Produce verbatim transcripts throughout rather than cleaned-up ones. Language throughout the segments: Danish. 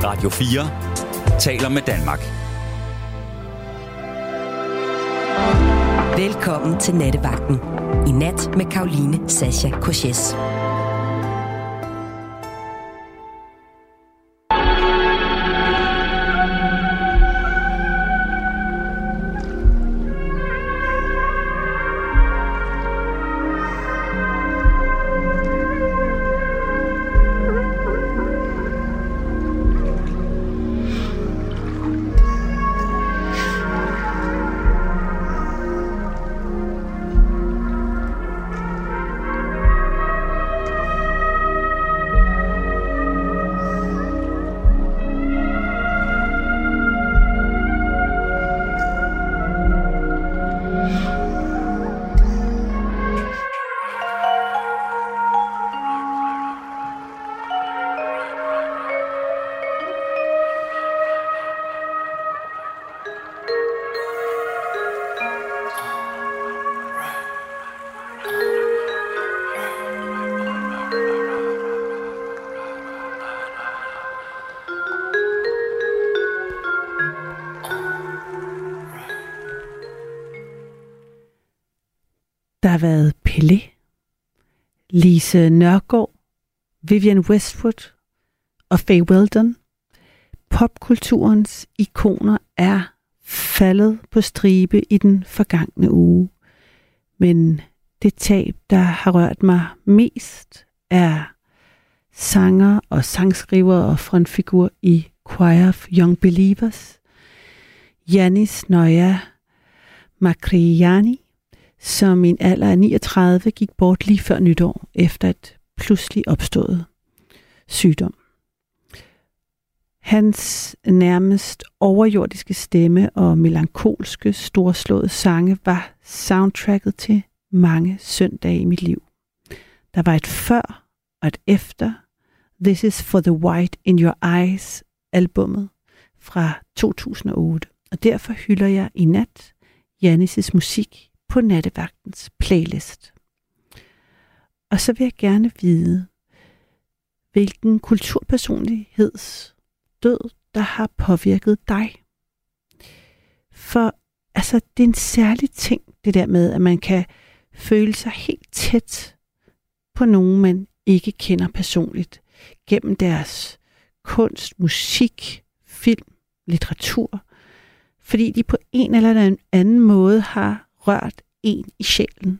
Radio fire taler med Danmark. Velkommen til Nattevagten. I nat med Caroline Sascha Coches. Der har været Pelé, Lise Nørgaard, Vivienne Westwood og Fay Weldon. Popkulturens ikoner er faldet på stribe i den forgangne uge. Men det tab, der har rørt mig mest, er sanger og sangskriver og frontfigur i Choir of Young Believers, Yannis Noya Makriani, som i en alder af niogtredive gik bort lige før nytår efter et pludselig opstået sygdom. Hans nærmest overjordiske stemme og melankolske, storslåede sange var soundtracket til mange søndage i mit liv. Der var et før og et efter This is for the White in Your Eyes albummet fra to tusind og otte, og derfor hylder jeg i nat Yannis' musik på Nattevagtens playlist. Og så vil jeg gerne vide, hvilken kulturpersonligheds død, der har påvirket dig. For altså, det er en særlig ting, det der med, at man kan føle sig helt tæt på nogen, man ikke kender personligt, gennem deres kunst, musik, film, litteratur, fordi de på en eller anden måde har rørt en i sjælen.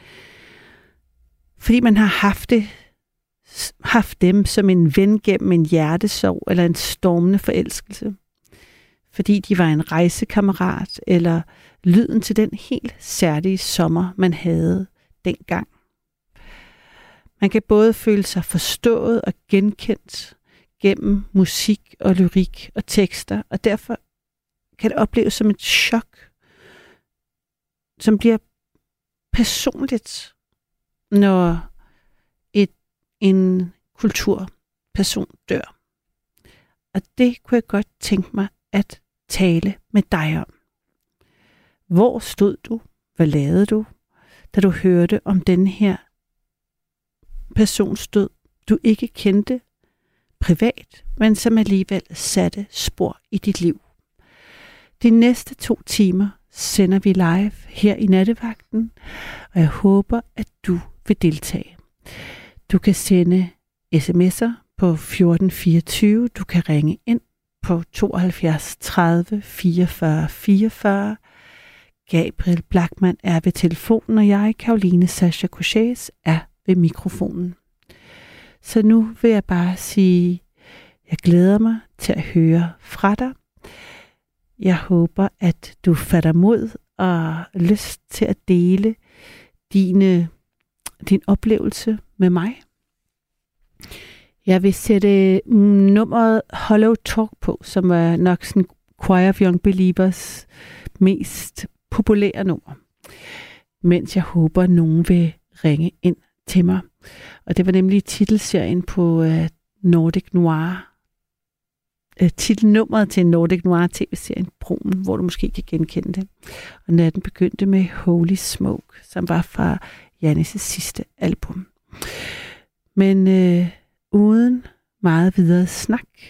Fordi man har haft, det, haft dem som en ven gennem en hjertesorg eller en stormende forelskelse. Fordi de var en rejsekammerat eller lyden til den helt særlige sommer, man havde dengang. Man kan både føle sig forstået og genkendt gennem musik og lyrik og tekster, og derfor kan det opleves som et chok, som bliver personligt, når et, en kulturperson dør. Og det kunne jeg godt tænke mig at tale med dig om. Hvor stod du? Hvad lavede du, da du hørte om den her persons død, du ikke kendte privat, men som alligevel satte spor i dit liv? De næste to timer sender vi live her i Nattevagten, og jeg håber, at du vil deltage. Du kan sende sms'er på fjorten fireogtyve, du kan ringe ind på tooghalvfjerds tredive fireogfyrre fireogfyrre. Gabriel Blackman er ved telefonen, og jeg, Caroline Sascha Coches, er ved mikrofonen. Så nu vil jeg bare sige, jeg glæder mig til at høre fra dig. Jeg håber, at du fatter mod og lyst til at dele dine, din oplevelse med mig. Jeg vil sætte nummeret Hollow Talk på, som er nok sådan Choir of Young Believers mest populære nummer. Mens jeg håber, at nogen vil ringe ind til mig. Og det var nemlig titelserien på uh, Nordic Noir. Uh, titelnummeret til Nordic Noir tv-serien Broen, hvor du måske kan genkende det. Og natten begyndte med Holy Smoke, som var fra Yannis' sidste album. Men uh, uden meget videre snak,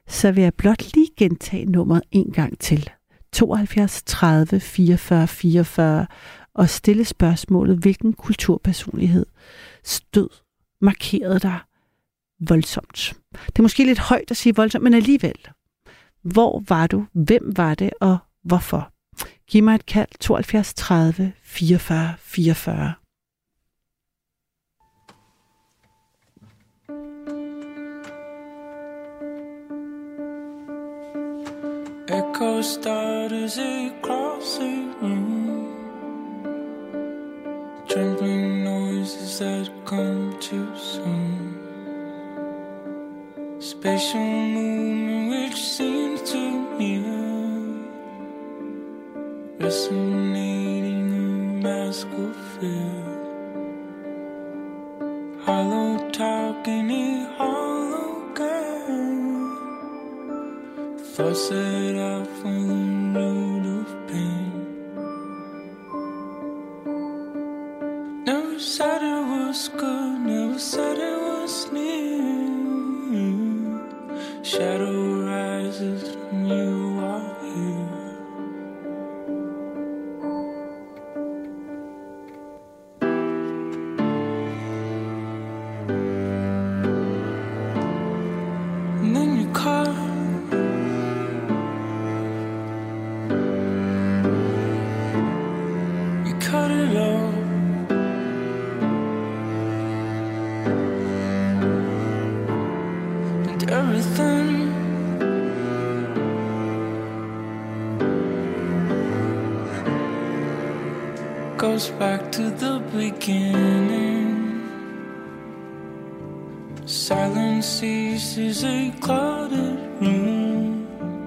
så vil jeg blot lige gentage nummeret en gang til. tooghalvfjerds tredive fireogfyrre fireogfyrre og stille spørgsmålet, hvilken kulturpersonlighed stød markerede dig voldsomt. Det er måske lidt højt at sige voldsomt, men alligevel. Hvor var du? Hvem var det? Og hvorfor? Giv mig et kald. tooghalvfjerds tredive fireogfyrre fireogfyrre. Echo starters across the room, trembling noises that come too soon. Spatial movement which seems too near, resonating a mask of fear. Hollow talk in a hologram, thoughts set off on the road of pain. Never said it was good, never said it was near. Shadow rises when you are here. And then you call, you cut it off. And everything goes back to the beginning. Silence ceases a clouded room.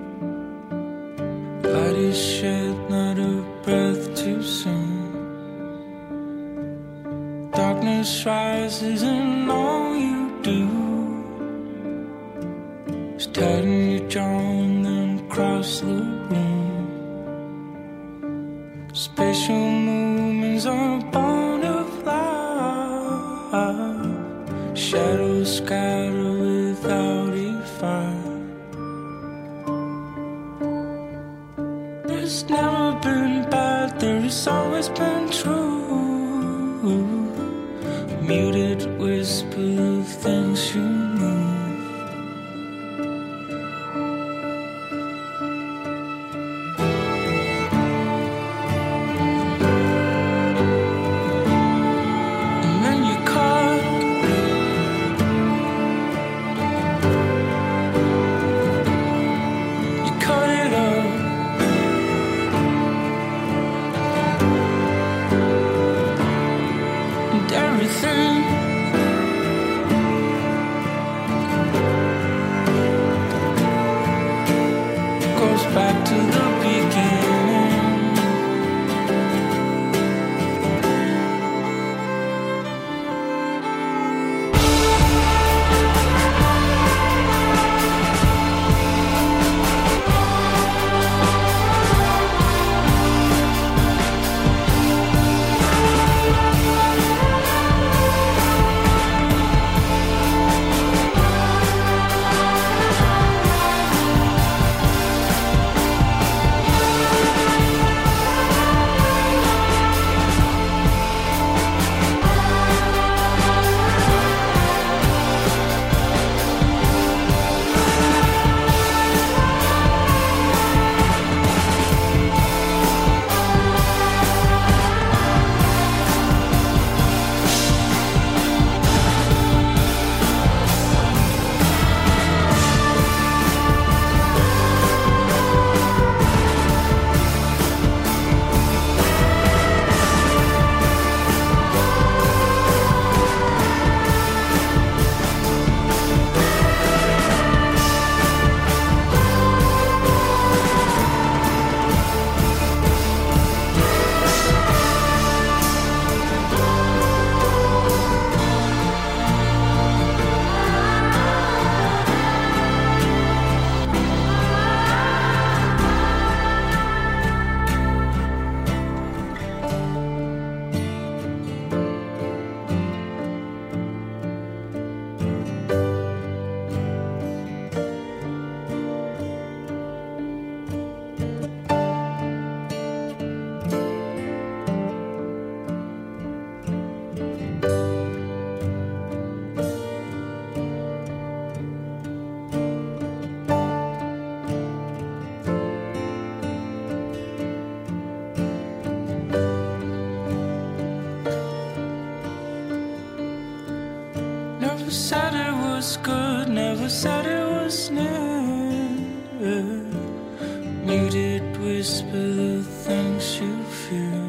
Light is shed, not a breath too soon. Darkness rises and all you do is tighten your jaw and then cross the room. Spatial movements are born of light. Shadows scatter without a fire. There's never been bad, there has always been true. Muted whisper of things you move. was good, never said it was new. Muted whisper the things you feel.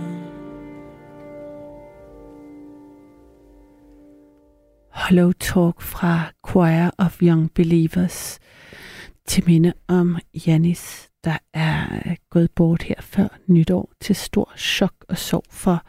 Hollow Talk fra Choir of Young Believers til minde om Janis, der er gået bort her før nytår til stor chok og sorg for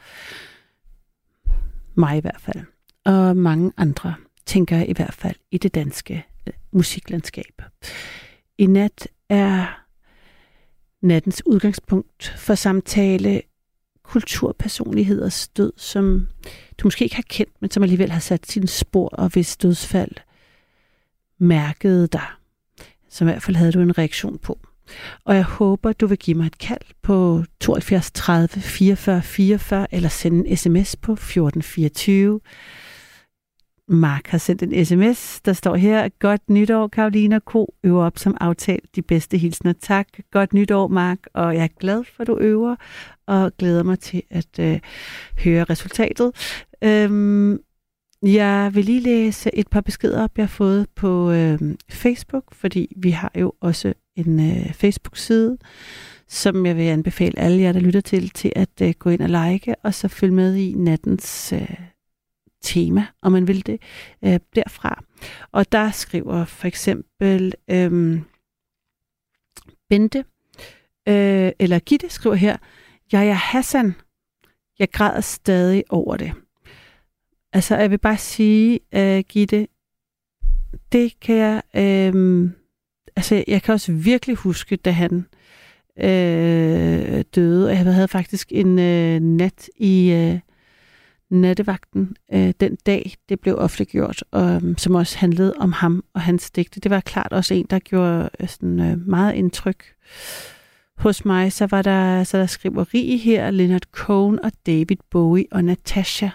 mig i hvert fald, og mange andre, tænker jeg i hvert fald, i det danske musiklandskab. I nat er nattens udgangspunkt for samtale kulturpersonligheders død, som du måske ikke har kendt, men som alligevel har sat sine spor, og hvis dødsfald mærkede dig, som i hvert fald havde du en reaktion på. Og jeg håber, du vil give mig et kald på tooghalvfjerds tredive fireogfyrre fireogfyrre, eller sende en sms på fjorten fireogtyve. Mark har sendt en sms, der står her: godt nytår, Caroline Ko. Øver op som aftalt. De bedste hilsner. Tak. Godt nytår, Mark. Og jeg er glad for, at du øver, og glæder mig til at øh, høre resultatet. Øhm, jeg vil lige læse et par beskeder op, jeg har fået på øh, Facebook, fordi vi har jo også en øh, Facebook-side, som jeg vil anbefale alle jer, der lytter til, til at øh, gå ind og like, og så følge med i nattens øh, tema, om man vil det, øh, derfra. Og der skriver for eksempel øh, Bente, øh, eller Gitte skriver her: jeg er Hassan. Jeg græder stadig over det. Altså, jeg vil bare sige, øh, Gitte, det kan jeg, øh, altså, jeg kan også virkelig huske, da han øh, døde, og jeg havde faktisk en øh, nat i øh, nattevagten øh, den dag, det blev offentliggjort, og, som også handlede om ham og hans digte. Det var klart også en, der gjorde øh, sådan, øh, meget indtryk hos mig. Så var der, så der skriveri her: Leonard Cohen og David Bowie og Natasha.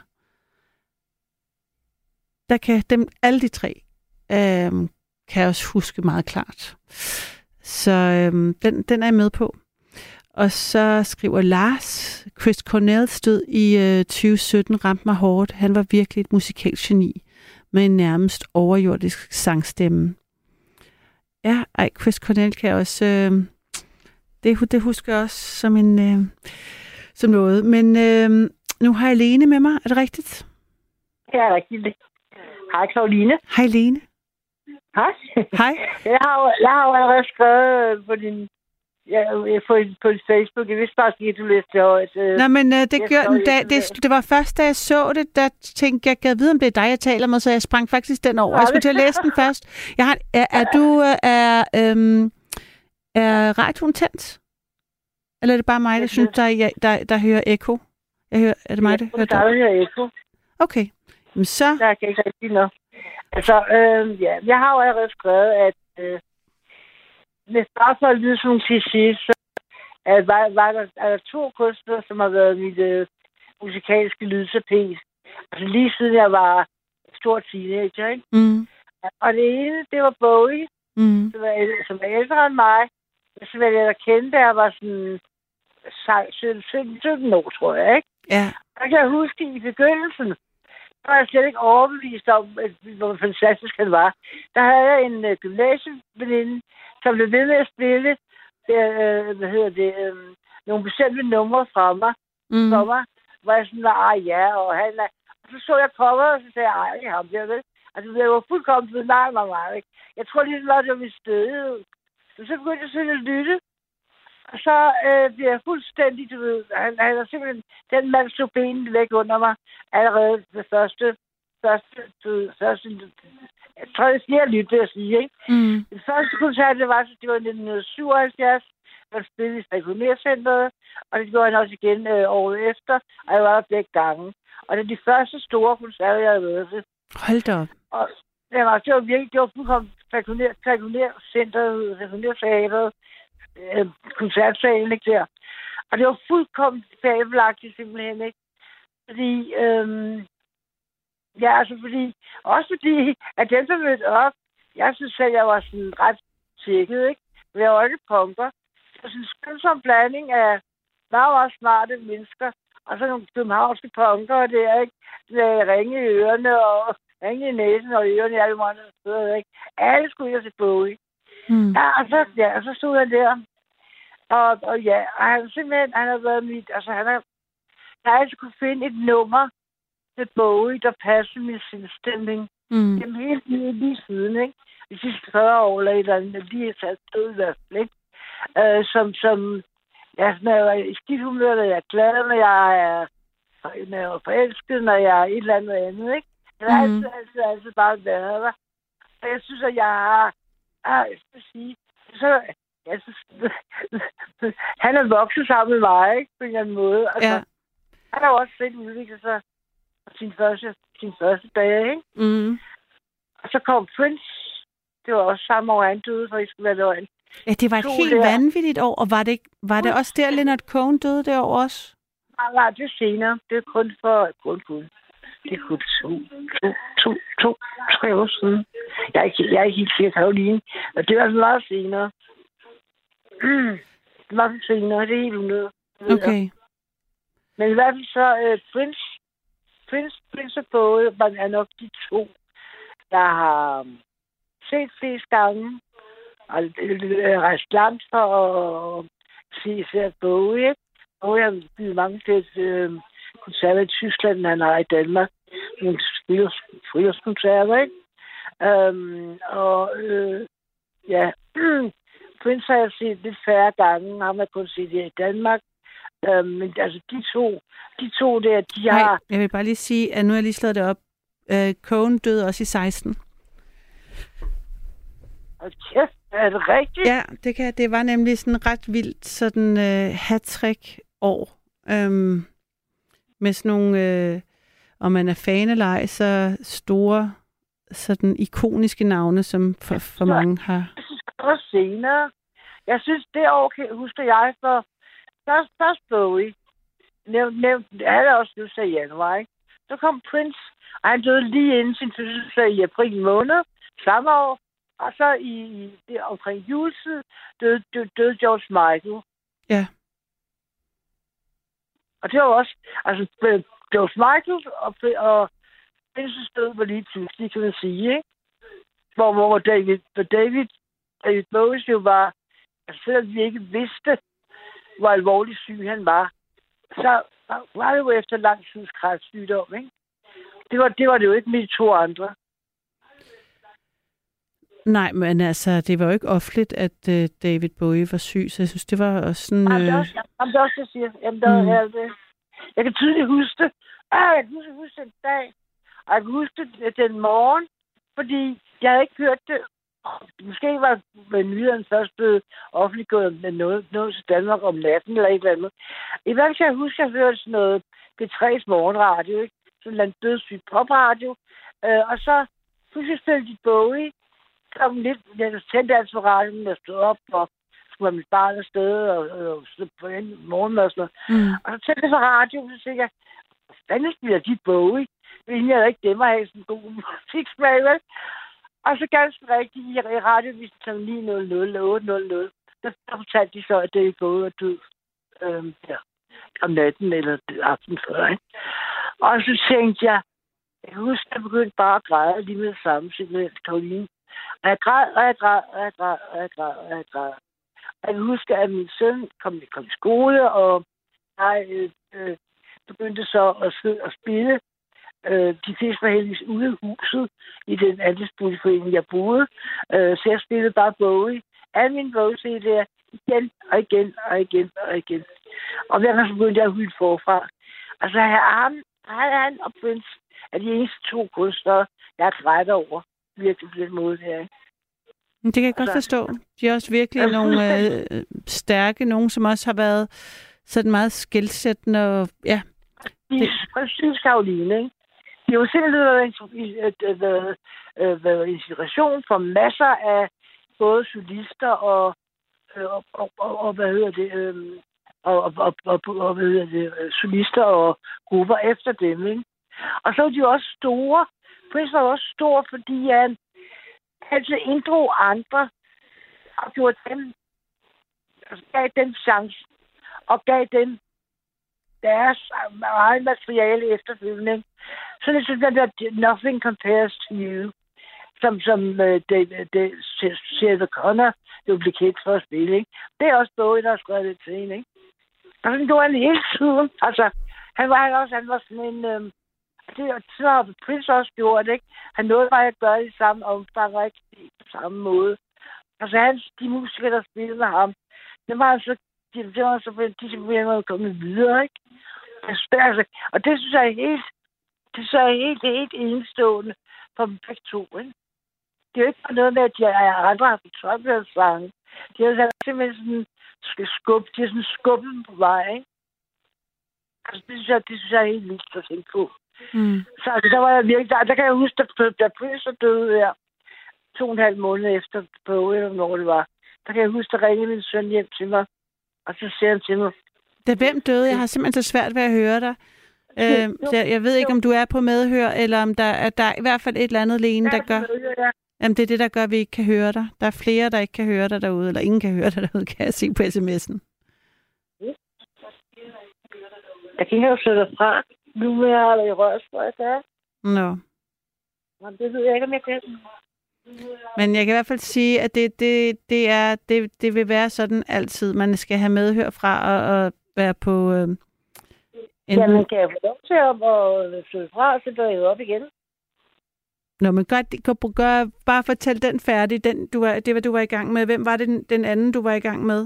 Der kan dem, alle de tre, øh, kan jeg også huske meget klart. Så øh, den, den er jeg med på. Og så skriver Lars: Chris Cornells død i øh, tyve sytten ramte mig hårdt. Han var virkelig et musikalsk geni med en nærmest overjordisk sangstemme. Ja, ej, Chris Cornell kan jeg også... Øh, det, det husker jeg også som, en, øh, som noget. Men øh, nu har jeg Lene med mig. Er det rigtigt? Ja, det er rigtigt. Hej, Caroline. Hej, Lene. Hej. Hej. Jeg har jo, jeg har jo allerede skrevet på din... Ja, på, på Facebook. Jeg vidste bare ikke, at du læste det højt. Nå, men uh, det, gør, da, det, det var først, da jeg så det, der tænkte jeg, jeg vide, om det er dig, jeg taler med, så jeg sprang faktisk den over. Jeg skulle til at læse den først. Jeg har, er, er du... Er, øhm, er radioen tændt? Eller er det bare mig, der synes, der, der, der hører ekko? Jeg hører, er det mig, der hører dig? Jeg hører ekko. Okay. Men så... Der kan ikke rigtig noget. Altså, øh, ja, jeg har jo allerede skrevet, at øh, hvis bare for at lyde som kliché, så at var, var der, er der to kunstnere, som har været mit øh, musikalske lydtapet. Altså lige siden jeg var stor teenager, ikke? Mm. Og det ene, det var Bowie, mm. som, er, som er ældre end mig. Som jeg der kendte, jeg var sådan sytten sytten år, tror jeg, ikke? Ja. Og jeg kan huske i begyndelsen, der var jeg slet ikke overbevist om, hvor fantastisk han var. Der havde jeg en uh, gymnasieveninde, som blev ved med at spille uh, hvad hedder det, um, nogle bestemte numre fra mig, mm. for mig, hvor jeg sådan var, ah ja, og han er... Og så så jeg cover, og så sagde jeg, ej, det er ham der, vel? Altså, det var fuldkommen ved nej, mig meget, ikke? Jeg tror lige, det var mit støde. Så så begyndte jeg sådan at lytte, og så øh, bliver jeg fuldstændig, du ved, han, han er simpelthen, den mand slog benet væk under mig, allerede det første, første, du ved, første, jeg tror, det er lytte, vil jeg sige, ikke? Mm. Den første koncert, det var, det var i nitten syvoghalvfjerds, han spillede i Falconer-centret, og det gjorde han også igen øh, året efter, og jeg var der begge gange. Og det er de første store koncerter, jeg havde været til. Hold da op. Og det var, det var virkelig, det var fuldkommen Falconer-centret, Falconer-teatret, øh, koncertsalen, ikke der. Og det var fuldkommen fabelagtigt simpelthen, ikke? Fordi, øhm, ja, altså fordi, også fordi, at den, der mødte op, jeg synes selv, jeg var sådan ret tjekket, ikke? Men jeg var ikke punker. Det var sådan en skønsom blanding af meget, meget smarte mennesker, og så nogle københavnske punker der, ikke? Med ringe i ørerne, og ringe i næsen og ørerne, alle mange steder, ikke? Alle skulle jeg se Bowie. Mm. Ja, og så, ja, og så stod han der. Og, og ja, og han simpelthen, han har været mit, altså han har, jeg har altid kunne finde et nummer til Bowie, der passer min sindstemning. Mm. Jamen helt lige, lige siden, ikke? De sidste fyrre år, eller et eller andet, de er sat død i hvert fald, ikke? Øh, som, som, ja, når jeg er i skidt humør, når jeg er glad, når jeg er, når jeg er forelsket, når jeg er et eller andet andet, ikke? Jeg har Mm. altid, altid, altid bare været der. Og jeg synes, at jeg har, ah, jeg skal sige, så, jeg synes, han er vokset sammen med mig, ikke? På en eller anden måde. Altså, Ja. han har jo også selv udviklet sig på sin første, sin første dag, ikke? Mm. Og så kom Prince. Det var også samme år, han døde, for I skulle være løgn. Ja, det var et To helt der. vanvittigt år, og var det, var det også der, Leonard Cohen døde det år også? Nej, nej, det er senere. Det er kun for, kun, kun. Det er kun to, to, to, to, tre år siden. Jeg er ikke, jeg er ikke helt sikker, Karoline. Men det var altså meget senere. Mm. Det var meget senere, det er helt unødigt. Okay. Men i hvert fald så, uh, Prince, Prince, Prince og Bowie var er nok de to, der har set flest gange. Og øh, rejst langt for at se se Bowie, ikke? Bowie har givet mange til øh, koncerter i Tyskland, end han har i Danmark. Nogle friårskoncerter, ikke? Um, og øh, ja, Prince har jeg set lidt færre gange. Ham har kun set det i Danmark. Um, men altså, de to, de to der, de har... Nej, jeg vil bare lige sige, at nu har jeg lige slået det op. Uh, Cohen døde også i seksten. Og kæft, er det rigtigt? Ja, det, kan, det var nemlig sådan ret vildt, sådan uh, hat-trick år. Um, med sådan nogle, uh, om man er fan eller ej, så store, sådan ikoniske navne, som for, for mange har... Jeg synes også senere. Jeg synes, det år husker jeg for først, først Bowie. Nævnt, nævnt, han er også fødselsdag i januar, ikke? Så kom Prince, og han døde lige inden sin fødselsdag i april måned samme år. Og så i, i det, omkring juletid døde, døde, døde George Michael. Ja. Og det var også, altså George Michael og, og Prince's død var lige pludselig, kan man sige, ikke? Hvor, hvor David, hvor David, David Bowie jo var, altså selvom vi ikke vidste, hvor alvorlig syg han var, så var det jo efter lang tids kræftsygdom, ikke? Det var, det var det jo ikke med de to andre. Nej, men altså, det var jo ikke offentligt, at uh, David Bowie var syg, så jeg synes, det var også sådan... Jamen, det er Øh... også, jamen, det er også, jeg siger. Jamen, der mm. er det. Jeg kan tydeligt huske det. Ah, jeg kan huske, huske den dag. Og jeg kan huske det den morgen, fordi jeg havde ikke hørt det. Måske var nyhederne først blevet offentliggjort med noget, noget til Danmark om natten eller et eller andet. I hvert fald kan jeg huske, at jeg hørte sådan noget P tre's morgenradio, ikke? Sådan en dødssyg popradio. Øh, og så pludselig spillede de Bowie. Kom lidt, jeg tændte altså for radioen, jeg stod op og skulle have mit barn afsted og, og, og på en morgen og sådan noget. Mm. Og så tændte jeg for radioen, så tænkte jeg, hvad fanden spiller de Bowie? Men jeg havde ikke dem at have sådan en god musiksmag, vel? Og så ganske rigtigt i radiovisen som ni nul nul otte nul nul, der, der fortalte de så, at David Bowie var død øhm, ja, om natten eller aften før, ikke? Og så tænkte jeg, jeg kan huske, at jeg begyndte bare at græde lige med det samme, simpelthen, Karoline. Og jeg græd, og jeg græd, og jeg græd, og jeg græd, og jeg græd. Og jeg kan huske, at min søn kom, kom i skole, og jeg øh, øh, begyndte så at, at spille. Øh, de fleste var heldigvis ude af huset i den andelsboligforening, jeg boede. Øh, så jeg spillede bare Bowie. Alle mine Bowie-C D'er igen, og igen, og igen, og igen. Og hver gang så begyndte jeg at hylde forfra. Altså, han, han og Prince er de eneste to kunstnere, jeg har grædt over. Virkelig på den måde her. Det kan jeg godt altså, forstå. De er også virkelig nogle øh, stærke, nogen som også har været sådan meget skelsættende. Og, ja. Det er præcis, Karoline, ikke? Det er jo simpelthen været, været, været inspiration for masser af både solister og, og, og, og, og hvad hedder det, øh, og, og, og, og, og hvad hedder det, solister og grupper efter dem, ikke? Og så er de jo også store. Prince var også stor, fordi han altid inddrog andre og gjorde dem, altså gav dem chance og gav dem deres eget materiale efterfølgende. Så det er sådan, at Nothing Compares to You, som, som uh, det, det, Sarah Connor jo blev kendt for at spille, ikke? Det er også Bowie, der har skrevet det til hende, ikke? Og sådan gjorde han hele tiden. Altså, han var han også, han var sådan en... Øhm, det har Prince også gjort, ikke? Han nåede bare at gøre det i samme omfang, og ikke på samme måde. Altså, hans, de musikere, der spillede med ham, det var altså... Det var så de simpelthen kommet videre, ikke? Altså, og det synes jeg er helt... Det synes jeg er helt, helt enestående for dem begge to, ikke? Det er jo ikke noget med, at de er andre har fortolket sange. De har simpelthen sådan skub, de har sådan skubbet på vej, ikke? Altså, det synes jeg, det synes jeg er helt vildt at tænke på. Mm. Så altså, der var jeg virkelig, der, der kan jeg huske, at da Prince døde her, to og en halv måned efter på, eller når det var, der kan jeg huske, der ringede min søn hjem til mig, og så siger han til mig. Da hvem døde? Jeg har simpelthen så svært ved at høre dig. Øh, så jeg ved ikke, om du er på medhør, eller om der er, der er i hvert fald et eller andet, Lene, der gør... Jamen, det er det, der gør, at vi ikke kan høre dig. Der er flere, der ikke kan høre dig derude, eller ingen kan høre dig derude, kan jeg se på sms'en. Jeg kan ikke have sætte dig fra. Nu vil jeg have i rørsprøjt, ja. Nå. Jamen, det ved jeg ikke, om jeg kan. Men jeg kan i hvert fald sige, at det, det, det, er, det, det vil være sådan altid. Man skal have medhør fra og, og være på... Øh, ja, man kan få lov til at søge fra, og så går jeg op igen. Nå, men gør, gør, bare fortæl den færdig, den, du var, det var du var i gang med. Hvem var det den, den anden, du var i gang med?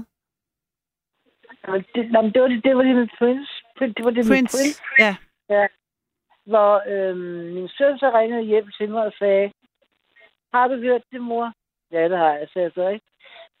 Jamen, det, jamen, det var det, det var det med Prince. Det var det Prince, med Prince. ja. Ja. Hvor øhm, min søn så ringede hjem til mig og sagde, har du hørt det, mor? Ja, det har jeg, sagde jeg så, ikke?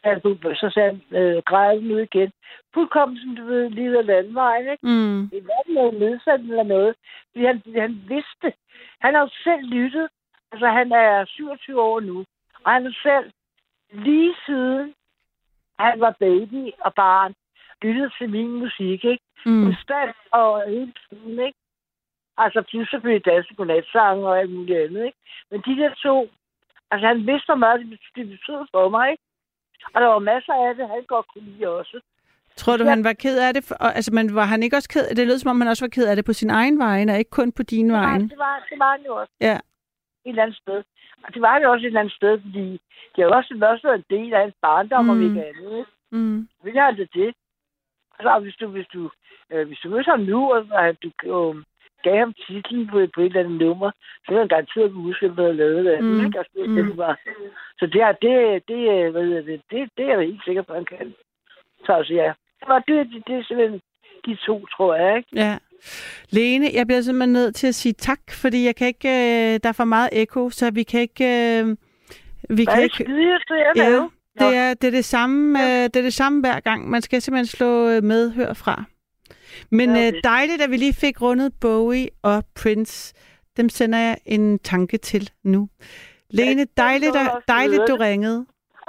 Så sagde han, øh, græd den ud igen. Fuldkommen, som du ved, lige af landvejen, ikke? Mm. Det var noget nedsat eller noget. Fordi han, han vidste. Han har jo selv lyttet. Altså, han er syvogtyve år nu. Og han har selv, lige siden han var baby og barn, lyttet til min musik, ikke? Mm. Konstant og hele tiden, ikke? Altså, plus selvfølgelig danske godnatsange og alt muligt andet, ikke? Men de der to, altså, han vidste, hvor meget det betød for mig, ikke? Og der var masser af det, han godt kunne lide også. Tror du, han var ked af det? For, altså, men var han ikke også ked? Det lød som om, han også var ked af det på sin egen vegne, og ikke kun på din vegne. Det var, det var han jo også. Ja. Et eller andet sted. Og det var han jo også et eller andet sted, fordi det har også været en del af hans barndom, mm. og ikke andet. Mm. Vil jeg det det? Altså, hvis du, hvis du, øh, hvis du mødte ham nu, og at du øh, gav ham titlen på, på et eller andet nummer, så er han garanteret kunne huske, at han havde lavet det. Mm. Ikke? Altså, det, det var. Så det, er, det, det, hvad det, det, det, det er jeg helt sikker på, at han kan. Så altså, ja. Det, var, det, det, det er simpelthen de to, tror jeg, ikke? Ja. Lene, jeg bliver simpelthen nødt til at sige tak, fordi jeg kan ikke, øh, der er for meget ekko, så vi kan ikke... Øh, vi Hvad kan er ikke skide, jeg ja, lave? det er, det, er det, samme, ja. øh, det er det samme hver gang. Man skal simpelthen slå medhør fra. Men ja, øh, dejligt, at vi lige fik rundet Bowie og Prince. Dem sender jeg en tanke til nu. Lene, dejligt, dejligt du ringede.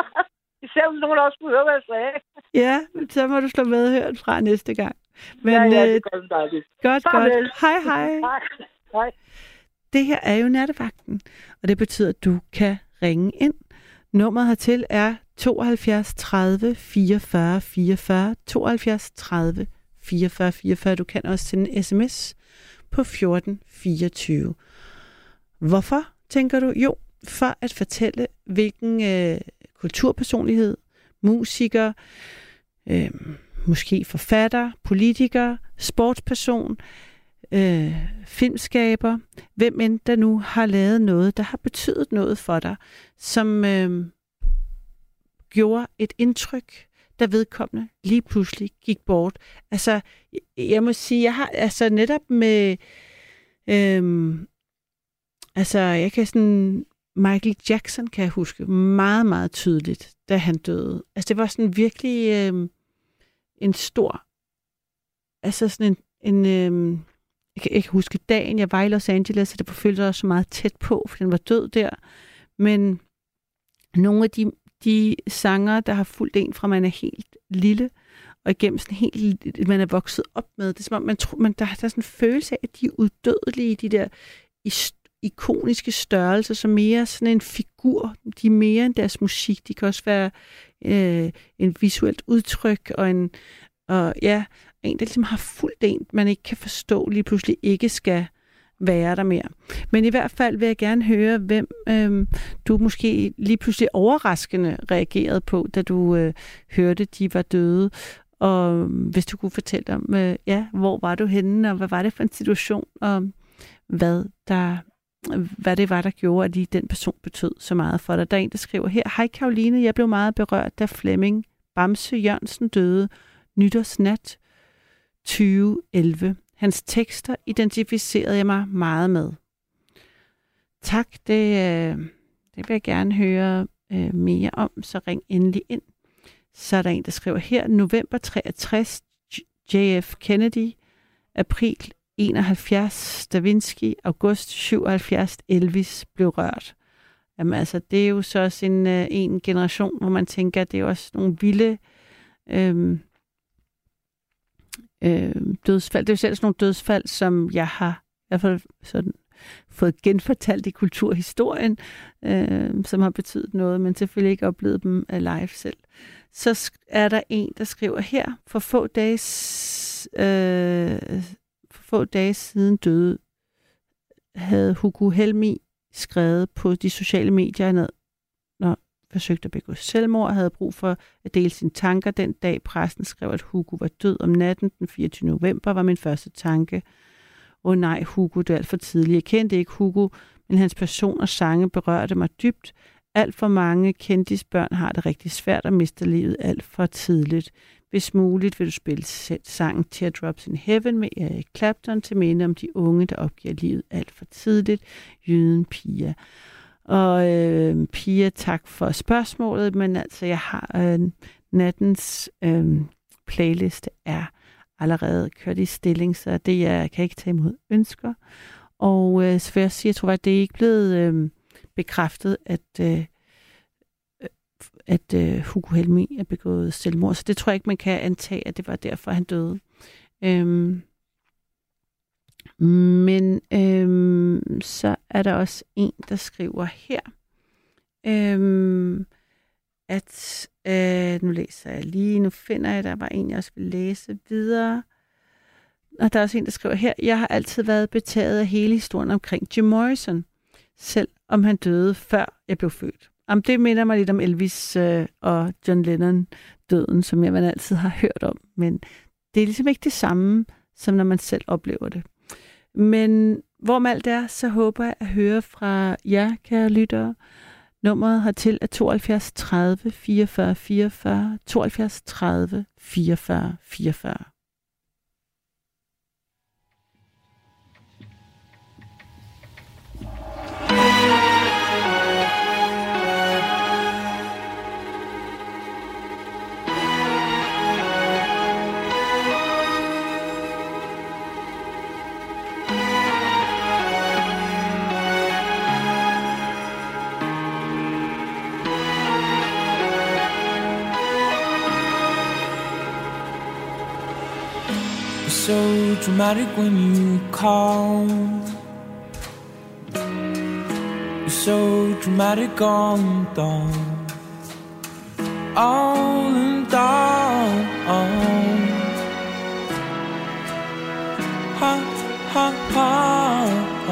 Især hvis nogen også skulle høre, hvad jeg sagde. Ja, så må du slå medhøren fra næste gang. Men, ja, ja, det øh, gør dejligt. Godt, Farvel. godt. Hej, hej. Hej. Hej. Det her er jo Nattevagten, og det betyder, at du kan ringe ind. Nummeret hertil er tooghalvfjerds tredive fireogfyrre fireogfyrre, tooghalvfjerds tredive fireogfyrre fireogfyrre. Du kan også sende en sms på fjorten fireogtyve. Hvorfor, tænker du? Jo, for at fortælle, hvilken øh, kulturpersonlighed, musiker, øh, måske forfatter, politiker, sportsperson, øh, filmskaber, hvem end der nu har lavet noget, der har betydet noget for dig, som øh, gjorde et indtryk, da vedkommende lige pludselig gik bort. Altså, jeg må sige, jeg har altså netop med, øh, altså, jeg kan sådan, Michael Jackson kan jeg huske meget, meget tydeligt, da han døde. Altså, det var sådan virkelig øh, en stor, altså sådan en, en øh, jeg, kan, jeg kan huske dagen, jeg var i Los Angeles, så det følte også så meget tæt på, for den var død der. Men nogle af de, de sanger, der har fulgt en fra, man er helt lille, og igennem sådan helt, man er vokset op med, det er som om, man tror, man, der, der er sådan en følelse af, at de er uddødelige, de der i ikoniske størrelser, som mere sådan en figur. De er mere end deres musik. De kan også være øh, en visuelt udtryk, og en og ja, en, der ligesom har fulgt en, man ikke kan forstå, lige pludselig ikke skal være der mere. Men i hvert fald vil jeg gerne høre, hvem øh, du måske lige pludselig overraskende reagerede på, da du øh, hørte, de var døde. Og hvis du kunne fortælle om, øh, ja, hvor var du henne, og hvad var det for en situation, og hvad, der, hvad det var, der gjorde, at lige den person betød så meget for dig. Der er en, der skriver her, hej Karoline, jeg blev meget berørt, da Flemming Bamse Jørgensen døde nytårsnat tyve elleve. Hans tekster identificerede jeg mig meget med. Tak, det, øh, det vil jeg gerne høre øh, mere om, så ring endelig ind. Så er der en, der skriver her, november treogtres, J F Kennedy, april enoghalvfjerds, Da Vinci, august syvoghalvfjerds, Elvis blev rørt. Jamen altså, det er jo så også en, øh, en generation, hvor man tænker, at det er også nogle vilde øh, øh, dødsfald. Det er jo selv sådan nogle dødsfald, som jeg har i hvert fald sådan fået genfortalt i kulturhistorien, øh, som har betydet noget, men selvfølgelig ikke oplevet dem live selv. Så er der en, der skriver her, for få dage, øh, for få dage siden døde, havde Hugo Helmi skrevet på de sociale medier, når han forsøgte at begå selvmord, havde brug for at dele sine tanker den dag. Pressen skrev, at Hugo var død om natten. Den fireogtyvende november var min første tanke. Åh nej, Hugo, det er alt for tidligt. Jeg kendte ikke Hugo, men hans person og sange berørte mig dybt. Alt for mange kendisbørn har det rigtig svært at miste livet alt for tidligt. Hvis muligt vil du spille sangen Teardrops in Heaven med Eric Clapton til minde om de unge, der opgiver livet alt for tidligt. Jyden Pia. Og øh, Pia, tak for spørgsmålet, men altså jeg har øh, nattens øh, playliste er allerede kørt i stilling, så det jeg kan ikke tage imod ønsker. Og øh, så vil jeg sige, jeg tror, at det er ikke blevet øh, bekræftet, at, øh, at øh, Hugo Helmi er begået selvmord. Så det tror jeg ikke, man kan antage, at det var derfor, han døde. Øhm, men øhm, så er der også en, der skriver her, øhm, at øh, nu læser jeg lige, nu finder jeg, der var en, jeg også vil læse videre. Og der er også en, der skriver her, jeg har altid været betaget af hele historien omkring Jim Morrison, selv om han døde, før jeg blev født. Om det minder mig lidt om Elvis øh, og John Lennon døden, som jeg man altid har hørt om. Men det er ligesom ikke det samme, som når man selv oplever det. Men hvorom alt er, så håber jeg at høre fra jer, kære lyttere. Nummeret hertil er tooghalvfjerds tredive fireogfyrre fireogfyrre, tooghalvfjerds tredive fireogfyrre fireogfyrre. So dramatic when you call. You're so dramatic on dawn. All and down. Ha ha ha.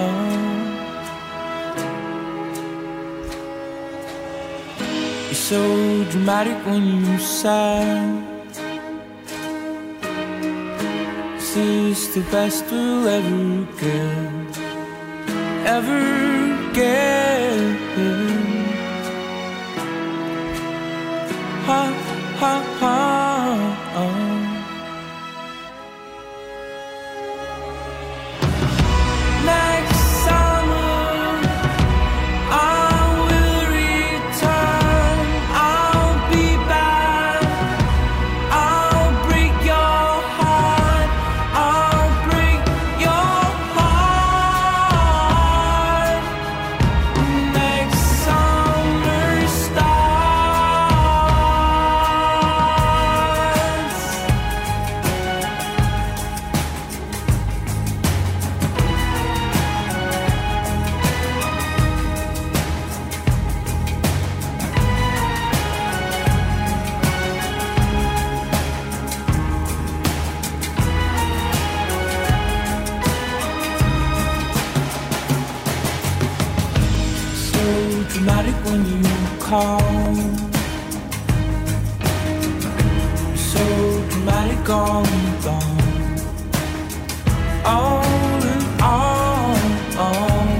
You're so dramatic when you sigh. This is the best we'll ever get, ever get. Ha ha ha. Next summer I will return. I'll be back. I'll break your heart. I'll break your heart. Next summer starts. call. So dramatic on the dawn. All in all, all.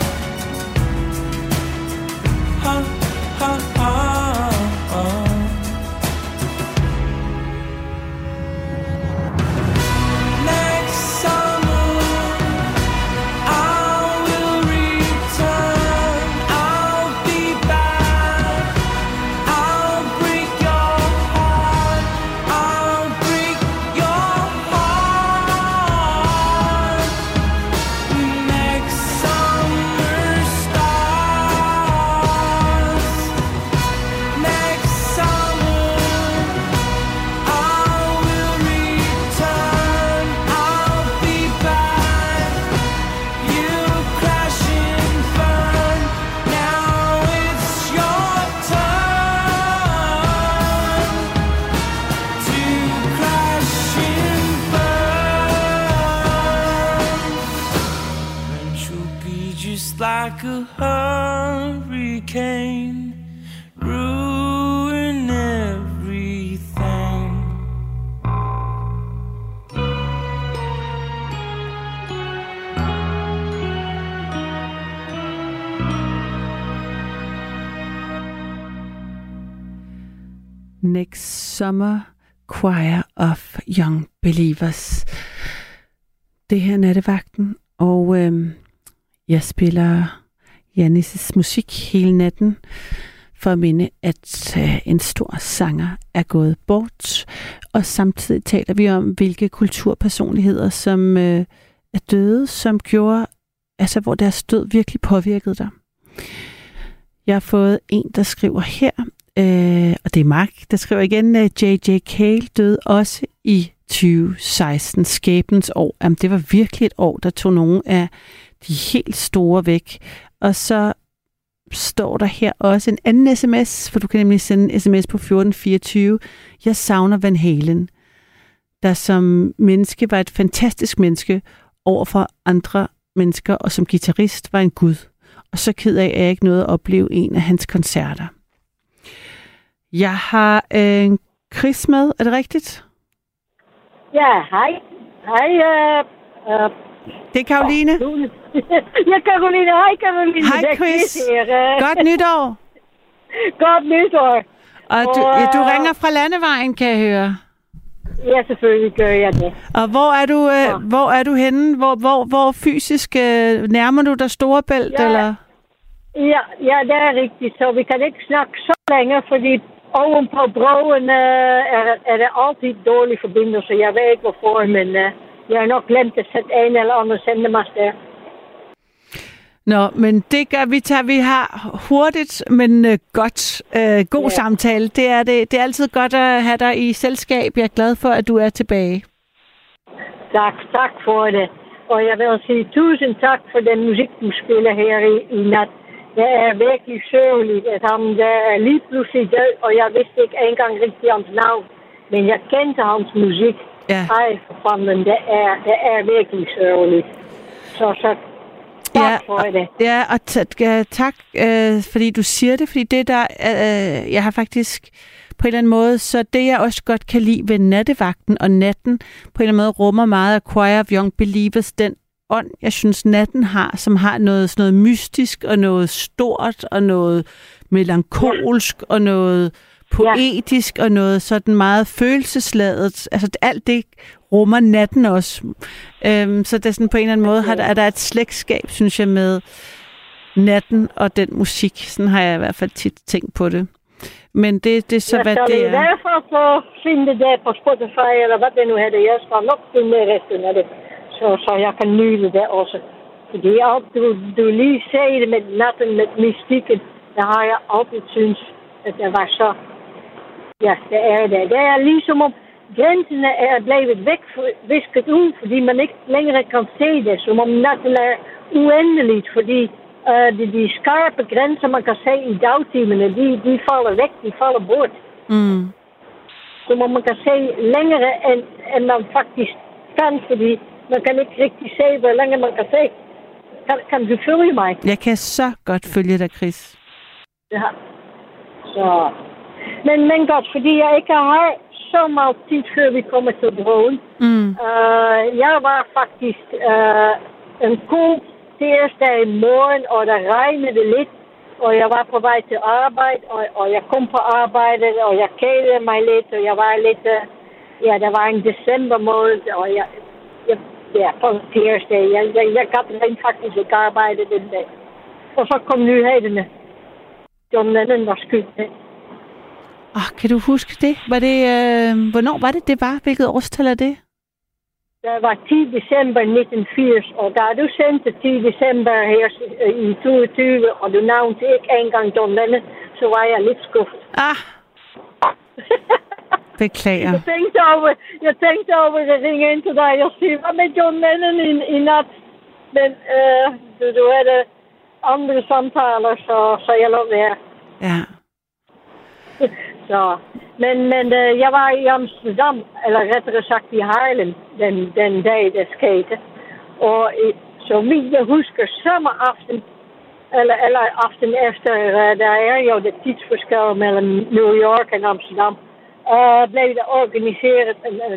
Ha, ha, ha, ha. Next summer I will return. I'll be back. I'll break your heart. I'll break your heart. Next summer starts. Next summer I will return. I'll be back. You crash and burn. Now it's your turn to crash and burn. And she'll be just like a hurricane, ruin everything. Next Summer, Choir of Young Believers. Det her er Nattevagten, og øhm, jeg spiller Jannis' musik hele natten for at minde, at øh, en stor sanger er gået bort, og samtidig taler vi om, hvilke kulturpersonligheder, som øh, er døde, som gjorde, altså hvor deres død virkelig påvirkede dig. Jeg har fået en, der skriver her, øh, og det er Mark, der skriver igen, at J J. Cale døde også i tyve seksten, skæbnens år. Jamen, det var virkelig et år, der tog nogle af de helt store væk. Og så står der her også en anden sms, for du kan nemlig sende en sms på fjorten fireogtyve. Jeg savner Van Halen, der som menneske var et fantastisk menneske over for andre mennesker, og som guitarist var en gud. Og så ked af, at jeg ikke nåede at opleve en af hans koncerter. Jeg har øh, Chris med, er det rigtigt? Ja, hej. Hej, uh, uh, Det er Karoline. ja, Karoline. Hej, Karoline. Hej, Chris. Godt nytår. Godt nytår. Og du, ja, du ringer fra Landevejen, kan jeg høre. Ja, selvfølgelig gør jeg det. Og hvor er du, øh, ja. hvor er du henne? Hvor, hvor, hvor fysisk øh, nærmer du dig Storebælt, ja. eller? Ja, ja, det er rigtigt. Så vi kan ikke snakke så længe, fordi oven på broen øh, er, er der altid dårlige forbindelser. Jeg ved ikke hvorfor, men øh, jeg har nok glemt at sætte en eller anden sendemast der. Nå, men det gør vi tager. Vi har hurtigt, men øh, godt, øh, god ja. samtale. Det er, det, det er altid godt at have dig i selskab. Jeg er glad for, at du er tilbage. Tak, tak for det. Og jeg vil sige tusind tak for den musik, du spiller her i, i nat. Det er virkelig sørgeligt, at han er lige pludselig død, og jeg vidste ikke engang rigtig hans navn. Men jeg kendte hans musik. Ja. Ej, for fanden, det er, det er virkelig sørgeligt. Så, så tak ja, for det. Ja, og t- tak, øh, fordi du siger det, fordi det der, øh, jeg har faktisk på en eller anden måde, så det jeg også godt kan lide ved nattevagten og natten, på en eller anden måde rummer meget af Choir of Young Believers, den ånd, jeg synes natten har, som har noget, sådan noget mystisk og noget stort og noget melankolsk ja. og noget poetisk ja. og noget sådan meget følelsesladet. Altså alt det rummer natten også. Øhm, så det er sådan på en eller anden måde, har der, er der et slægtskab, synes jeg, med natten og den musik. Sådan har jeg i hvert fald tit tænkt på det. Men det, det er så, ja, hvad så det er. i hvert fald så finde det på Spotify, eller hvad det nu hedder. Jeg skal nok finde resten af det, så, så jeg kan nyde det også. Fordi du, du lige sagde det med natten, med mystikken, der har jeg altid synes, at det var så. Ja, det er det. Det er ligesom om grænserne er blevet væk, visket ud, fordi man ikke længere kan se det. Som om natten er uendeligt, fordi uh, de, de skarpe grænser, man kan se i dagtimerne, de, de falder væk, de falder bort. Mm. Som om man kan se længere, end, end man faktisk kan, fordi man kan ikke rigtig se, hvor længe man kan se. Kan, kan du følge mig? Jeg kan så godt følge dig, Chris. Ja. Så. Men, men godt, fordi jeg ikke har så meget tid, før vi kommer til broen. Mm. Uh, jeg var faktisk uh, en god tirsdag morgen, og der regnede lidt. Og jeg var på vej til arbejde, og, og jeg kom på arbejde, og jeg kædede mig lidt, og jeg var lidt... Uh, ja, der var en december måned, og jeg... jeg ja, på en tirsdag. Jeg, jeg, jeg gad rent faktisk ikke arbejde den dag. Og så kom nyhederne. John Lennon var skudt. Oh, kan du huske det? Var det øh, hvornår var det, det var? Hvilket årstal er det? Det var ti december nitten firs, og da du sendte ti december her i toogtyve, og du nævnte ikke engang John Lennon, så var jeg lidt skuffet. Ah! Beklager. Jeg tænkte over, jeg tænkte over at ringe ind til dig og sige, hvad med John Lennon i, i nat? Men øh, du, du havde andre samtaler, så, så jeg lå være. Ja. Så, men, men øh, jeg var i Amsterdam, eller rettere sagt i Haarlem, den, den dag, der skete. Og i, så vidt jeg husker, sommeraften, eller, eller aften efter, øh, der er jo det tidsforskel mellem New York og Amsterdam, uh, blev der organiseret en, en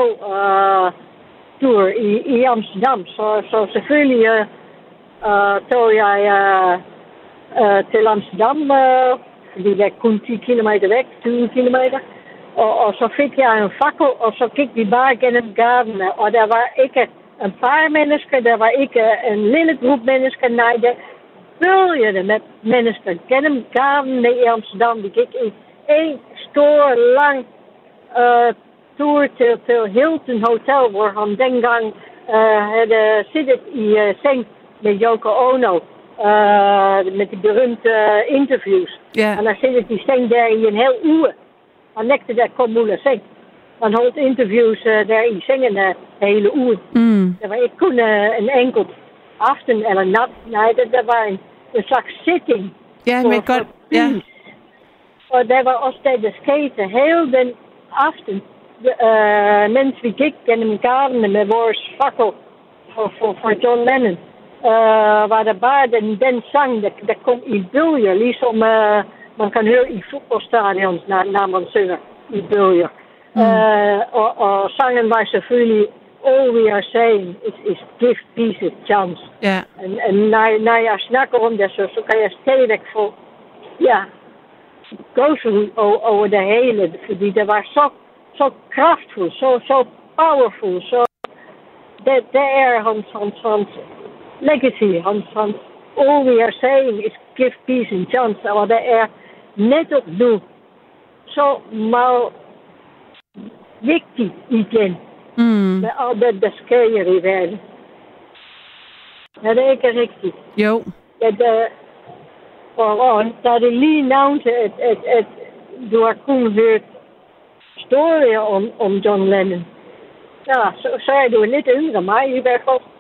fakkeltur uh, i, i Amsterdam. Så, så selvfølgelig uh, uh, tog jeg uh, uh, til Amsterdam, uh, fordi det er kun ti kilometer væk, tyve kilometer. Og, og så fik jeg en fakkel, og så gik vi bare gennem gaderne. Og der var ikke en paar mennesker, der var ikke en lille gruppe mennesker. Nej, der bølgede med mennesker gennem gaderne i Amsterdam. Vi gik i en stor, lang uh, tur til, til Hilton Hotel, hvor han dengang uh, havde siddet i uh, seng med Yoko Ono. Uh, met die berühmte uh, interviews. Yeah. En dan zit die sting daar in een heel uur. Dan nekte dat kon moeilijk zingen. Dan houdt interviews uh, daar in zingen uh, de hele uur. Mm. Dat was, ik kon uh, een enkel aften en een nat. Nee, dat, dat was een, een slags zitting. Ja, voor, men godt. Ja. Ja. Og der var også det, der skete hele den aften. De, uh, mens vi gik gennem gaderne med vores fakkel for, for, for John Lennon. Uh, var der bare den, den sang, der, der kom i bølger, ligesom uh, man kan høre i fodboldstadions, når, når man synger i bølger. Mm. Uh, og, og sangen var selvfølgelig All We Are Saying is, is Give Peace a Chance. Ja. En, en når, når jeg snakker om det, så, så kan jeg stadigvæk få, ja, gåsehud over, over det hele, fordi det var så, så kraftfuldt, så, så powerful, så det, det er hans, hans, hans legacy, hans, hans, all we are saying is give peace and chance, og det er netop nu så meget vigtigt igen, Mm. med alt det, der sker i verden. Er det ikke rigtigt? Jo. At, uh, og, og da det lige nævnte, at, at, at du har kun hørt historier om, om John Lennon, ja, så, så er du lidt yngre end mig i hvert fald.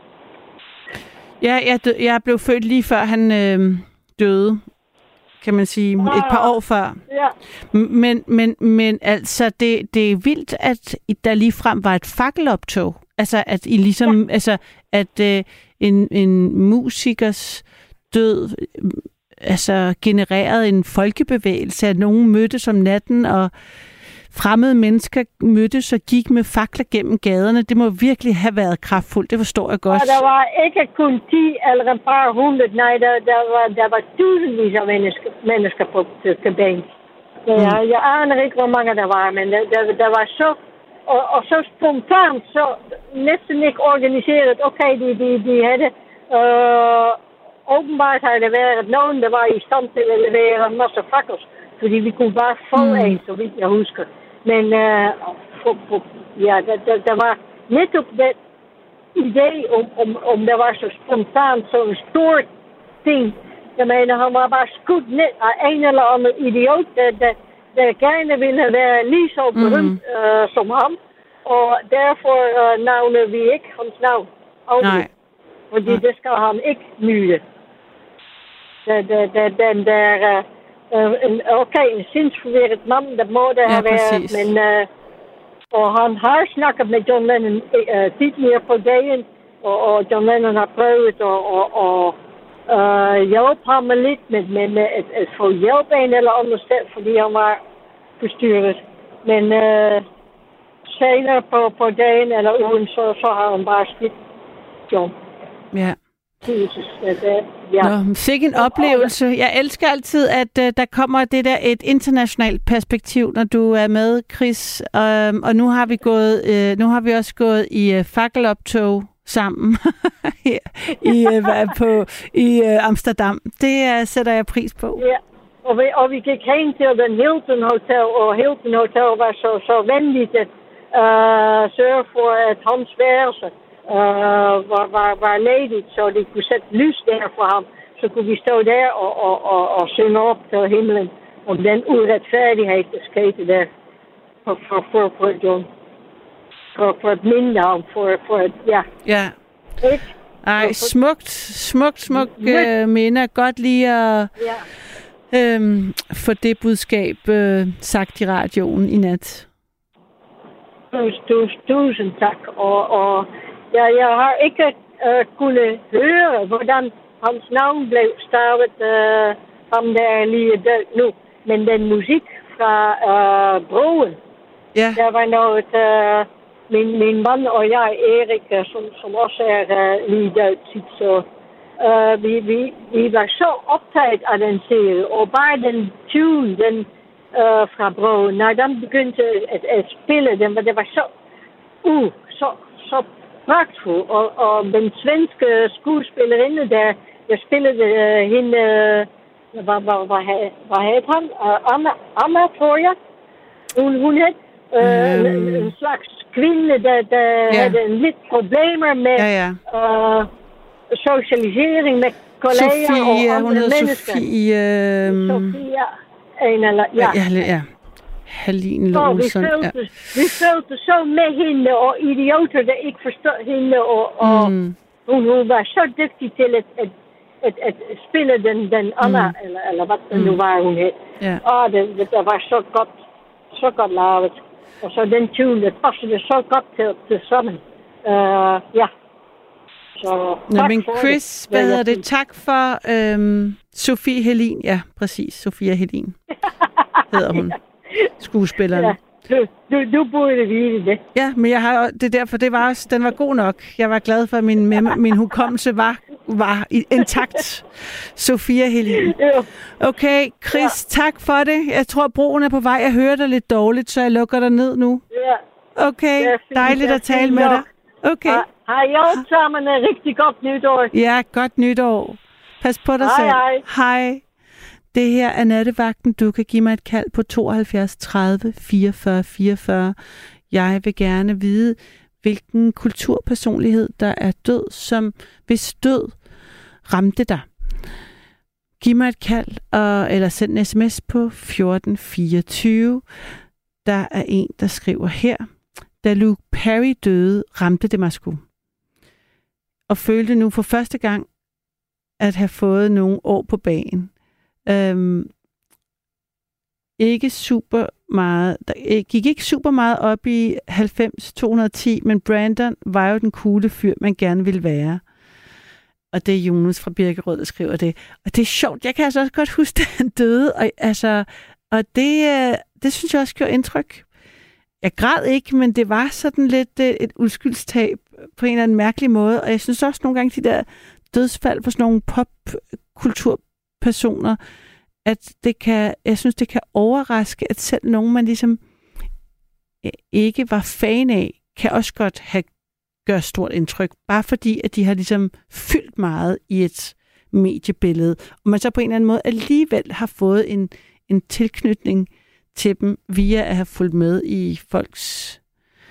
Ja, jeg, dø- jeg blev født lige før han øh, døde, kan man sige. Et par år før. Ja. Men, men, men altså, det, det er vildt, at der ligefrem var et fakkeloptog. Altså, at I ligesom, ja. altså, at øh, en, en musikers død øh, altså, genererede en folkebevægelse, at nogen mødtes om natten, og fremmede mennesker mødtes og gik med fakler gennem gaderne. Det må virkelig have været kraftfuldt. Det forstår jeg godt. Og der var ikke kun ti eller et par hundrede. Nej, der, der, var, der var tusindvis af mennesker, mennesker på tilbage. Ja, mm. Jeg aner ikke, hvor mange der var, men der, der, der var så... Og, og så spontant, så næsten ikke organiseret. Okay, de, de, de havde... Øh, åbenbart har der været nogen, der var i stand til at levere en masse fakkels. Fordi vi kunne bare få mm. en, så vidt jeg husker. Men uh, for, for, ja, der, der, der var netop den idé, om, om, om der var så spontant, zo'n stor ting. Jeg mener, han var bare skudt ned af en eller anden idiot, der, der, der gerne ville være lige så berømt mm. uh, som ham. Og derfor uh, navner vi ikke hans navn. Nej. Fordi mm. det skal han ikke nyde. Den der... Uh, Uh, en, okay, en sindsverweerd man, dat moet er ja, været, men uh, og han har snakket med John Lennon uh, tidligere på dagen, og, og John Lennon har prøvet at og, og, uh, hjælpe ham lidt med, med, med at, at få hjælp en eller anden sted, fordi han var forstyrret. Men uh, senere på, på dagen eller ugen, så, så har han bare skidt job. Ja. Ja. Nå, fik en oplevelse. Jeg elsker altid, at uh, der kommer det der et internationalt perspektiv, når du er med, Chris. Um, og nu har vi gået, uh, nu har vi også gået i uh, fakkeloptog sammen i uh, på i uh, Amsterdam. Det uh, sætter jeg pris på. Ja. Og vi, og vi gik hen til den Hilton Hotel, og Hilton Hotel var så så venligt at uh, sørge for at hans værelse Uh, var, var, var ledigt, så de kunne sætte lys der for ham. Så kunne vi stå der og, og, og, og synge op til himlen om den uretfærdighed, der skete der for, for, for, for, for, for, for at minde ham. For, for at, ja. Ja. Ikke? Ej, smukt, smukt, smukt øh, minder. Godt lige at ja. øhm, få det budskab øh, sagt i radioen i nat. Tusind, tusind tak. Og, og ja, jeg har ikke uh, kunnet høre, hvordan hans navn blev stavet, uh, ham der er lige død nu. Men den musik fra uh, Broen, ja. Der var noget, uh, min, min mand og jeg, Erik, uh, som, som også er uh, lige død, så uh, vi, vi, vi var så optaget af den serie, og bare den tune, den uh, fra Broen, når den begyndte at, at spille, den, det var så, uh, så, så pragtfuld, og, og den svenske skuespillerinde, der, der spillede uh, hende, uh, hvad, hvad, hvad, hvad hed han? Uh, Anna, Anna, tror jeg. Hun, hun hed uh, mm. en, en slags kvinde, der, der ja. havde lidt problemer med ja, ja. Uh, socialisering med kolleger Sofie, og andre hun mennesker. Sofie, øh... Sofia, en eller ja. Ja, ja, ja. Halin Låsen. Vi følte, ja. vi følte så med hende, og idioter, der ikke forstod hende, og, og mm. hun, hun var så dygtig til at, at, at, at spille den, den Anna, mm. eller, eller hvad den mm. nu var, hun hed. Ja. Og det, det var så godt, så godt lavet. Og så den tune, det passede så godt til, til sammen. Uh, ja. Så, Nå, men Chris, det. hvad hedder det? Tak for øhm, Sofie Helin. Ja, præcis. Sofia Helin hedder hun. Skuespilleren. Ja, du, du, du burde vide det. Ja, men jeg har, det er derfor, det var også, den var god nok. Jeg var glad for, at min, min hukommelse var, var intakt. Sofia Helin. Okay, Chris, ja. Tak for det. Jeg tror, broen er på vej. Jeg hører dig lidt dårligt, så jeg lukker dig ned nu. Ja. Okay, dejligt at tale med dig. Okay. Hej, alle sammen. Rigtig godt nytår. Ja, godt nytår. Pas på dig hej, selv. Hej, hej. Det her er Nattevagten. Du kan give mig et kald på tooghalvfjerds tredive fireogfyrre fireogfyrre. Jeg vil gerne vide, hvilken kulturpersonlighed, der er død, som hvis død ramte dig. Giv mig et kald, og, eller send en sms på fjorten fireogtyve. Der er en, der skriver her. Da Luke Perry døde, ramte det mig sgu. Og følte nu for første gang, at have fået nogle år på bagen. Øhm, ikke super meget, der gik ikke super meget op i halvfems to hundrede og ti, men Brandon var jo den coole fyr, man gerne ville være. Og det er Jonas fra Birkerød, der skriver det. Og det er sjovt, jeg kan altså også godt huske, at han døde, og, altså, og det, det synes jeg også gjorde indtryk. Jeg græd ikke, men det var sådan lidt et uskyldstab på en eller anden mærkelig måde, og jeg synes også nogle gange, de der dødsfald for sådan nogle popkulturpersoner, at det kan, jeg synes, det kan overraske, at selv nogen, man ligesom ikke var fan af, kan også godt have gør stort indtryk, bare fordi, at de har ligesom fyldt meget i et mediebillede, og man så på en eller anden måde alligevel har fået en, en tilknytning til dem, via at have fulgt med i folks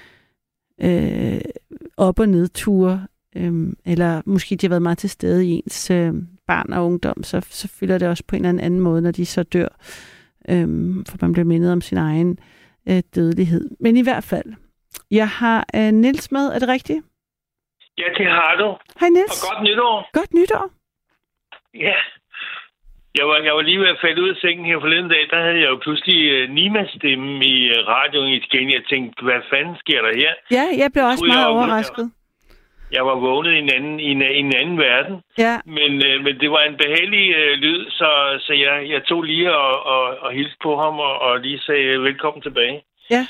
øh, op- og nedture, øh, eller måske de har været meget til stede i ens øh, barn og ungdom, så, så fylder det også på en eller anden måde, når de så dør, øh, for man bliver mindet om sin egen øh, dødelighed. Men i hvert fald, jeg har øh, Niels med, er det rigtigt? Ja, det har du. Hej Niels. Og godt nytår. Godt nytår. Ja. Jeg var, jeg var lige ved at falde ud af sengen her forleden dag, der havde jeg jo pludselig uh, Nimas stemme i uh, radioen igen. Jeg tænkte, hvad fanden sker der her? Ja, jeg blev også meget jeg overrasket. jeg var vågnet i en anden, i en, i en anden verden. Ja. Men, øh, men det var en behagelig øh, lyd, så, så jeg, jeg tog lige og, og, og hilste på ham og, og lige sagde velkommen tilbage. Ja.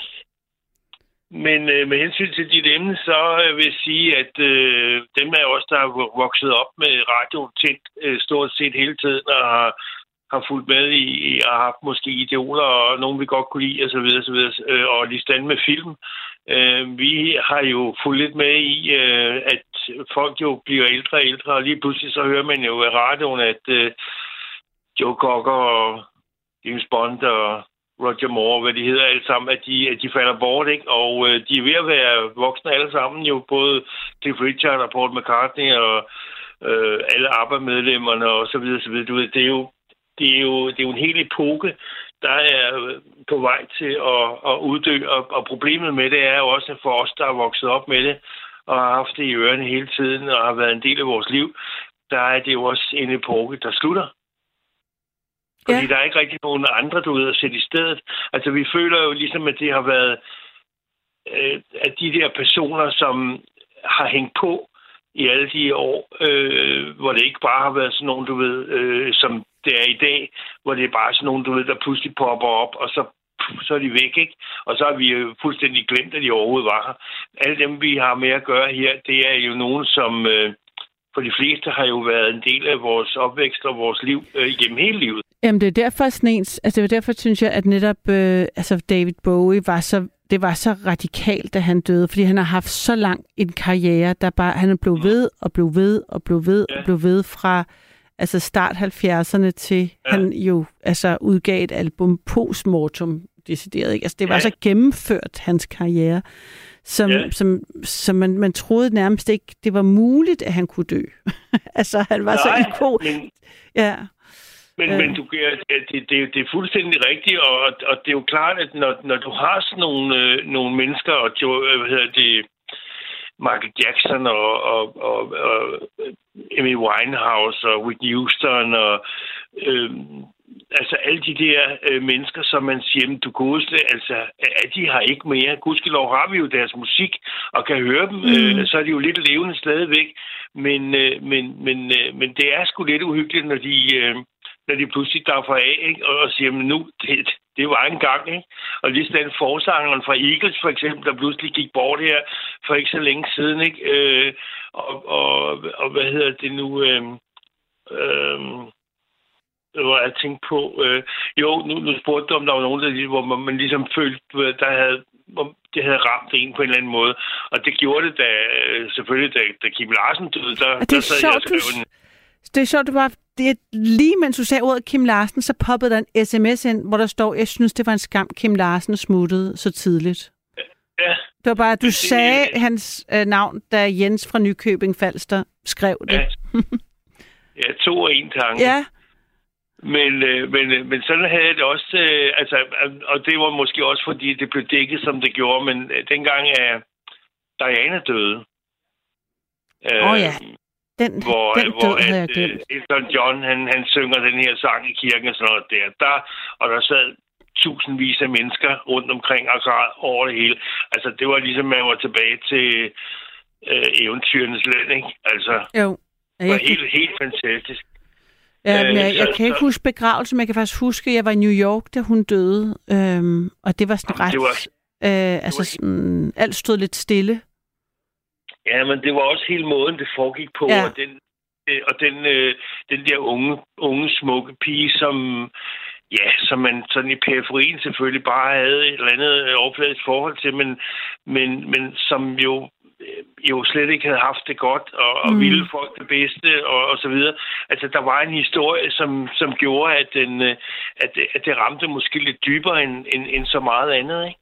Men øh, med hensyn til dit emne, så øh, vil jeg sige, at øh, dem af os, der har vokset op med radio tæt øh, stort set hele tiden og har, har fulgt med i, og har haft måske idoler og nogen vi godt kunne lide osv. osv. Øh, og lige stand med film. Øh, vi har jo fulgt lidt med i, øh, at folk jo bliver ældre og ældre, og lige pludselig så hører man jo i radioen, at øh, Joe Cocker og James Bond og Roger Moore, hvad de hedder alle sammen, at de, at de falder bort, ikke? Og øh, de er ved at være voksne alle sammen, jo både Cliff Richard og Paul McCartney og øh, alle ABBA-medlemmerne og så videre, så videre. Du ved, det er jo det er jo det er jo en hel epoke, der er på vej til at, at uddø, og, og problemet med det er jo også, at for os, der er vokset op med det og har haft det i ørerne hele tiden og har været en del af vores liv, der er det jo også en epoke, der slutter. Fordi ja. Der er ikke rigtig nogen andre, du ved, at sætte i stedet. Altså, vi føler jo ligesom, at det har været øh, at de der personer, som har hængt på i alle de år, øh, hvor det ikke bare har været sådan nogen, du ved, øh, som det er i dag, hvor det er bare sådan nogen, du ved, der pludselig popper op, og så, så er de væk, ikke? Og så har vi jo fuldstændig glemt, at de overhovedet var her. Alle dem, vi har med at gøre her, det er jo nogen, som øh, for de fleste har jo været en del af vores opvækst og vores liv øh, igennem hele livet. Jamen, det er derfor sådan en, altså det er derfor, synes jeg, at netop øh, altså David Bowie var så, det var så radikalt, da han døde, fordi han har haft så lang en karriere, der bare, han er blevet ved og blev ved og blev ved ja. og blev ved fra altså start halvfjerdserne til, ja. han jo altså udgav et album postmortem, decideret, ikke? Altså det var ja. så gennemført, hans karriere, som, ja. som, som man, man troede nærmest ikke, det var muligt, at han kunne dø. Altså han var Nej, så ikon. Men... Ja. Men, øh. men du, det, det, det er fuldstændig rigtigt, og, og det er jo klart, at når, når du har sådan nogle, øh, nogle mennesker, og jo, hvad hedder det, Michael Jackson og, og, og, og Amy Winehouse og Whitney Houston og øh, altså alle de der øh, mennesker, som man siger, du godeste, altså at de har ikke mere. Gudskelov har vi jo deres musik og kan høre dem, mm. øh, så er de jo lidt levende stadigvæk, men, øh, men, men, øh, men det er sgu lidt uhyggeligt, når de øh, når de pludselig derfor af, ikke? Og siger, men nu, det, det var en gang, ikke? Og lige den forsangeren fra Eagles, for eksempel, der pludselig gik bort her for ikke så længe siden, ikke? Øh, og, og, og hvad hedder det nu? Øh, øh, hvor jeg tænkte på... Øh, jo, nu, nu spurgte du, om der var nogen, der, hvor man ligesom følte, der havde... det havde ramt en på en eller anden måde. Og det gjorde det, da, selvfølgelig, da, da Kim Larsen døde, der, der sad jeg og skrev en... Det er sjovt, det var, det er lige mens du sagde ordet Kim Larsen, så poppede der en sms ind, hvor der står, jeg synes, det var en skam, Kim Larsen smuttede så tidligt. Ja. Det var bare, at du det, sagde det, hans øh, navn, da Jens fra Nykøbing Falster skrev det. Ja, ja to og en tanke. Ja. Men, øh, men, øh, men sådan havde jeg det også, øh, altså, og det var måske også, fordi det blev dækket, som det gjorde, men øh, dengang er Diana døde. Åh oh, ja. Den, hvor, den hvor død havde jeg at, glemt. uh, Elton John, han, han synger den her sang i kirken og sådan noget der. der og der sad tusindvis af mennesker rundt omkring og græd over det hele. Altså, det var ligesom, man var tilbage til uh, eventyrenes land, ikke? Altså, jo. Ja, det var kan... helt, helt fantastisk. Ja, men jeg, jeg så, kan ikke huske begravelsen, men jeg kan faktisk huske, at jeg var i New York, da hun døde. Øhm, og det var sådan ret... Det var, øh, altså, det var sådan, alt stod lidt stille. Ja, men det var også hele måden, det foregik på, ja. og den, og den, øh, den der unge, unge, smukke pige, som, ja, som man sådan i periferien selvfølgelig bare havde et eller andet overfladisk forhold til, men, men, men som jo, jo slet ikke havde haft det godt, og, og mm. ville folk det bedste, og, og så videre. Altså, der var en historie, som, som gjorde, at, den, at, at det ramte måske lidt dybere end, end, end så meget andet, ikke?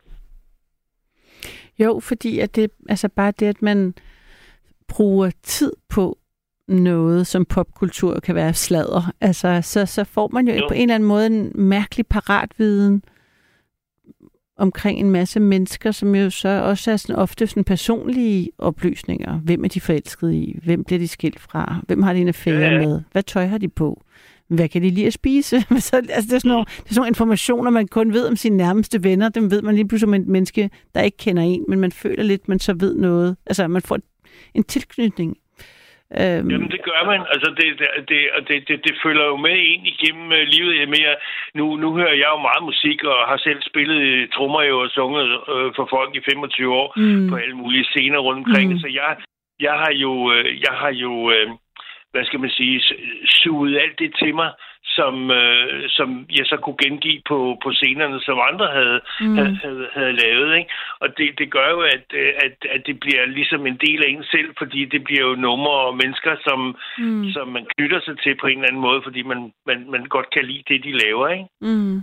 Jo, fordi at det altså bare det, at man bruger tid på noget, som popkultur kan være sladder. Altså, så, så får man jo, jo på en eller anden måde en mærkelig paratviden omkring en masse mennesker, som jo så også er sådan ofte sådan personlige oplysninger. Hvem er de forelskede i? Hvem bliver de skilt fra? Hvem har de en affære ja, ja. med? Hvad tøj har de på? Hvad kan de lide at spise? Så, altså, det, er sådan nogle, det er sådan nogle informationer, man kun ved om sine nærmeste venner. Dem ved man lige pludselig om et menneske, der ikke kender en, men man føler lidt, man så ved noget. Altså, man får en tilknytning. Øhm. Jamen, det gør man. Altså, det, det, det, det, det følger jo med ind igennem uh, livet. Mere. Nu, nu hører jeg jo meget musik, og har selv spillet trommer jo og sunget uh, for folk i femogtyve år mm. på alle mulige scener rundt omkring. Mm. Så jeg, jeg har jo, uh, jeg har jo uh, hvad skal man sige, suget alt det til mig, som, øh, som jeg så kunne gengive på, på scenerne, som andre havde, mm. havde, havde, havde lavet. Ikke? Og det, det gør jo, at, at, at det bliver ligesom en del af en selv, fordi det bliver jo numre og mennesker, som, mm. som man knytter sig til på en eller anden måde, fordi man, man, man godt kan lide det, de laver. Ikke? Mm.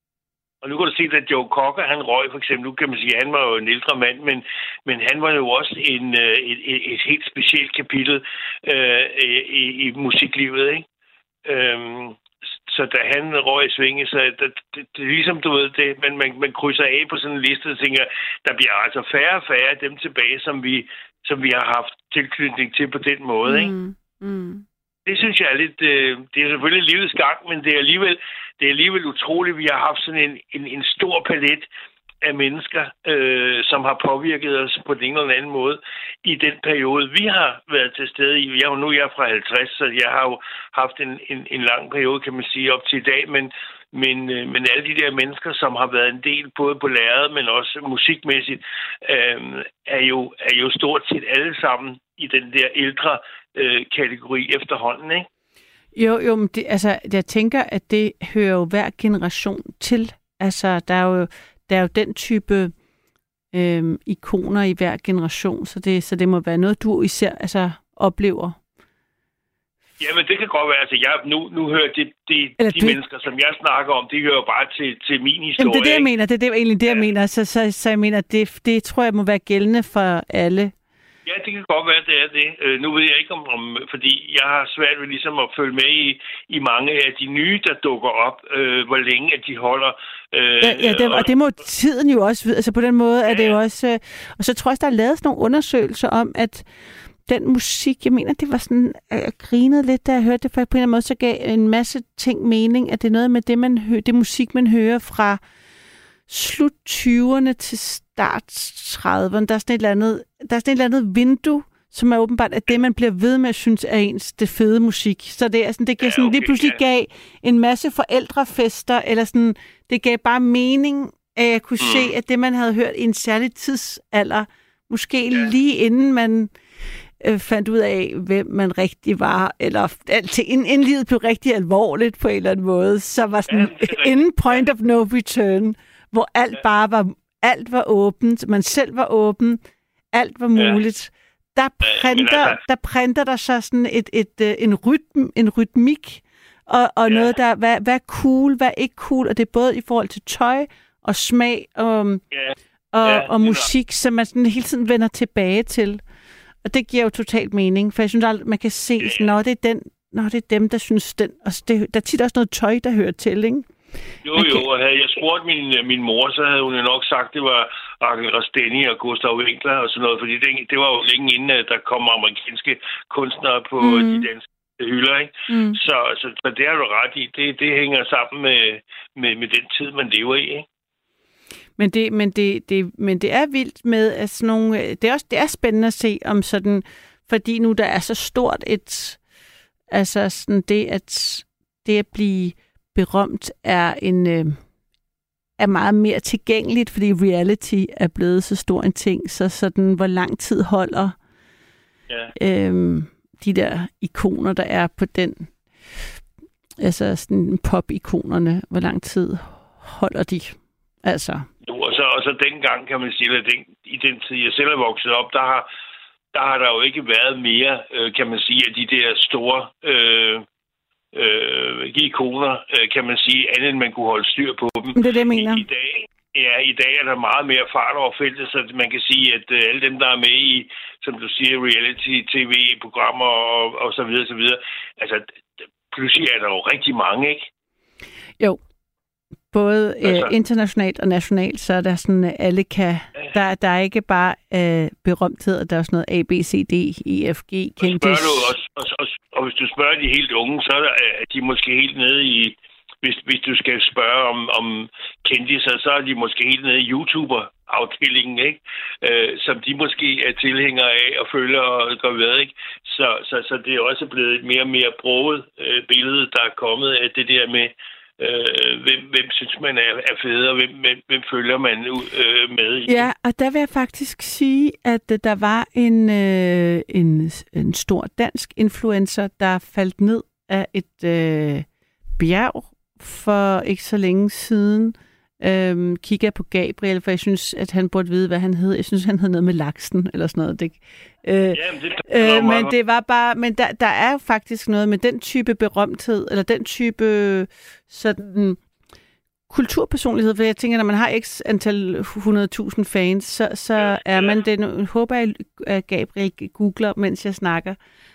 Og nu kan du se, at Joe Cocker, han røg for eksempel, nu kan man sige, at han var jo en ældre mand, men, men han var jo også en, et, et, et helt specielt kapitel øh, i, i musiklivet. Ikke? Øhm, Så da han røg i svinge, så det, det, det er ligesom, du ved, det, man, man, man krydser af på sådan en liste og tænker, der bliver altså færre og færre af dem tilbage, som vi, som vi har haft tilknytning til på den måde, mm. ikke? Mm. Det synes jeg er lidt, øh, det er selvfølgelig livets gang, men det er alligevel, det er alligevel utroligt, vi har haft sådan en, en, en stor palet af mennesker, øh, som har påvirket os på den ene eller anden måde i den periode, vi har været til stede i. Jeg er jo nu jeg er fra halvtreds, så jeg har jo haft en, en, en lang periode, kan man sige, op til i dag, men, men, øh, men alle de der mennesker, som har været en del, både på lærredet, men også musikmæssigt, øh, er, jo, er jo stort set alle sammen i den der ældre øh, kategori efterhånden, ikke? Jo, jo, men det, altså, jeg tænker, at det hører jo hver generation til. Altså, der er jo Der er jo den type øhm, ikoner i hver generation, så det, så det må være noget, du især altså, oplever. Jamen, det kan godt være. Altså, jeg, nu, nu hører det, det, de det... mennesker, som jeg snakker om, de hører bare til, til min historie. Jamen, det er det, jeg mener. Det er det, egentlig det, jeg ja. mener. Så, så, så jeg mener, det, det tror jeg må være gældende for alle. Ja, det kan godt være, det er det. Øh, nu ved jeg ikke om, om, fordi jeg har svært ved ligesom at følge med i, i mange af de nye, der dukker op, øh, hvor længe at de holder. Øh, ja, ja det, og det må tiden jo også vide. Altså på den måde er ja. det jo også... Øh, og så tror jeg, der er lavet sådan nogle undersøgelser om, at den musik, jeg mener, det var sådan... Jeg grinede lidt, da jeg hørte det, for på en eller anden måde, så gav en masse ting mening, at det er noget med det, man hø- det musik, man hører fra slut tyverne til start trediverne. Der er sådan et eller andet, der er sådan et eller andet vindue, som er åbenbart at det, man bliver ved med at synes er ens det fede musik. Så det er sådan, det gav sådan, ja, okay, lige pludselig ja. gav en masse forældrefester, eller sådan, det gav bare mening, at jeg kunne mm. se, at det, man havde hørt i en særlig tidsalder, måske ja. lige inden man øh, fandt ud af, hvem man rigtig var, eller alt, inden, inden livet blev rigtig alvorligt på en eller anden måde, så var sådan ja, inden point of no return, hvor alt ja. bare var, alt var åbent, man selv var åben, alt var muligt. Ja. Der printer, altså, der printer der så sådan et, et, et, en, rytm, en rytmik, og, og ja. noget, der hvad, hvad er cool, hvad er ikke cool, og det er både i forhold til tøj og smag og, ja. og, ja, og musik, som man sådan hele tiden vender tilbage til. Og det giver jo totalt mening, for jeg synes aldrig, man kan se, ja. sådan, når det er den, når det er dem, der synes den, og det, der er tit også noget tøj, der hører til, ikke? Jo, okay. jo, og havde jeg spurgt min, min mor, så havde hun jo nok sagt, det var Ariel Rasteni og Gustav Winkler og sådan noget, fordi det, det var jo længe inden, at der kom amerikanske kunstnere på mm. de danske hylder, ikke? Mm. Så, så, så det har du ret i. Det, det hænger sammen med, med, med den tid, man lever i, ikke? Men det, men det, det, men det er vildt med, at sådan nogle, det er også det er spændende at se om sådan, fordi nu der er så stort et, altså sådan det at det at blive berømt er en øh, er meget mere tilgængeligt, fordi reality er blevet så stor en ting, så sådan hvor lang tid holder ja. øhm, de der ikoner, der er på den, altså sådan pop-ikonerne, hvor lang tid holder de, altså. Jo, og så, og så dengang kan man sige, at den, i den tid, jeg selv er vokset op, der har, der har der jo ikke været mere, øh, kan man sige, af de der store øh, øh, ikoner, øh, kan man sige, andet end man kunne holde styr på dem. Det er det, jeg mener. I, i dag, ja, i dag er der meget mere fart over feltet, så man kan sige, at øh, alle dem, der er med i, som du siger, reality-tv-programmer og, og så videre, så videre, altså pludselig er der jo rigtig mange, ikke? Jo. Både altså, øh, internationalt og nationalt, så er der sådan, at alle kan... Der, der er ikke bare øh, berømthed, der er sådan noget A, B, C, D, E, F, G. Og, du, og, og, og, og hvis du spørger de helt unge, så er der, de måske helt nede i... hvis, hvis du skal spørge om, om kendisser, så er de måske helt nede i YouTuber-afdelingen, ikke? Øh, som de måske er tilhængere af og følger og går ved, ikke? Så, så, så det er også blevet et mere og mere broget øh, billede, der er kommet af det der med, øh, hvem, hvem synes man er, er fed, og hvem, hvem, hvem følger man øh, med i. Ja, og der vil jeg faktisk sige, at øh, der var en, øh, en, en stor dansk influencer, der faldt ned af et øh, bjerg for ikke så længe siden. Øhm, kigger jeg på Gabriel, for jeg synes, at han burde vide, hvad han hed. Jeg synes, han hed noget med laksen, eller sådan noget. Det, øh, Jamen, det øh, men det var bare... Men der, der er jo faktisk noget med den type berømthed, eller den type sådan kulturpersonlighed, for jeg tænker, når man har x antal hundrede tusind fans, så, så ja, er man det. Nu håber jeg, at Gabriel googler, mens jeg snakker.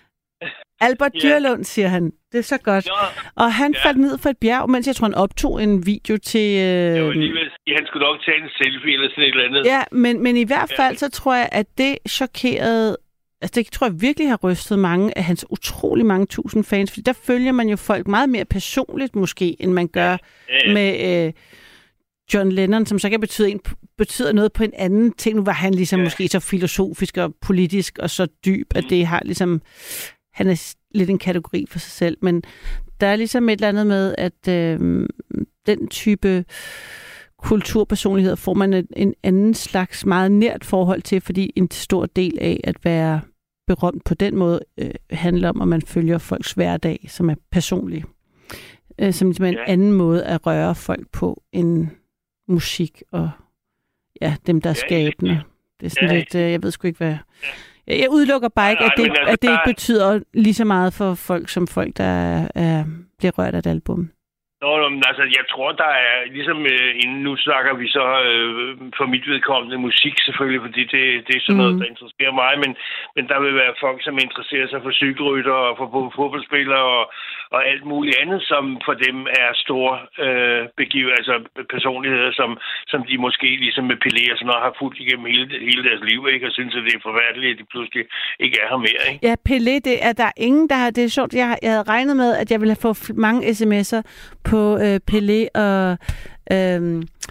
Albert yeah. Dyrlund, siger han. Det er så godt. Ja. Og han ja. faldt ned fra et bjerg, mens jeg tror, han optog en video til... Øh... Jo, alligevel, han skulle nok tage en selfie eller sådan et eller andet. Ja, men, men i hvert fald, ja. så tror jeg, at det chokerede... Altså, det tror jeg virkelig har rystet mange af hans utrolig mange tusind fans, fordi der følger man jo folk meget mere personligt, måske, end man gør ja. Ja, ja. med øh, John Lennon, som så kan betyde, en, betyder noget på en anden ting. Nu var han ligesom ja. måske så filosofisk og politisk og så dyb, mm. at det har ligesom... Han er lidt en kategori for sig selv, men der er ligesom et eller andet med, at øh, den type kulturpersonlighed får man en, en anden slags meget nært forhold til, fordi en stor del af at være berømt på den måde øh, handler om, at man følger folks hverdag, som er personlig. Øh, som ligesom en ja. anden måde at røre folk på end musik og ja, dem, der er skabende. Det er sådan ja. lidt, øh, jeg ved sgu ikke, hvad... Ja. Jeg udelukker bare ikke, at det, nej, altså, at det ikke betyder lige så meget for folk, som folk, der er, er, bliver rørt af et album. Nå, men altså, jeg tror, der er ligesom, øh, inden nu snakker vi så øh, for mit vedkommende musik selvfølgelig, fordi det, det er sådan noget, mm. der interesserer mig, men, men der vil være folk, som interesserer sig for cykelrytter og for fodboldspillere og, og alt muligt andet, som for dem er store øh, begiv, altså personligheder, som, som de måske ligesom med Pelé og sådan noget har fulgt igennem hele, hele deres liv, ikke? Og synes, at det er forfærdeligt, at de pludselig ikke er her mere, ikke? Ja, Pelé, det er der ingen, der har... Det er sjovt, jeg, jeg havde regnet med, at jeg ville have fået mange sms'er på øh, Pelé og øh,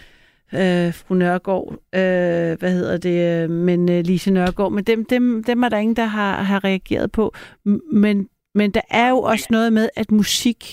øh, fru Nørgaard, øh, hvad hedder det, øh, men øh, Lise Nørgaard, men dem, dem, dem er der ingen, der har, har reageret på. Men, men der er jo også noget med, at musik,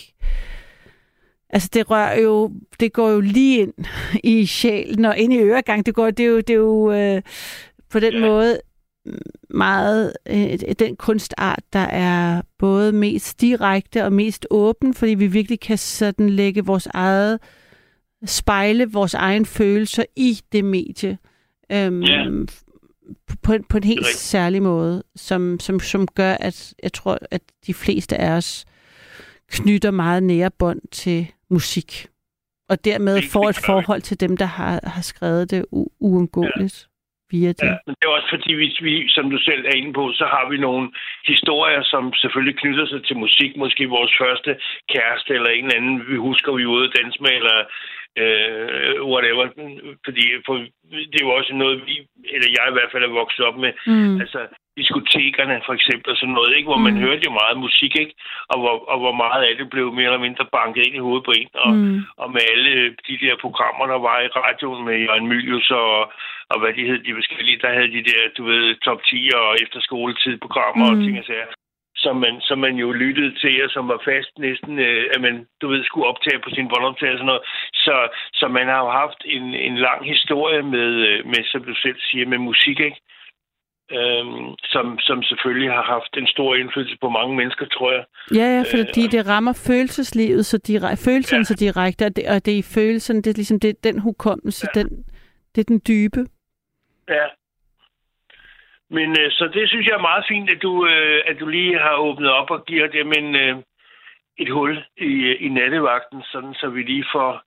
altså det rører jo, det går jo lige ind i sjælen og ind i øregang. Det går, det er jo, det er jo øh, på den måde meget øh, den kunstart, der er både mest direkte og mest åben, fordi vi virkelig kan sådan lægge vores eget, spejle vores egen følelser i det medie. Øhm, yeah. på, på en helt særlig måde, som, som, som gør, at jeg tror, at de fleste af os knytter meget nære bånd til musik. Og dermed får et forhold til dem, der har, har skrevet det u- uundgåeligt. Ja. Via det. Ja, men det er også fordi, hvis vi, som du selv er inde på, så har vi nogle historier, som selvfølgelig knytter sig til musik. Måske vores første kæreste eller en eller anden, vi husker, vi er ude at danse med, eller øh, whatever. Fordi for, det er jo også noget, vi, eller jeg i hvert fald er vokset op med. Mm. Altså diskotekerne for eksempel, sådan noget, ikke? Hvor man mm. hørte jo meget musik, ikke? Og hvor, og hvor meget af det blev mere eller mindre banket ind i hovedet på en. Og, mm. og med alle de der programmer, der var i radioen med Jørgen Mylius og, og hvad de hed, de forskellige, der havde de der, du ved, top ti og efterskoletid-programmer mm. og ting og sager, som man, som man jo lyttede til, og som var fast næsten, øh, at man, du ved, skulle optage på sin båndoptager og sådan noget. Så, så man har jo haft en, en lang historie med, med, som du selv siger, med musik, ikke? Øhm, som, som selvfølgelig har haft en stor indflydelse på mange mennesker, tror jeg. Ja, ja, fordi øh, det rammer følelseslivet, så direkte, følelserne ja. så direkte, og det, og det er i følelsen, det er ligesom det, den hukommelse, ja. den, det er den dybe. Ja. Men øh, så det synes jeg er meget fint, at du, øh, at du lige har åbnet op og giver dem en, øh, et hul i, i nattevagten, sådan så vi lige får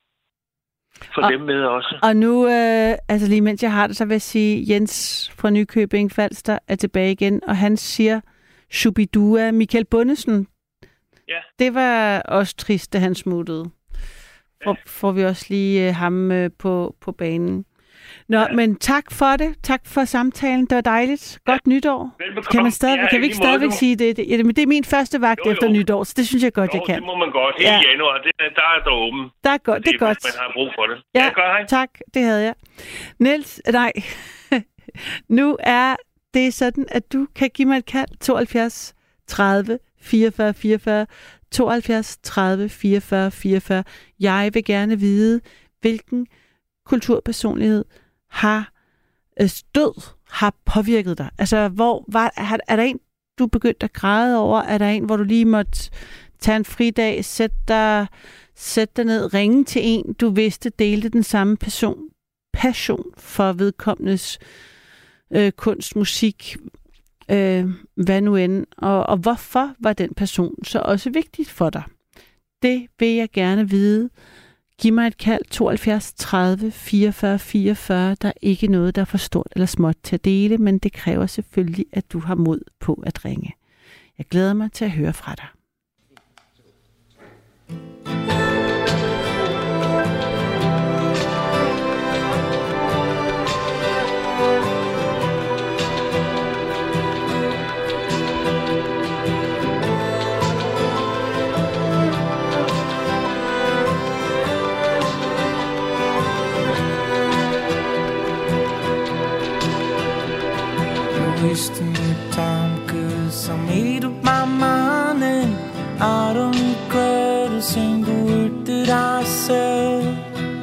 For og, dem med også. Og nu, øh, altså lige mens jeg har det, så vil jeg sige, Jens fra Nykøbing Falster er tilbage igen, og han siger, Shubidua, Michael Bundesen. Ja. Det var også trist, da han smuttede. For, ja. Får vi også lige øh, ham øh, på, på banen. Nå, ja. Men tak for det. Tak for samtalen. Det var dejligt. Godt ja. Nytår. Velbekomme. Kan, man stadig, ja, kan vi ikke stadigvæk du... sige det? Det, det? Det er min første vagt jo, jo. efter nytår, så det synes jeg godt, jo, jeg kan. det må man godt. Hele ja. januar, det, der er der åben. Der er godt, det er godt. Man har brug for det. Ja, ja gør, hej. Tak. Det havde jeg. Niels, nej. Nu er det sådan, at du kan give mig et kald. tooghalvfjerds tredive fireogfyrre fireogfyrre tooghalvfjerds tredive fireogfyrre fireogfyrre. Jeg vil gerne vide, hvilken kulturpersonlighed har øh, død har påvirket dig. Altså, hvor var, er, er der en, du er begyndt at græde over? Er der en, hvor du lige måtte tage en fridag, sætte dig, sætte dig ned, ringe til en, du vidste delte den samme person, passion for vedkommendes øh, kunst, musik, øh, hvad nu end, og, og hvorfor var den person så også vigtig for dig? Det vil jeg gerne vide. Giv mig et kald, tooghalvfjerds tredive fireogfyrre fireogfyrre. Der er ikke noget, der er for stort eller småt til at dele, men det kræver selvfølgelig, at du har mod på at ringe. Jeg glæder mig til at høre fra dig. Wasting your time, cause I made up my mind and I don't regret a single word that I said.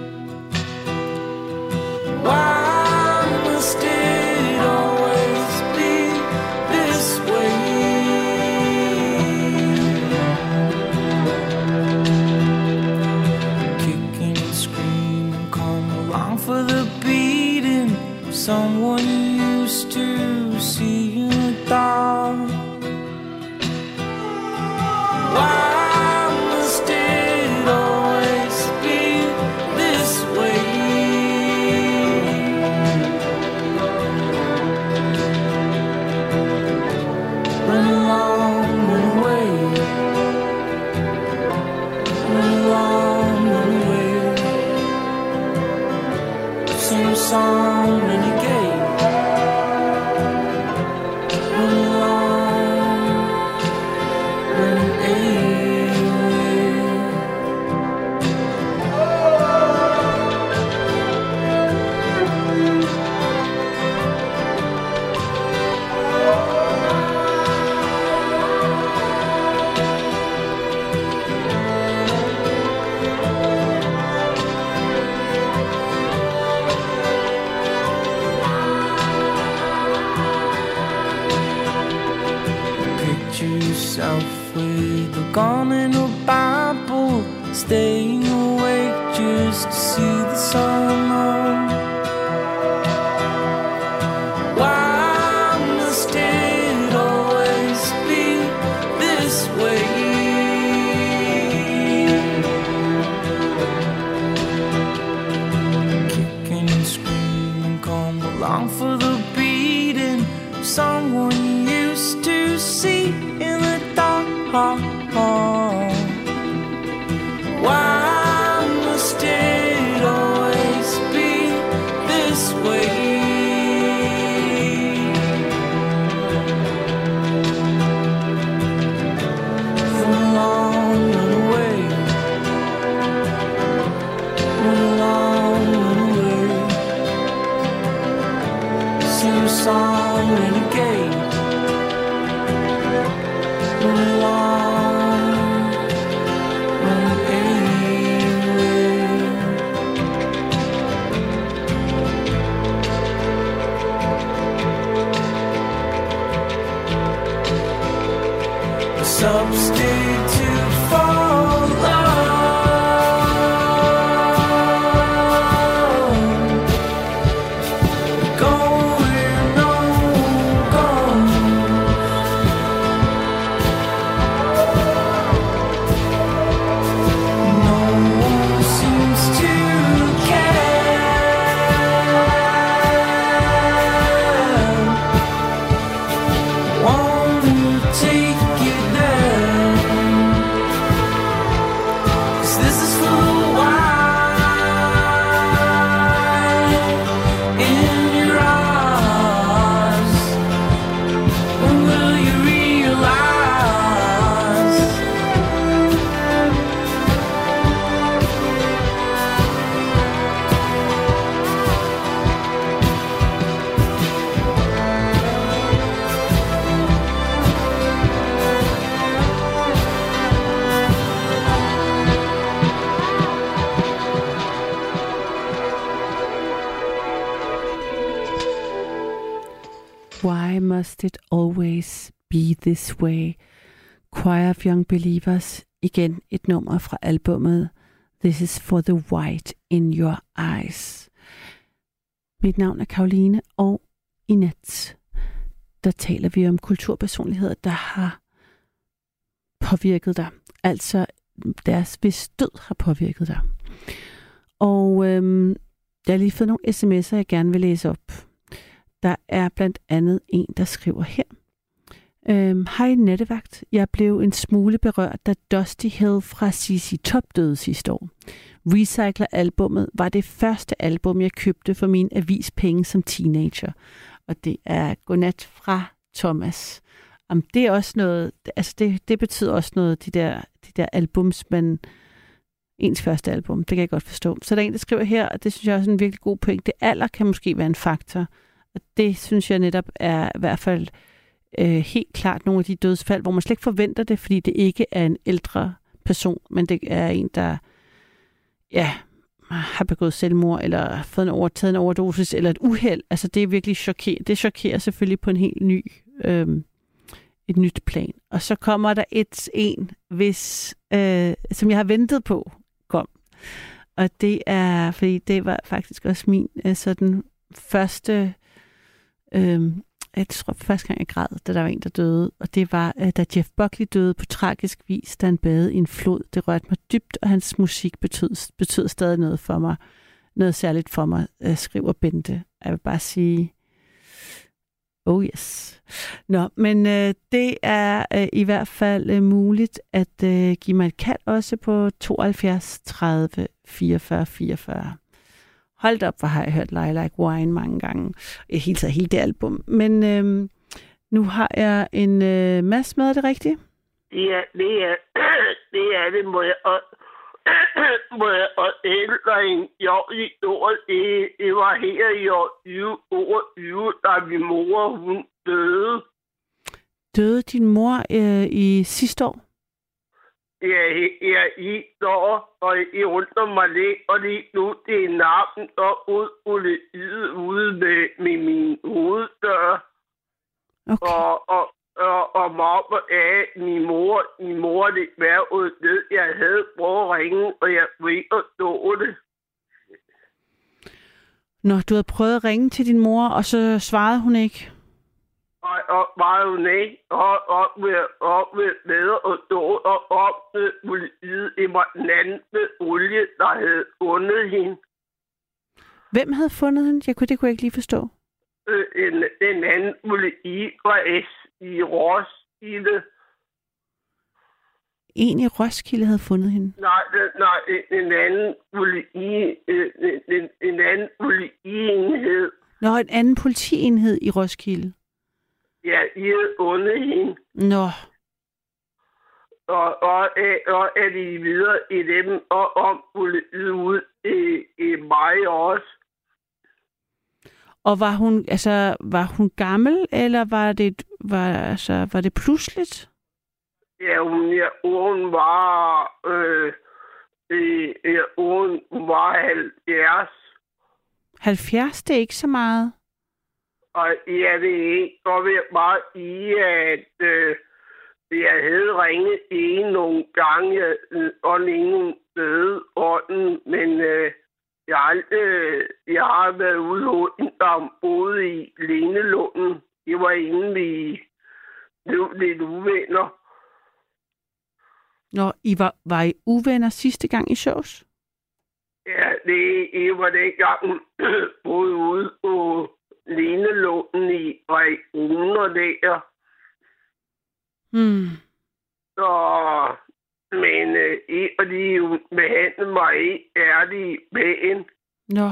Why must it always be this way? Kicking and screaming, come along for the beating of someone you used to see in the dark. Why must it always be this way? Run along, run away. Run along, run away. Sing a song, renegade. With a gun and a Bible, staying awake just to see the sun up. Why must it always be this way? Kicking and screaming, come along for the beating of someone you used to see in the dark. Why must it always be this way? Run along, run away. Run along, run away. Sing a song, renegade. Run along, run away. A substitute for love. Going on, going. Why must it always be this way? Choir of Young Believers. Igen et nummer fra albumet This is for the white in your eyes. Mit navn er Karoline, og i nat, der taler vi om kulturpersonligheder, der har påvirket dig. Altså deres hvis død har påvirket dig. Og øhm, jeg har lige fået nogle sms'er, jeg gerne vil læse op. Der er blandt andet en, der skriver her. Øhm, Hej Nattevagt. Jeg blev en smule berørt, da Dusty Hill fra C C Top døde sidste år. Recycler-albummet var det første album, jeg købte for mine avispenge som teenager. Og det er Godnat fra Thomas. Om det er også noget, altså det, det betyder også noget, de der, de der albums, man ens første album, det kan jeg godt forstå. Så der er en, der skriver her, og det synes jeg også er en virkelig god point. Det alder kan måske være en faktor, og det synes jeg netop er i hvert fald øh, helt klart nogle af de dødsfald, hvor man slet ikke forventer det, fordi det ikke er en ældre person, men det er en, der ja, har begået selvmord, eller fået en overtaget en overdosis, eller et uheld. Altså det er virkelig chokerende. Det chokerer selvfølgelig på en helt ny, øh, et nyt plan. Og så kommer der et en, hvis, øh, som jeg har ventet på, kom. Og det er, fordi det var faktisk også min øh, sådan første, øh, jeg tror første gang jeg græd, da der var en, der døde. Og det var, øh, da Jeff Buckley døde på tragisk vis, da han badede i en flod. Det rørte mig dybt, og hans musik betød, betød stadig noget for mig. Noget særligt for mig, øh, skriver Bente. Jeg vil bare sige, oh yes. Nå, men øh, det er øh, i hvert fald øh, muligt at øh, give mig et kald også på tooghalvfjerds tredive fireogfyrre fireogfyrre. Hold op, hvor har jeg hørt Lilac Wine mange gange. Jeg helt taget hele det album. Men øh, nu har jeg en øh, masse med, er det rigtigt? Ja, det er det, er det må jeg og, må jeg og ældre en jo i år. Det, det var her i år tyve, da min mor hun døde. Døde din mor øh, i sidste år? Ja, ja, i år, og i undrer mig lidt, og lige nu det er natten og ud ude, ude med, med min hoveddør. Okay. Og, og, og, og mamma af min mor, min mor det var ud ned. Jeg havde prøvet at ringe, og jeg ved ikke forstå det. Nå, du havde prøvet at ringe til din mor, og så svarede hun ikke? Og, og var hun ikke, og op med, op med, med og stå, og op med politiet. Det var den anden med olie, der havde fundet hende. Hvem havde fundet hende? Jeg kunne, det kunne jeg ikke lige forstå. Øh, en, den anden politi fra S i Roskilde. En i Roskilde havde fundet hende? Nej, nej, en anden politi, en, en anden politienhed. Nå, en anden politienhed i Roskilde? Ja, I havde fundet hende. Nå. Og, og, og er de videre i dem, og om politiet ud i, i mig også. Og var hun, altså, var hun gammel, eller var det, var, altså, var det pludseligt? Ja, hun, ja, hun var, øh, øh, hun var halvfjerds. halvfjerds, det er ikke så meget. Og jeg vil ikke godt være bare i, at øh, jeg havde ringet en nogle gange, og ingen døde ånden, men øh, jeg, har, øh, jeg har været ude hos en, der boede i Lenelunden. Det var inden vi blev lidt uvenner. Nå, I var, var I uvenner sidste gang i shows? Ja, det, det var den gang boede ude på Lenelunden i Regioner der. Hmm. Så, men øh, en af de behandlede mig ikke ærlig med en. Nå.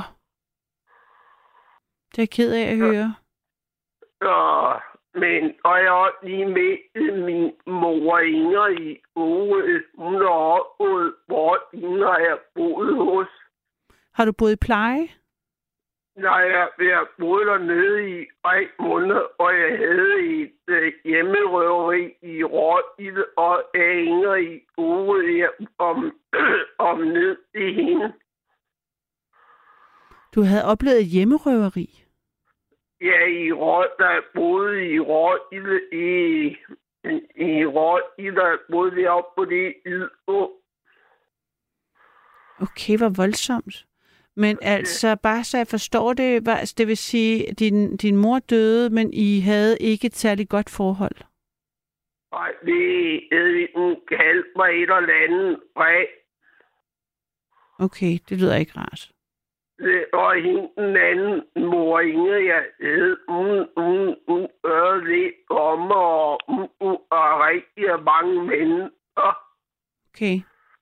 Det er jeg ked af at høre. Så, men, og jeg har lige med min mor Inger i Åge. Hun har opgået, hvor Inger er boet hos. Har du boet i pleje? Nej, jeg, jeg boede dernede i tre måneder, og jeg havde et øh, hjemmerøveri i Roskilde, og jeg Inger i Åge om, om ned i hende. Du havde oplevet et hjemmerøveri? Ja, i Rød, der boede i Rød, i, i Rød, der boede vi oppe på det Idå. Okay, hvor voldsomt. Men altså, bare så jeg forstår det, var, altså, det vil sige, at din, din mor døde, men I havde ikke et særligt godt forhold? Nej, vi havde en kaldt mig et eller andet bræk. Okay, det lyder ikke rart. Og hende den anden mor Inge, jeg hed, hun, hun, hun ørede lidt om, og hun, hun er rigtig mange mennesker. Okay.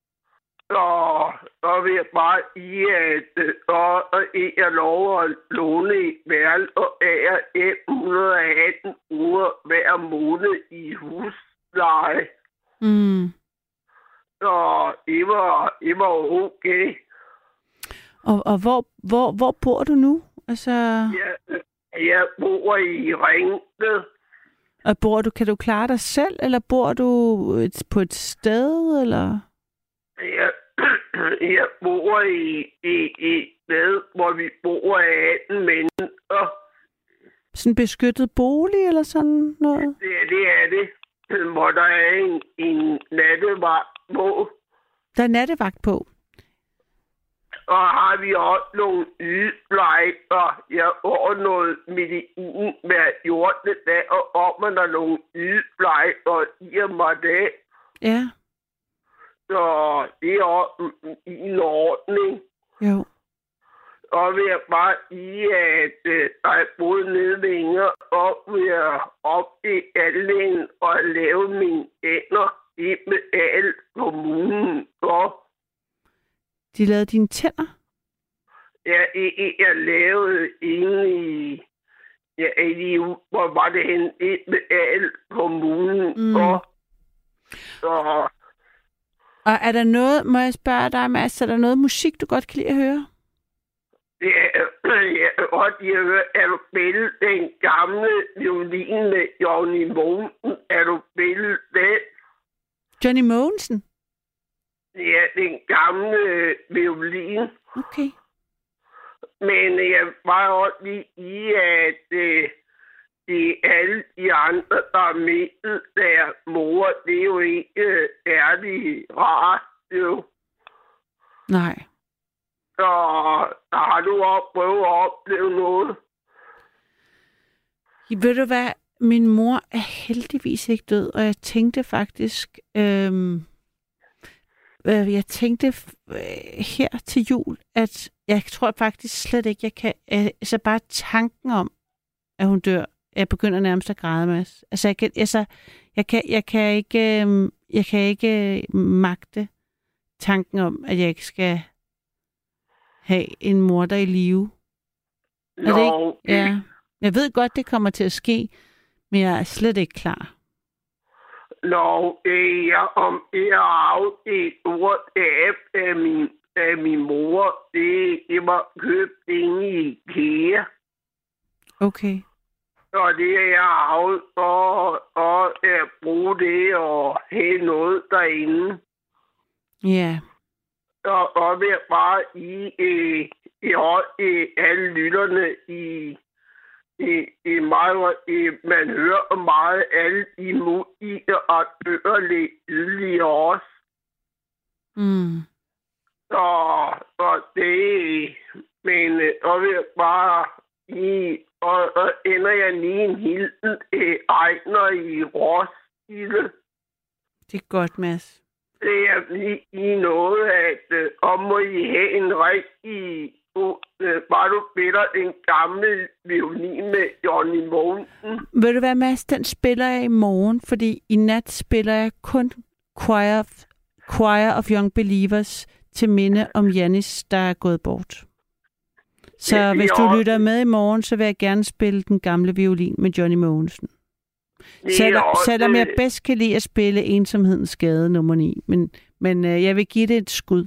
Og så vil jeg bare sige, at og, og jeg lover at låne et værelse, og er et hundrede og atten uger hver måned i husleje. Mm. Så det var, det var okay. Og, og hvor, hvor, hvor bor du nu? Altså... Jeg, jeg bor i Ringsted. Og bor du, kan du klare dig selv, eller bor du et, på et sted, eller? Jeg, jeg bor i, i, i et sted, hvor vi bor atten mennesker. Sådan en beskyttet bolig, eller sådan noget? Det, det er det. Hvor der er en, en nattevagt på. Der er nattevagt på? Og har vi også nogle ydeplejer. Jeg får noget medicin hver fjortende dag, og om man der nogle ydeplejer, og giver mig det. Ja. Så det er også i en ordning. Jo. Og vil jeg bare sige, at øh, der er både nede ved Inger, og vil jeg op i Allen og lave mine ender i med al kommunen. Og De lavede dine tænder? Ja, jeg, jeg lavede inde i... Ja, i, hvor var det henne? I med al kommunen. Mm. Og, og Og er der noget, må jeg spørge dig, Mads, er der noget musik, du godt kan lide at høre? ja, ja, og jeg hører, er du spillet den gamle violin med Johnny Mogensen? Er du spillet den? Johnny Mogensen? Ja, den gamle violin. Okay. Men jeg var også lige i, at øh, det er alle de andre, der er mistet deres mor. Det er jo ikke øh, ærligt rart, jo. Nej. Så har du også prøvet at opleve noget? Ved du hvad? Min mor er heldigvis ikke død, og jeg tænkte faktisk... Øhm Jeg tænkte øh, her til jul, at jeg tror faktisk slet ikke, jeg kan... Altså bare tanken om, at hun dør, jeg begynder nærmest at græde, Mads. Altså, jeg kan, altså, jeg kan, jeg kan ikke, jeg kan ikke magte tanken om, at jeg ikke skal have en mor, der er i live. Er det ikke? Ja. Jeg ved godt, det kommer til at ske, men jeg er slet ikke klar. Nå, øh, jeg om jeg har haft et ord af min, af min mor. Det, det var købt inde i IKEA. Okay. Og det er jeg haft, og, og at bruge det og have noget derinde. Ja. Yeah. Og, og vil bare i, øh, i, i alle lytterne i I, i meget, i, man hører meget alle de mulige og dør lidt yderligere også. Mm. Og, og det, men og vil bare i, og, og ender jeg lige en hilden øh, Ejner i Roskilde. Det er godt, Mads. Det er lige i noget, at øh, om må I have en rigtig bare du spiller den gamle violin med Johnny Mogensen. Ved du hvad, Mads? Den spiller jeg i morgen, fordi i nat spiller jeg kun Choir of, Choir of Young Believers til minde om Janis, der er gået bort. Så ja, hvis du lytter med i morgen, så vil jeg gerne spille den gamle violin med Johnny Mogensen. Selvom, selvom jeg bedst kan lide at spille Ensomhedens Skade nummer ni. Men, men øh, jeg vil give det et skud.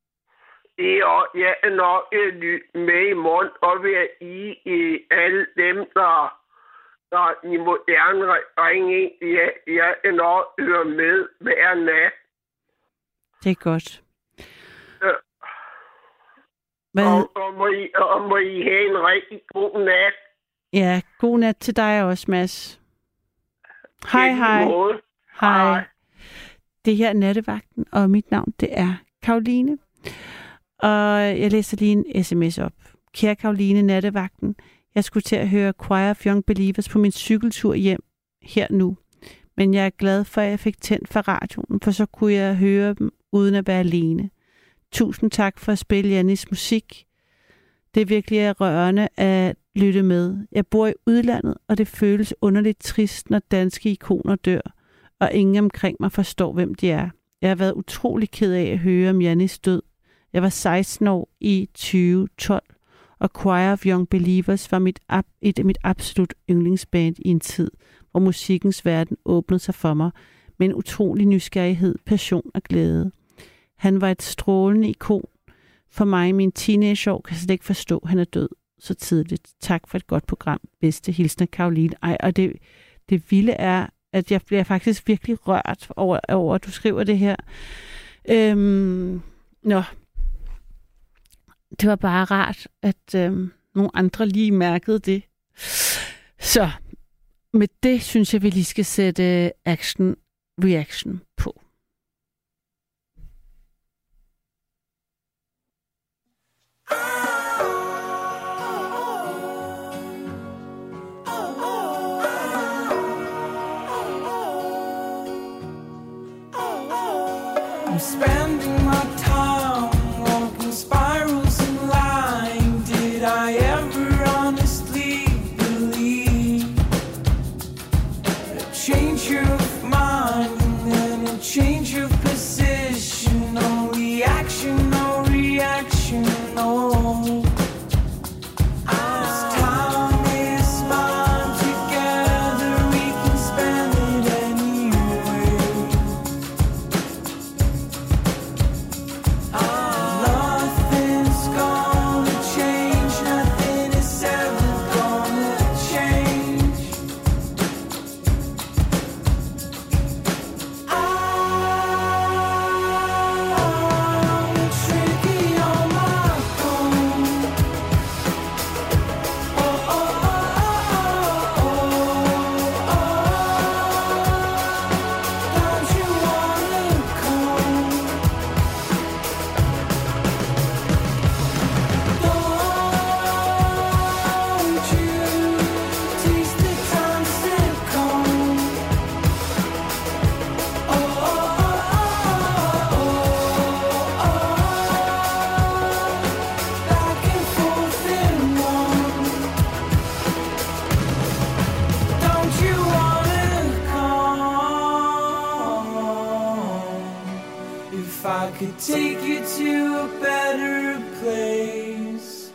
Ja, jeg er nok med i morgen, og vil i, i alle dem, der, der I må gerne ringe ind. Jeg, jeg er nok høre med hver nat. Det er godt. Øh, Hvad? Og, og, må I, og må I have en rigtig god nat. Ja, god nat til dig også, Mads. Hej, hej. Hej. Det her er Nattevagten, og mit navn, det er Karoline. Og jeg læser lige en sms op. Kære Karoline, Nattevagten. Jeg skulle til at høre Choir of Young Believers på min cykeltur hjem her nu. Men jeg er glad for, at jeg fik tændt for radioen, for så kunne jeg høre dem uden at være alene. Tusind tak for at spille Jannis musik. Det er virkelig rørende at lytte med. Jeg bor i udlandet, og det føles underligt trist, når danske ikoner dør, og ingen omkring mig forstår, hvem de er. Jeg har været utrolig ked af at høre om Jannis død. Jeg var seksten år i tyve tolv, og Choir of Young Believers var mit ab- et af mit absolut yndlingsband i en tid, hvor musikkens verden åbnede sig for mig med en utrolig nysgerrighed, passion og glæde. Han var et strålende ikon for mig i min teenageår, kan jeg slet ikke forstå, at han er død så tidligt. Tak for et godt program. Bedste hilsner, Karoline. Ej, og det, det vilde er, at jeg bliver faktisk virkelig rørt over, over at du skriver det her. Øhm, nå. Det var bare rart, at øhm, nogle andre lige mærkede det. Så med det synes jeg, vi lige skal sætte action reaction på. I'm spending my time walking spirals and lying. Did I ever honestly believe a change of mind and then a change of position? No reaction, no reaction, no. Take you to a better place.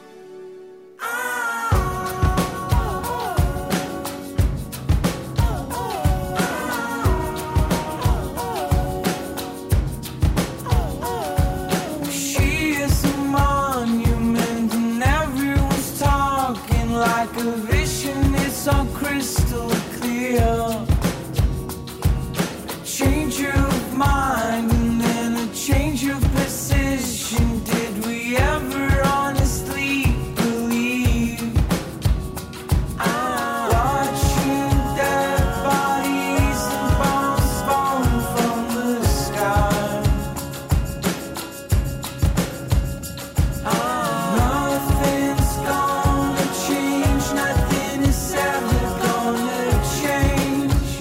She is a monument and everyone's talking like a vision. It's all crystal clear. A change of mind and then a change of position. Did we ever honestly believe? I'm watching dead bodies and bombs falling from the sky. Nothing's gonna change, nothing is ever gonna change.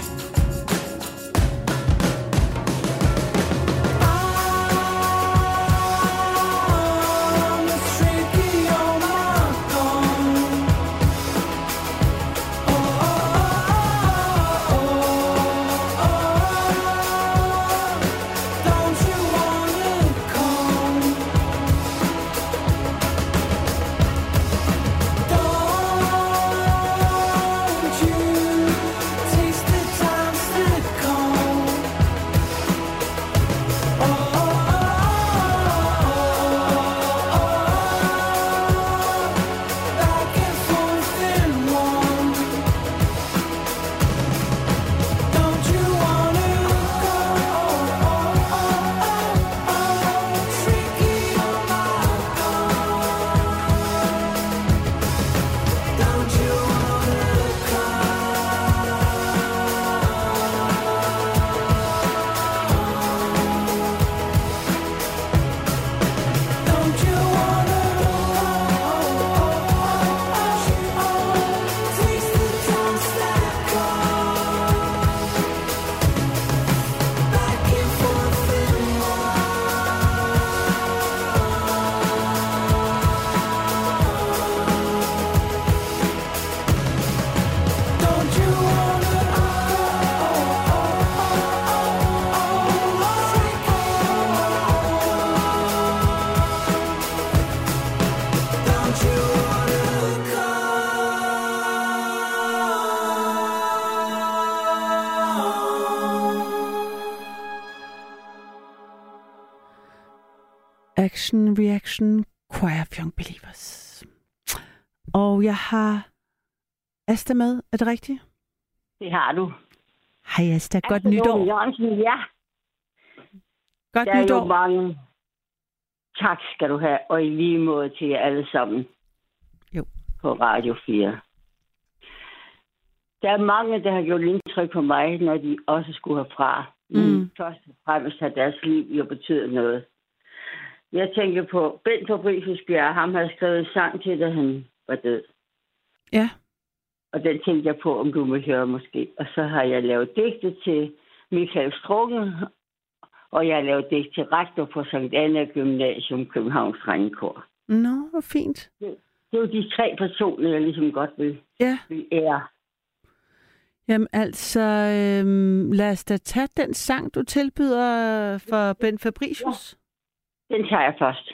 Action Reaction Choir of Young Believers. Og jeg har Asta med. Er det rigtigt? Det har du. Hej Asta, godt Asta nytår. Jørgensen, ja. Godt Der nytår. er jo mange. Tak skal du have, og i lige måde til jer alle sammen. Jo. På Radio fire. Der er mange, der har gjort indtryk på mig, når de også skulle herfra. Mm. Først og fremmest har deres liv jo betydet noget. Jeg tænker på Bent Fabricius Bjerre. Ham har skrevet en sang til, da han var død. Ja. Og den tænkte jeg på, om du må høre måske. Og så har jeg lavet digte til Michael Strunge, og jeg har lavet digte til rektor på Sankt Anna Gymnasium, Københavns Drengekor. Nå, hvor fint. Det, det er jo de tre personer, jeg ligesom godt vil, ja. vil ære. Jamen altså, øhm, lad os da tage den sang, du tilbyder for Bent Fabricius. Ja. Den tager jeg først.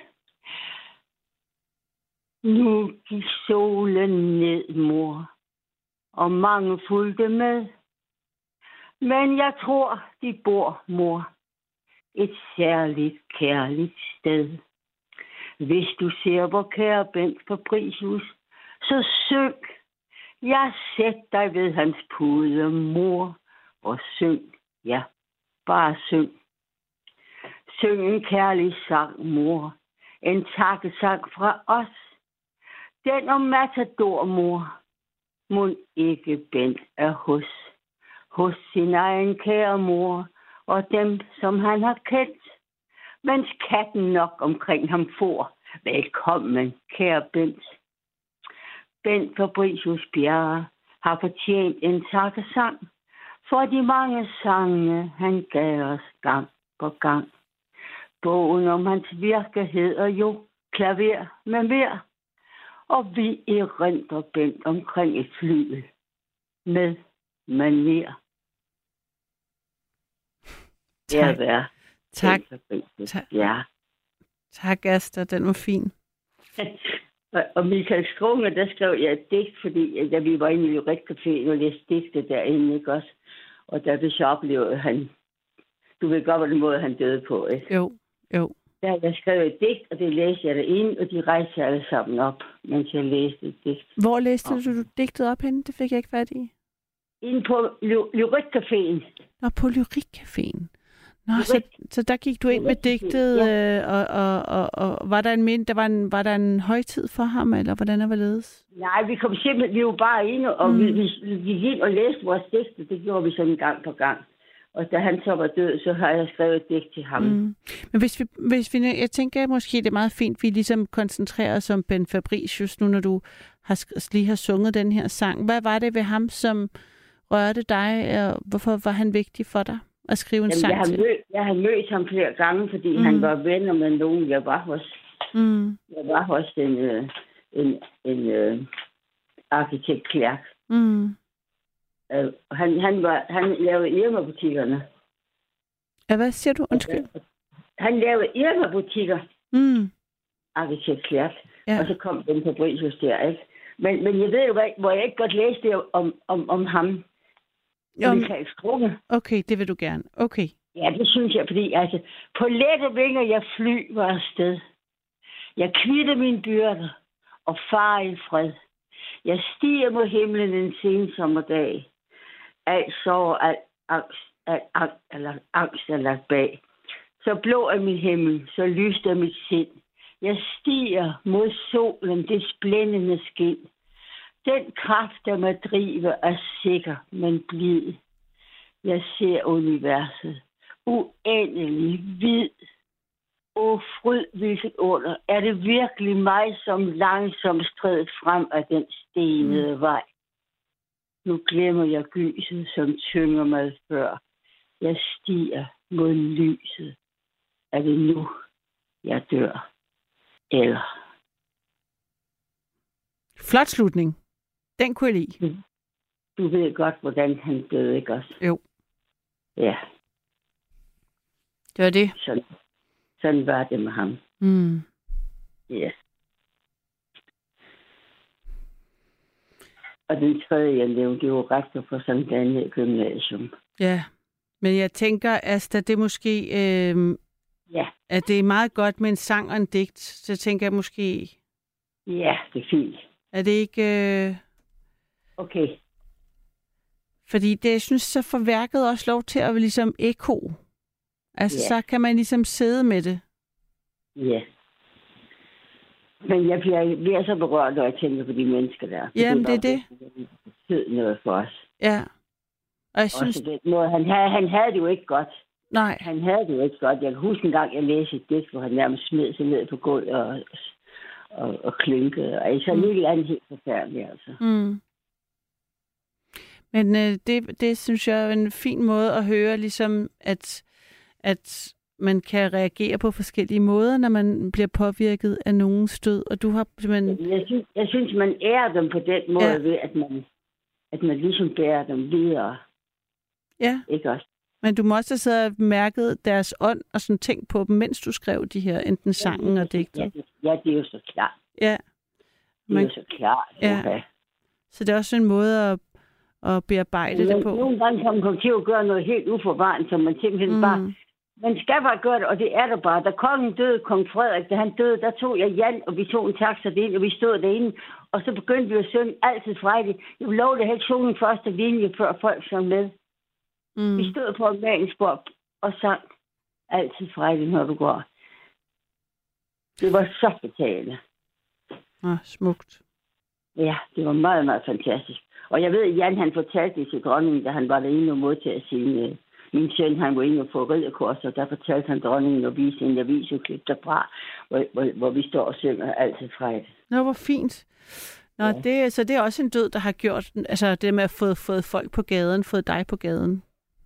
Nu gik solen ned, mor, og mange fulgte med. Men jeg tror, de bor, mor, et særligt kærligt sted. Hvis du ser vor kære Bent Fabricius, så syng. Jeg sæt dig ved hans pude, mor, og syng. Ja, bare syng. Syng en kærlig sang, mor. En takkesang fra os. Den om Matador, mor. Mon ikke Bent er hos. Hos sin egen kære mor. Og dem, som han har kendt. Mens katten nok omkring ham for. Velkommen, kære Bent. Bent Fabricius Bjerre har fortjent en takkesang for de mange sange, han gav os gang på gang. Bogen om hans virke hedder jo Klaver med mere, og vi erindrer Bent omkring et flyl med manér. Tak. Ja, tak. Tak. Ja. Tak, Asta. Den var fin. Og Michael Strunge, der skrev jeg et digt, fordi da vi var inde i Lyrik-caféen og læste digte derinde, ikke også? Og da det så oplevede han, du ved godt, hvordan måde han døde på, ikke? Jo, jo. Der jeg skrev et digt, og det læste jeg derinde, og de rejste alle sammen op, mens jeg læste et digt. Hvor læste du, du digtet op henne? Det fik jeg ikke fat i. Inde på Lyrik-caféen. Nå, på Lyrik-caféen. Nå, så, så der gik du ind med digtet, ja. øh, og, og, og, og var der en mind, der var en, var der en højtid for ham, eller hvordan er hvorledes? Nej, vi kom simpelthen, vi var bare inde, og mm. vi, vi, vi gik ind og læste vores digte, det gjorde vi sådan gang på gang. Og da han så var død, så har jeg skrevet et digt til ham. Mm. Men hvis vi, hvis vi, jeg tænker måske, det er meget fint, vi ligesom koncentrerer os om Bent Fabricius, nu når du har, lige har sunget den her sang. Hvad var det ved ham, som rørte dig, og hvorfor var han vigtig for dig? At skrive en Jamen, sang jeg har til? Mød, jeg har mødt ham flere gange, fordi mm. han var venner med nogen. Jeg var hos, mm. jeg var hos en, øh, en, en øh, arkitekt Klerk. Mm. Uh, han, han, var, han lavede Irma-butikkerne. Ja, hvad siger du? Undskyld. Han lavede Irma-butikker. Mm. Arkitekt Klerk. Ja. Og så kom den på Fabricius der, ikke? Men, men jeg ved jo, hvor jeg ikke godt læste det om, om, om ham. Om... Michael Strunge. Okay, det vil du gerne. Okay. Ja, det synes jeg, fordi altså, på lette vinger jeg fly var afsted. Jeg kvitter mine byrder og far i fred. Jeg stiger mod himlen en sen sommerdag. Alt sorg, alt angst, alt angst, eller angst er lagt bag. Så blå er min himmel, så lyst er mit sind. Jeg stiger mod solen, det splændende skin. Den kraft, der mig driver, er sikker, men blid. Jeg ser universet. Uendelig hvid. Åh, fryd, hvilket under. Er det virkelig mig, som langsomt strædet frem af den stenede vej? Nu glemmer jeg gyset, som tynger mig før. Jeg stiger mod lyset. Er det nu, jeg dør? Eller... Flot slutning. Den kunne jeg lide. Du ved godt, hvordan han døde, ikke også? Jo. Ja. Det var det. Sådan, sådan var det med ham. Mm. Ja. Og den tredje, jeg nævnte, det var rektor på Sankt Anna Gymnasium. Ja, men jeg tænker, Asta, det er måske... Øh, Ja. At det er meget godt med en sang og en digt, så tænker jeg måske... Ja, det er fint. Er det ikke... Øh... Okay. Fordi det, jeg synes, så får værket også lov til at ligesom ekko. Altså, Ja. så kan man ligesom sidde med det. Ja. Men jeg bliver, bliver så berørt, når jeg tænker på de mennesker der. Jamen, det er det. Det betød noget for os. Ja. Og jeg synes... Også den måde, han, havde, han havde det jo ikke godt. Nej. Han havde det jo ikke godt. Jeg kan huske en gang, jeg læste et digt, hvor han nærmest smed sig ned på gulvet og, og, og klynkede. Og så Mm. lidt andet helt forfærdeligt, altså. Mm. Men øh, det, det synes jeg er en fin måde at høre, ligesom at, at man kan reagere på forskellige måder, når man bliver påvirket af nogens død. Og du har simpelthen... Jeg synes, jeg synes man ærer dem på den måde, Ja. ja. ved at man, at man ligesom bærer dem videre. Ja, Ikke også? men du må også have siddet og mærket deres ånd og sådan tænkt på dem, mens du skrev de her, enten sangen og Ja, digtet. det, ja, det er jo så klart. Ja. Det er Man, jo så klart. Ja. Okay. så det er også en måde at, at bearbejde det på. Nogle gange kan man komme til at gøre noget helt uforvarende, som man simpelthen Mm. bare... Man skal bare gøre det, og det er der bare. Da kongen døde, kong Frederik, da han døde, der tog jeg Jan, og vi tog en taxa ind, og vi stod derinde. Og så begyndte vi at synge altid frejligt. Jeg vil love det helt sunge den første linje, før folk sang med. Mm. Vi stod på Amaliensborg og sang altid frejligt, når du går. Det var så betalende. Ah, smukt. Ja, det var meget, meget fantastisk. Og jeg ved, at Jan han fortalte det til dronningen, da han var derinde og modtaget sin... Øh, min søn, han var inde og få ridderkors, og der fortalte han dronningen og viste en avisudklip derfra, hvor, hvor, hvor vi står og synger altid frejligt. Nå, hvor fint. Nå, Ja. det, så det er også en død, der har gjort, altså det med at få fået folk på gaden, fået dig på gaden.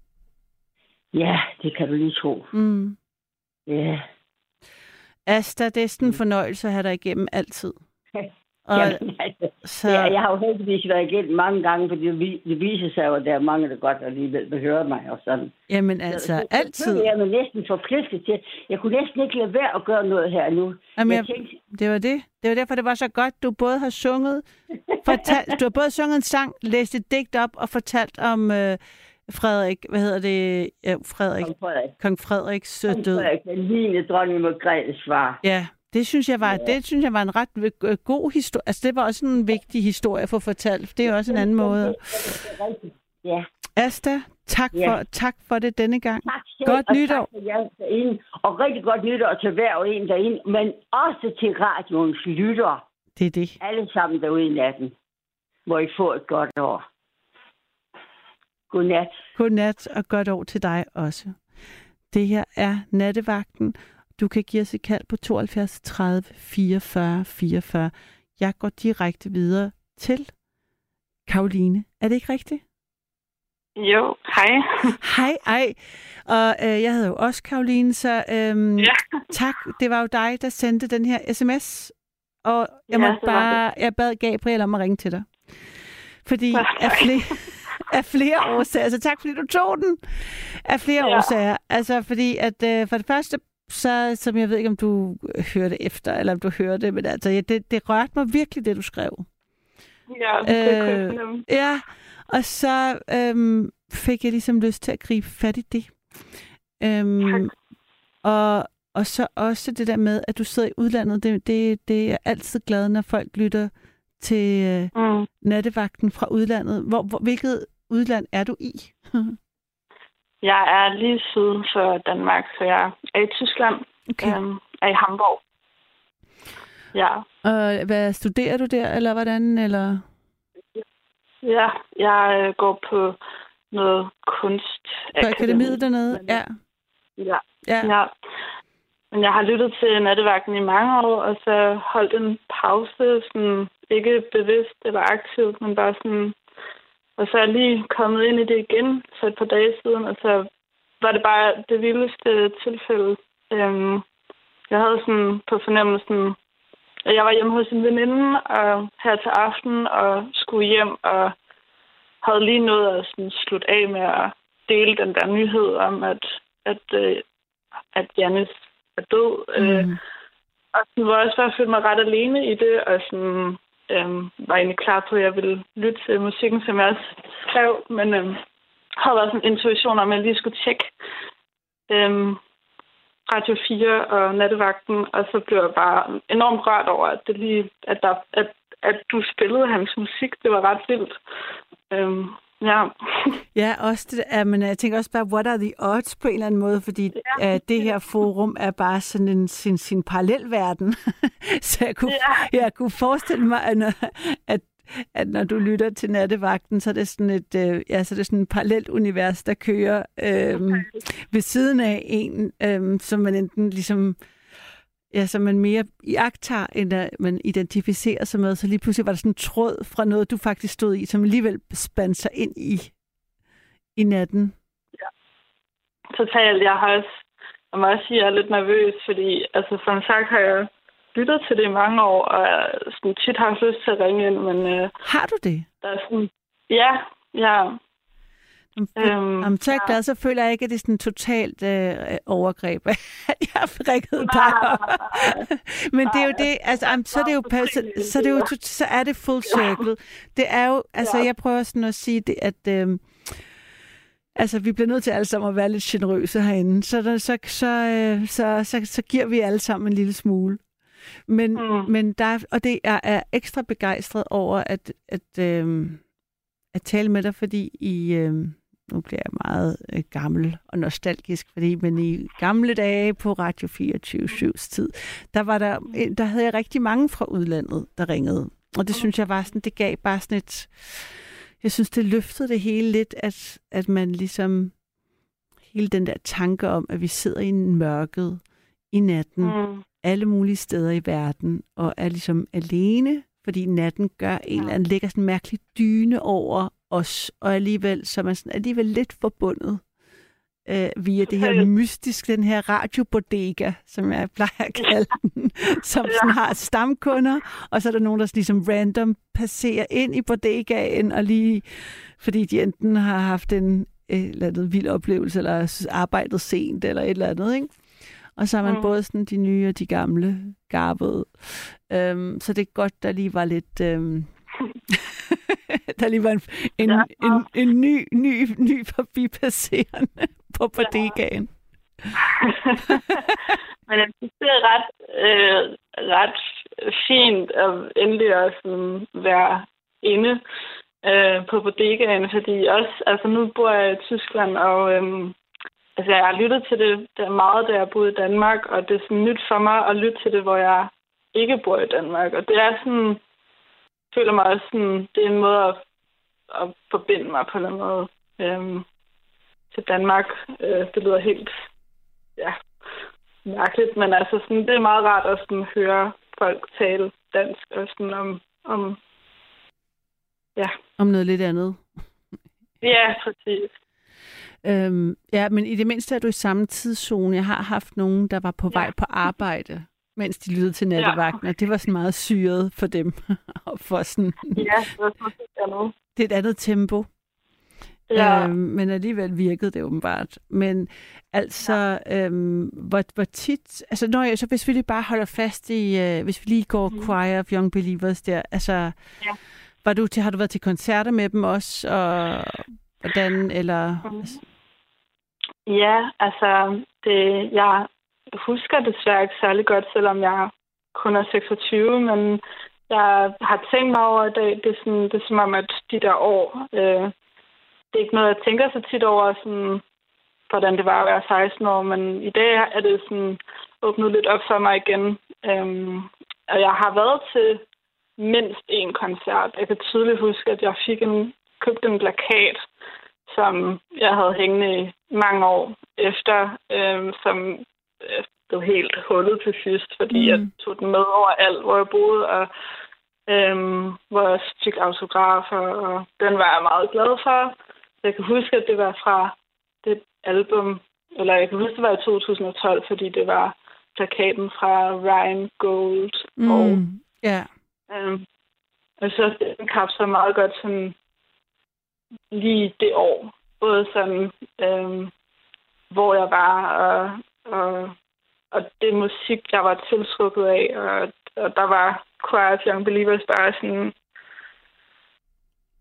Ja, det kan du lige tro. Mm. Ja. Asta, det er sådan en fornøjelse at have dig igennem altid. Og, Jamen, altså, så, ja, jeg har jo heldigvis været igennem mange gange, fordi det, vi- det viser sig jo, at der er mange, der godt alligevel vil høre mig og sådan. jamen altså, Så- så altid. føler Jeg er næsten forpligtet til. Jeg kunne næsten ikke lade være at gøre noget her nu. Jamen, jeg jeg, tænkte, det var det. Det var derfor, det var så godt, du både har sunget, fortalt, du har både sunget en sang, læst et digt op og fortalt om øh, Frederik, hvad hedder det, ja, Frederik, kong Frederik. kong Frederiks øh, Kong død. Frederik, den lignende dronning Margrethes far. Ja, det synes jeg var, Ja. det synes jeg var en ret øh, god historie. Altså, det var også en vigtig historie at få fortalt. Det er jo også en anden måde. Ja. Asta, tak for, Ja. tak for det denne gang. Tak selv, Godt og nytår. Tak for jer derinde, og rigtig godt nytår til hver og en derinde, men også til radioens lytter. Det er det. Alle sammen derude i natten, hvor I får et godt år. Godnat. Godnat og godt år til dig også. Det her er Nattevagten. Du kan give os et kald på tooghalvfjerds tredive fireogfyrre fireogfyrre. Jeg går direkte videre til Karoline. Er det ikke rigtigt? Jo, hej. Hej, ej. Og øh, jeg hedder jo også Karoline, så øhm, Ja. tak. Det var jo dig, der sendte den her sms. Og jeg, Ja, måtte det var bare, jeg bad Gabriel om at ringe til dig. Fordi Ja, af flere, af flere årsager, så tak fordi du tog den, af flere Ja. årsager. Altså fordi, at øh, for det første, så, som jeg ved ikke, om du hørte efter, eller om du hørte, men altså, ja, det, det rørte mig virkelig, det du skrev. Ja, det kunne jeg Øh, fornemme. Ja, og så øhm, fik jeg ligesom lyst til at gribe fat i det. Øhm, Tak. og, og så også det der med, at du sidder i udlandet. Det, det, det er jeg altid glad, når folk lytter til øh, Mm. Nattevagten fra udlandet. Hvor, hvor, hvilket udland er du i? Jeg er lige syd for Danmark, så jeg er i Tyskland. Okay. Øhm, er i Hamburg. Ja. Og hvad, studerer du der, eller hvordan? Eller? Ja, jeg øh, går på noget kunst. På akademiet dernede? Ja. Ja. Ja. ja. Men jeg har lyttet til Nattevagten i mange år, og så holdt en pause, sådan ikke bevidst eller aktivt, men bare sådan... Og så er jeg lige kommet ind i det igen for et par dage siden, og så var det bare det vildeste tilfælde. Øhm, jeg havde sådan på fornemmelsen, at jeg var hjemme hos en veninde og her til aften og skulle hjem, og havde lige nået at sådan slutte af med at dele den der nyhed om, at, at, øh, at Jannis er død. Mm. Øh, og sådan var jeg også bare følt mig ret alene i det, og sådan... Øhm, var egentlig klar på, at jeg ville lytte til musikken, som jeg også skrev, men øhm, havde også en intuition om, at jeg lige skulle tjekke, øhm, Radio fire og Nattevagten, og så blev jeg bare enormt rørt over, at, det lige, at, der, at, at du spillede hans musik. Det var ret vildt. Øhm, ja. Ja, også det, uh, men jeg tænker også bare, what are the odds på en eller anden måde, fordi ja. uh, det her forum er bare sådan en sin, sin parallelverden. Så jeg kunne, ja. jeg kunne forestille mig, at, at at når du lytter til Nattevagten, så er det sådan et, øh, ja, så er det sådan et parallelt univers, der kører øh, okay. ved siden af en, øh, som man enten ligesom, ja, som man mere iagttager, end at man identificerer sig med. Så lige pludselig var der sådan en tråd fra noget, du faktisk stod i, som alligevel spændte sig ind i, i natten. Ja, totalt. Jeg har også, jeg må også sige, at jeg er lidt nervøs, fordi altså, som sagt har jeg lyttet til det i mange år, og sådan, tit har jeg lyst til at ringe ind, men... Øh, har du det? Der er sådan, ja, ja. Øhm, Jamen, så er jeg glad, så føler jeg ikke, at det er sådan totalt øh, overgreb, at jeg har prikket dig. Men det er jo det, altså, så er det jo, så, så, er det jo, så er det full circle. Det er jo, altså, jeg prøver sådan at sige det, at øh, altså, vi bliver nødt til alle sammen at være lidt generøse herinde, så, der, så, så, øh, så, så, så giver vi alle sammen en lille smule. Men, mm. men der, og det er, er ekstra begejstret over at, at, øh, at tale med dig, fordi i, øh, nu bliver jeg meget øh, gammel og nostalgisk, fordi men i gamle dage på Radio fireogtyve syvs tid, der var der, der havde jeg rigtig mange fra udlandet, der ringede. Og det synes jeg var sådan, det gav bare sådan et, jeg synes det løftede det hele lidt, at, at man ligesom, hele den der tanke om, at vi sidder i en mørket i natten, mm. alle mulige steder i verden, og er ligesom alene, fordi natten gør en eller anden, lægger sådan en mærkelig dyne over os, og alligevel så er man sådan alligevel lidt forbundet øh, via det her mystisk, den her radiobodega, som jeg plejer at kalde den, som sådan har stamkunder, og så er der nogen, der ligesom random passerer ind i bodegaen, og lige, fordi de enten har haft en eller andet vild oplevelse, eller arbejdet sent, eller et eller andet, ikke? Og så er man mm. både sådan de nye og de gamle garbede. Øhm, så det er godt, der lige var lidt... Øhm, der lige var en, en, ja. en, en, en ny, ny, ny forbipasserende på bodegaen. Men jeg synes, det er ret, øh, ret fint at endelig at sådan være inde øh, på bodegaen, fordi også, altså nu bor jeg i Tyskland, og øhm, altså, jeg har lyttet til det der meget, da jeg boede i Danmark, og det er sådan nyt for mig at lytte til det, hvor jeg ikke bor i Danmark. Og det er sådan, jeg føler mig også sådan, det er en måde at, at forbinde mig på en eller anden måde øhm, til Danmark. Øh, det lyder helt, ja, mærkeligt, men altså sådan, det er meget rart at sådan høre folk tale dansk, og sådan om, om, ja. Om noget lidt andet. Ja, præcis. Øhm, ja, men i det mindste er du i samme tidszone. Jeg har haft nogen, der var på ja. vej på arbejde, mens de lyttede til Nattevagten, ja. Og det var sådan meget syret for dem. for sådan, ja, det var sådan et andet. Det er et andet tempo. Ja. Øhm, men alligevel virkede det åbenbart. Men altså, ja. øhm, hvor, hvor tit... Altså, når jeg, så hvis vi lige bare holder fast i... Øh, hvis vi lige går mm. Choir of Young Believers der, altså... Ja. Var du til, har du været til koncerter med dem også, og hvordan, eller... Mm. Ja, altså, det, jeg husker desværre ikke særlig godt, selvom jeg kun er seksogtyve, men jeg har tænkt mig over i dag, det er, sådan, det er som om, at de der år, øh, det er ikke noget, jeg tænker så tit over, sådan, hvordan det var at være seksten år, men i dag er det sådan åbnet lidt op for mig igen. Øhm, og jeg har været til mindst en koncert. Jeg kan tydeligt huske, at jeg fik en, købt en plakat, som jeg havde hængende i mange år efter, øhm, som øh, blev helt hullet til sidst, fordi mm. jeg tog den med overalt, hvor jeg boede, og øhm, hvor jeg fik autografer, og den var jeg meget glad for. Jeg kan huske, at det var fra det album, eller jeg kan huske, at det var i to tusind og tolv, fordi det var plakaten fra Ryan Gold. Mm. Og, yeah. øhm, og så den kapsler meget godt sådan lige det år. Både sådan, øhm, hvor jeg var, og, og, og det musik, jeg var tiltrukket af, og, og der var Choir of Young Believers bare sådan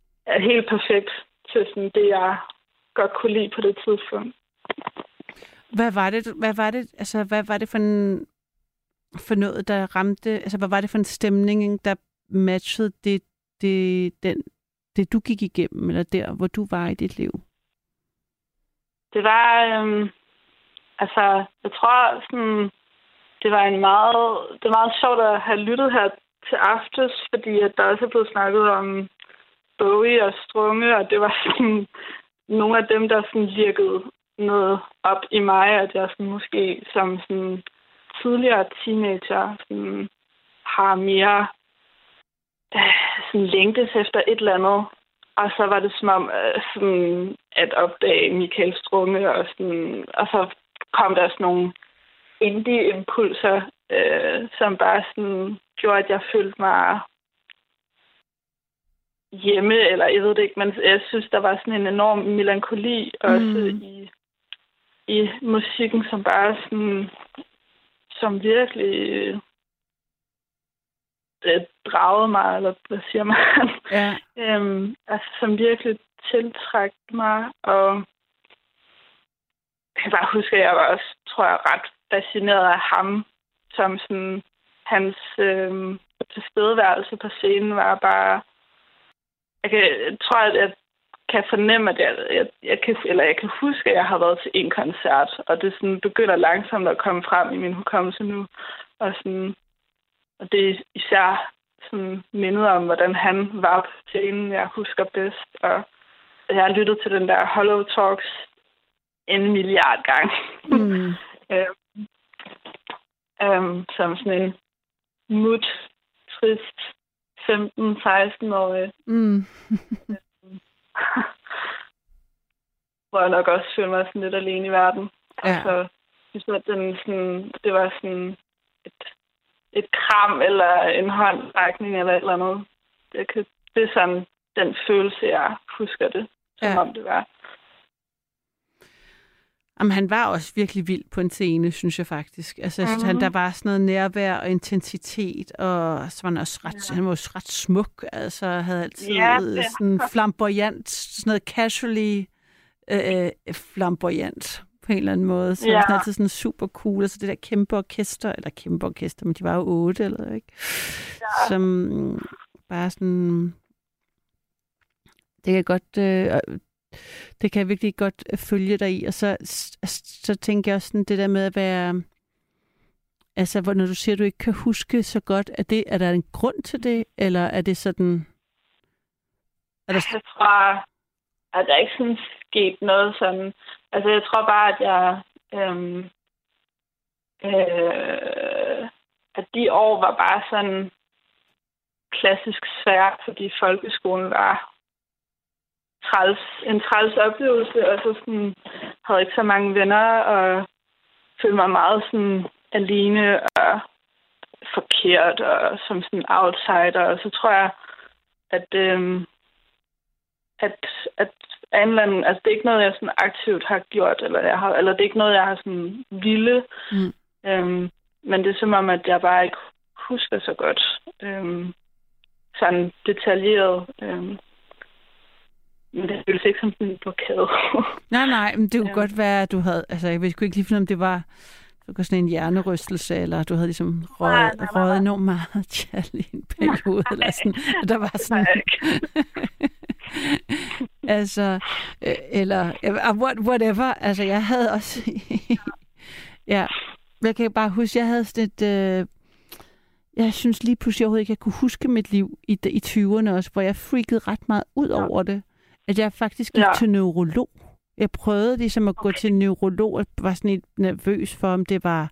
helt perfekt til sådan det, jeg godt kunne lide på det tidspunkt. Hvad var det, hvad var det, altså, hvad var det for, en, for noget, der ramte, altså, hvad var det for en stemning, der matchede det, det, den, det, du gik igennem, eller der, hvor du var i dit liv? Det var, øhm, altså, jeg tror, sådan, det var en meget, det var meget sjovt at have lyttet her til aftes, fordi at der også er blevet snakket om Bowie og Strunge, og det var sådan nogle af dem, der sådan virkede noget op i mig, at jeg sådan måske som sådan tidligere teenager sådan har mere øh, sådan længtes efter et eller andet. Og så var det som om øh, sådan at opdage Michael Strunge, og, sådan, og så kom der sådan nogle indie-impulser, øh, som bare sådan gjorde, at jeg følte mig hjemme, eller jeg ved det ikke, men jeg synes, der var sådan en enorm melankoli også mm. i, i musikken, som bare sådan, som virkelig øh, dragede mig, eller hvad siger man? Ja. øhm, altså, som virkelig tiltrækte mig, og jeg kan bare huske, at jeg var også, tror jeg, ret fascineret af ham, som sådan, hans øh, tilstedeværelse på scenen var bare, jeg, kan, jeg tror, at jeg kan fornemme, at jeg, jeg, jeg, kan, eller jeg kan huske, at jeg har været til en koncert, og det sådan begynder langsomt at komme frem i min hukommelse nu, og, sådan, og det er især sådan mindet om, hvordan han var på scenen, jeg husker bedst, og jeg har lyttet til den der Hollow Talks en milliard gange. Mm. øhm, øhm, som sådan en mut, trist femten-seksten-årig. Mm. Hvor jeg nok også følte mig sådan lidt alene i verden. Ja. Altså, jeg synes, at den sådan, det var sådan et, et kram eller en håndrækning eller et eller andet. Det, kan, det er sådan den følelse, jeg husker det, som ja. om det var. Jamen, han var også virkelig vild på en scene, synes jeg faktisk. Altså, mm-hmm. han, der var sådan noget nærvær og intensitet, og så var han også ret, ja. han var også ret smuk. Altså, havde altid ja, sådan flamboyant, sådan noget casually øh, flamboyant på en eller anden måde. Så ja. var han altid sådan super cool. Og så det der kæmpe orkester, eller kæmpe orkester, men de var jo otte, eller ikke? Ja. Som bare sådan... Det kan godt... Øh, Det kan jeg virkelig godt følge dig i. Og så, så tænker jeg også sådan, det der med at være... Altså, hvor, når du siger, at du ikke kan huske så godt, er, det, er der en grund til det, eller er det sådan... Er der... Jeg tror, at der ikke sådan sket noget sådan... Altså, jeg tror bare, at jeg... Øhm, øh, at de år var bare sådan klassisk svært, fordi folkeskolen var... Træls, en træls oplevelse, og så sådan, havde ikke så mange venner, og følte mig meget sådan alene og forkert, og som sådan outsider. Og så tror jeg, at, øhm, at, at en eller anden, altså det er ikke noget, jeg sådan aktivt har gjort, eller, jeg har, eller det er ikke noget, jeg har sådan ville. Mm. Øhm, men det er som om, at jeg bare ikke husker så godt. Øhm, sådan detaljeret. Øhm, Men det føles ikke som sådan en blokade. nej, nej, men det kunne ja. godt være, at du havde... Altså, jeg kunne ikke lige finde, om det var, det var sådan en hjernerystelse, eller du havde ligesom røget, røget enormt meget tjal i en periode, eller sådan. Der var sådan... altså, eller... Whatever. Altså, jeg havde også... ja, jeg kan bare huske, jeg havde sådan et... Øh, jeg synes lige pludselig overhovedet ikke, at jeg kunne huske mit liv i, i tyverne også, hvor jeg freakede ret meget ud ja. over det. At jeg faktisk gik ja. til neurolog. Jeg prøvede ligesom at okay. gå til neurolog, og var sådan lidt nervøs for, om det var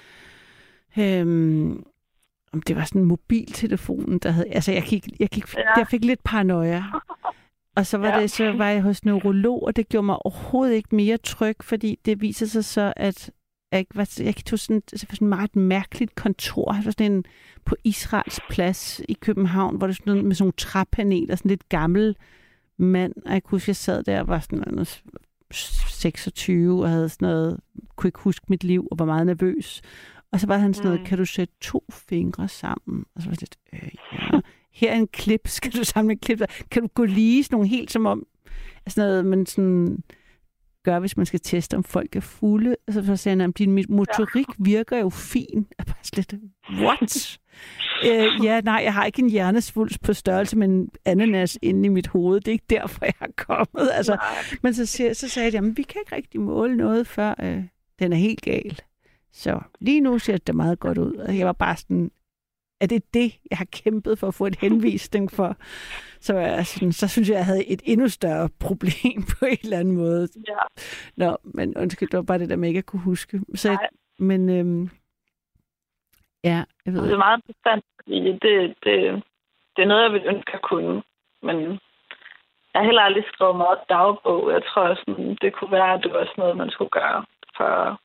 øhm, om det var sådan mobiltelefonen, der havde... Altså, jeg, gik, jeg, gik, ja. jeg fik lidt paranoia. Og så var, ja, okay. det, så var jeg hos neurolog, og det gjorde mig overhovedet ikke mere tryg, fordi det viser sig så, at jeg, var, jeg tog sådan, sådan meget mærkeligt kontor. Jeg var sådan en på Israels plads i København, hvor det sådan noget med sådan nogle træpaneler, sådan lidt gammel mand, og jeg kunne huske, jeg sad der og var sådan noget seksogtyve og havde sådan noget, kunne ikke huske mit liv og var meget nervøs. Og så var han sådan noget, mm. kan du sætte to fingre sammen? Og så var det lidt, øh, ja. Her er en klip, skal du samle en klip? Kan du gå lige sådan nogle helt som om, sådan noget, men sådan, gøre, hvis man skal teste, om folk er fulde. Altså, så sagde han, at din motorik ja. virker jo fin. Jeg er bare slet, what? øh, ja, nej, jeg har ikke en hjernesvulst på størrelse med en ananas inde i mit hoved. Det er ikke derfor, jeg er kommet. Altså, men så, siger, så sagde de, at vi kan ikke rigtig måle noget, før øh, den er helt gal. Så lige nu ser det meget godt ud. Og jeg var bare sådan, er det det, jeg har kæmpet for at få et henvisning for? Så, altså, så synes jeg, jeg havde et endnu større problem på en eller anden måde. Ja. Nå, men undskyld, det var bare det der med, ikke at kunne huske. Så, jeg, men øhm, ja, jeg ved det er meget interessant, fordi det, det, det er noget, jeg vil ønske at kunne. Men jeg har heller aldrig skrevet meget dagbog. Jeg tror, sådan, det kunne være, at det var sådan noget, man skulle gøre for...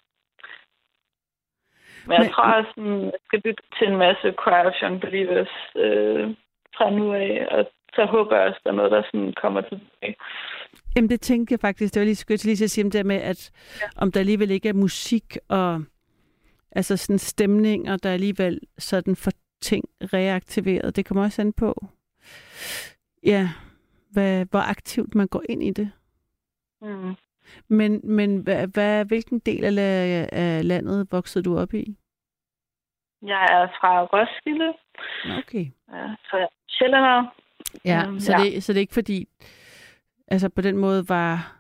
Men jeg Men, tror også, at jeg skal lytte til en masse Choir of Young Believers øh, fra nu af, og så håber jeg også, at der er noget, der sådan kommer tilbage. Jamen det tænkte jeg faktisk, det var lige så godt lige til at sige om det med, at ja. om der alligevel ikke er musik og altså sådan stemninger, der alligevel sådan for ting reaktiveret. Det kommer også an på, ja, hvad, hvor aktivt man går ind i det. Mm. Men, men hvad, hvad, hvilken del af, af landet voksede du op i? Jeg er fra Roskilde. Okay. Ja, så jeg er sjællænder. Ja, um, så, ja. Det, så det er ikke fordi, altså på den måde var,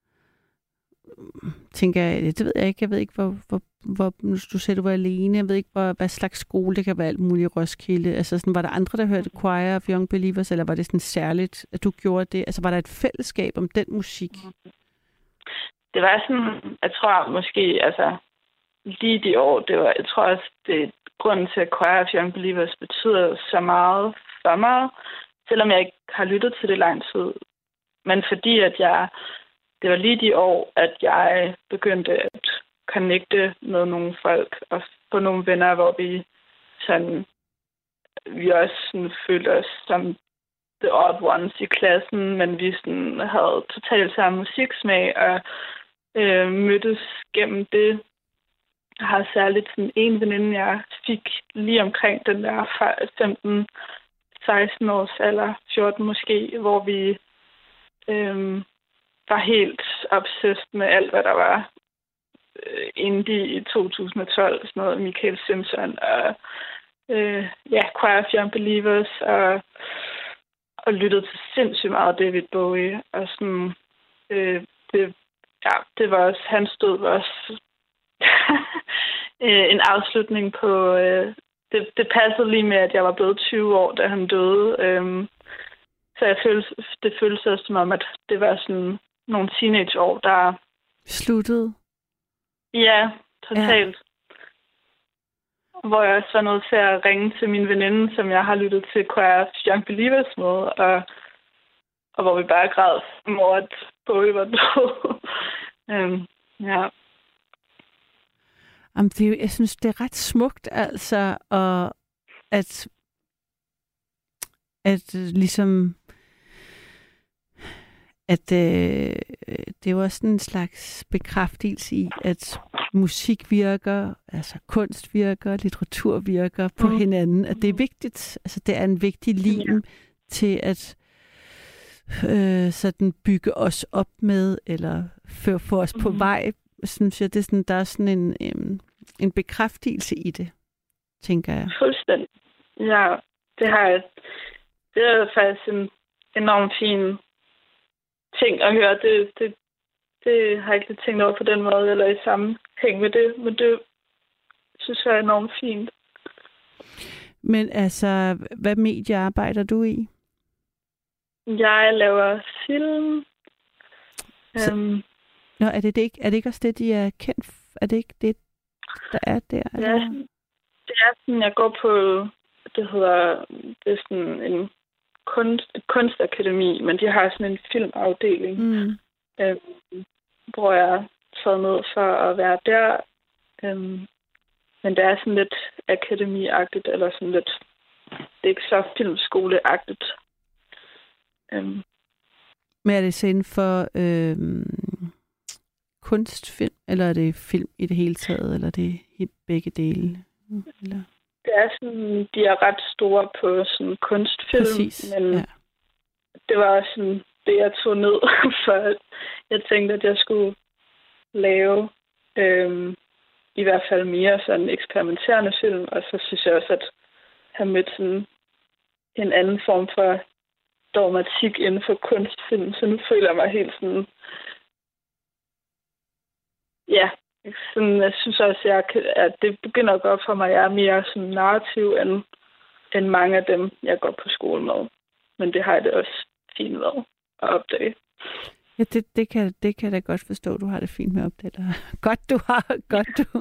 tænker jeg, det ved jeg ikke, jeg ved ikke, hvor, hvor, hvor du sagde, du var alene, jeg ved ikke, hvor, hvad slags skole, det kan være alt muligt i Roskilde. Altså sådan, var der andre, der hørte Choir of Young Believers, eller var det sådan særligt, at du gjorde det? Altså var der et fællesskab om den musik? Det var sådan, jeg tror måske, altså lige de år, det var, jeg tror også, det er grunden til, at Choir of Young Believers betyder så meget for mig, selvom jeg ikke har lyttet til det lang tid. Men fordi, at jeg, det var lige de år, at jeg begyndte at connecte med nogle folk og få nogle venner, hvor vi sådan, vi også sådan følte os som the odd ones i klassen, men vi sådan havde totalt samme musiksmag og øh, mødtes gennem det. Jeg har særligt sådan en veninde, jeg fik lige omkring den der femten seksten års alder, fjorten måske, hvor vi øh, var helt obsessed med alt, hvad der var øh, indie i to tusind og tolv, sådan noget Michael Simpson og øh, ja, Choir of Young Believers og og lyttede til sindssygt meget David Bowie. Og sådan, øh, det, ja, det var også, han stod også en afslutning på, øh, det, det passede lige med, at jeg var blevet tyve år, da han døde. Øh, så jeg følte, det føltes også som om, at det var sådan nogle teenageår, der... Sluttede? Ja, totalt. Ja. Hvor jeg også var nødt til at ringe til min veninde, som jeg har lyttet til Choir of Young Believers med, og, og hvor vi bare græd over, at Bowie var død. um, ja. Jamen, det er jo, jeg synes, det er ret smukt, altså, og at, at ligesom, at øh, det er jo også en slags bekræftelse i, at musik virker, altså kunst virker, litteratur virker på mm. hinanden, at det er vigtigt, altså det er en vigtig lim ja. til at øh, sådan bygge os op med, eller føre for os mm. på vej, synes jeg, det er sådan, der er sådan en, en, en bekræftelse i det, tænker jeg. Fuldstændig. Ja, det har jeg. Det er faktisk en enormt fin ting at høre. Det, det, det har jeg ikke tænkt over på den måde, eller i sammenhæng med det, men det synes jeg er enormt fint. Men altså, hvad medie arbejder du i? Jeg laver film. Så, um, nå, er det, det ikke? Er det ikke også det, de er kendt? Er det ikke det, der er der? Det er, sådan, det er sådan, jeg går på, det hedder, det er sådan en kunst, et kunstakademi, men de har sådan en filmafdeling, mm. øhm, hvor jeg er taget ned for at være der. Øhm, men det er sådan lidt akademiagtigt, eller sådan lidt, det er ikke så filmskoleagtigt. Øhm. Men er det så inden for øhm, kunstfilm, eller er det film i det hele taget, eller er det begge dele? Eller? Det er sådan, de er ret store på sådan kunstfilm, præcis, men ja. Det var også sådan det, jeg tog ned, for at jeg tænkte, at jeg skulle lave øhm, i hvert fald mere sådan eksperimenterende film, og så synes jeg også, at have mødt sådan en anden form for dramatik inden for kunstfilm, så nu føler jeg mig helt sådan, ja, sådan, jeg synes også, at, jeg kan, at det begynder at gå op for mig, at jeg er mere sådan narrativ end, end mange af dem, jeg går på skole med. Men det har jeg det også fint med at opdage. Ja, det, det, kan, det kan jeg da godt forstå, du har det fint med at opdage. Godt, du har. Godt, du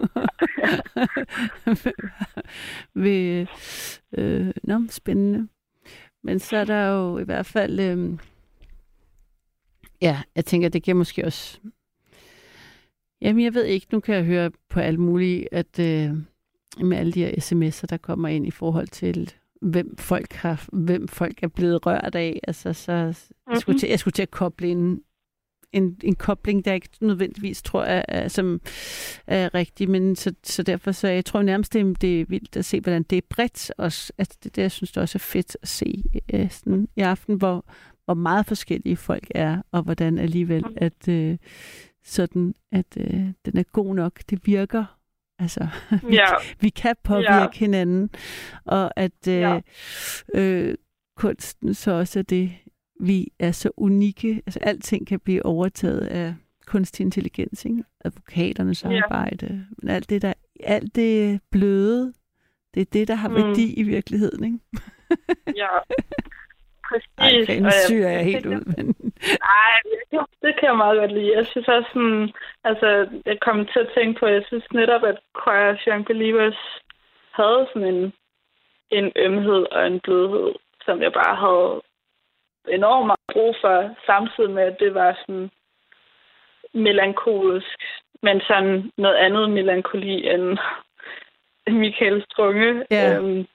Ved, øh, nå, spændende. Men så er der jo i hvert fald... Øh, ja, jeg tænker, det giver måske også... Jamen, jeg ved ikke. Nu kan jeg høre på alle mulige, at øh, med alle de her sms'er, der kommer ind i forhold til... hvem folk har, hvem folk er blevet rørt af. Altså, så mm-hmm. jeg, skulle til, jeg skulle til at koble en, en, en kobling, der ikke nødvendigvis tror er, er, som er rigtig, men så, så derfor så jeg tror nærmest, det er, det er vildt at se, hvordan det er bredt også. Altså, det der, jeg synes det også er fedt at se uh, sådan, i aften, hvor, hvor meget forskellige folk er, og hvordan alligevel, mm. at uh, sådan, at uh, den er god nok. Det virker. Altså, vi, ja. vi kan påvirke ja. hinanden, og at øh, ja. øh, kunsten så også er det, vi er så unikke. Altså, alting kan blive overtaget af kunstig intelligens, ikke? Advokaternes ja. arbejde, men alt det der, alt det bløde, det er det, der har værdi mm. i virkeligheden, ikke? Ja. Præcis. Ej, nu syr jeg helt ud. Men... Nej, det kan jeg meget godt lide. Jeg synes også sådan, altså, jeg kom til at tænke på, jeg synes netop, at Choir Young Believers havde sådan en, en ømhed og en blødhed, som jeg bare havde enormt meget brug for, samtidig med, at det var sådan melankolisk, men sådan noget andet melankoli end Michael Strunge. Ja. Øhm,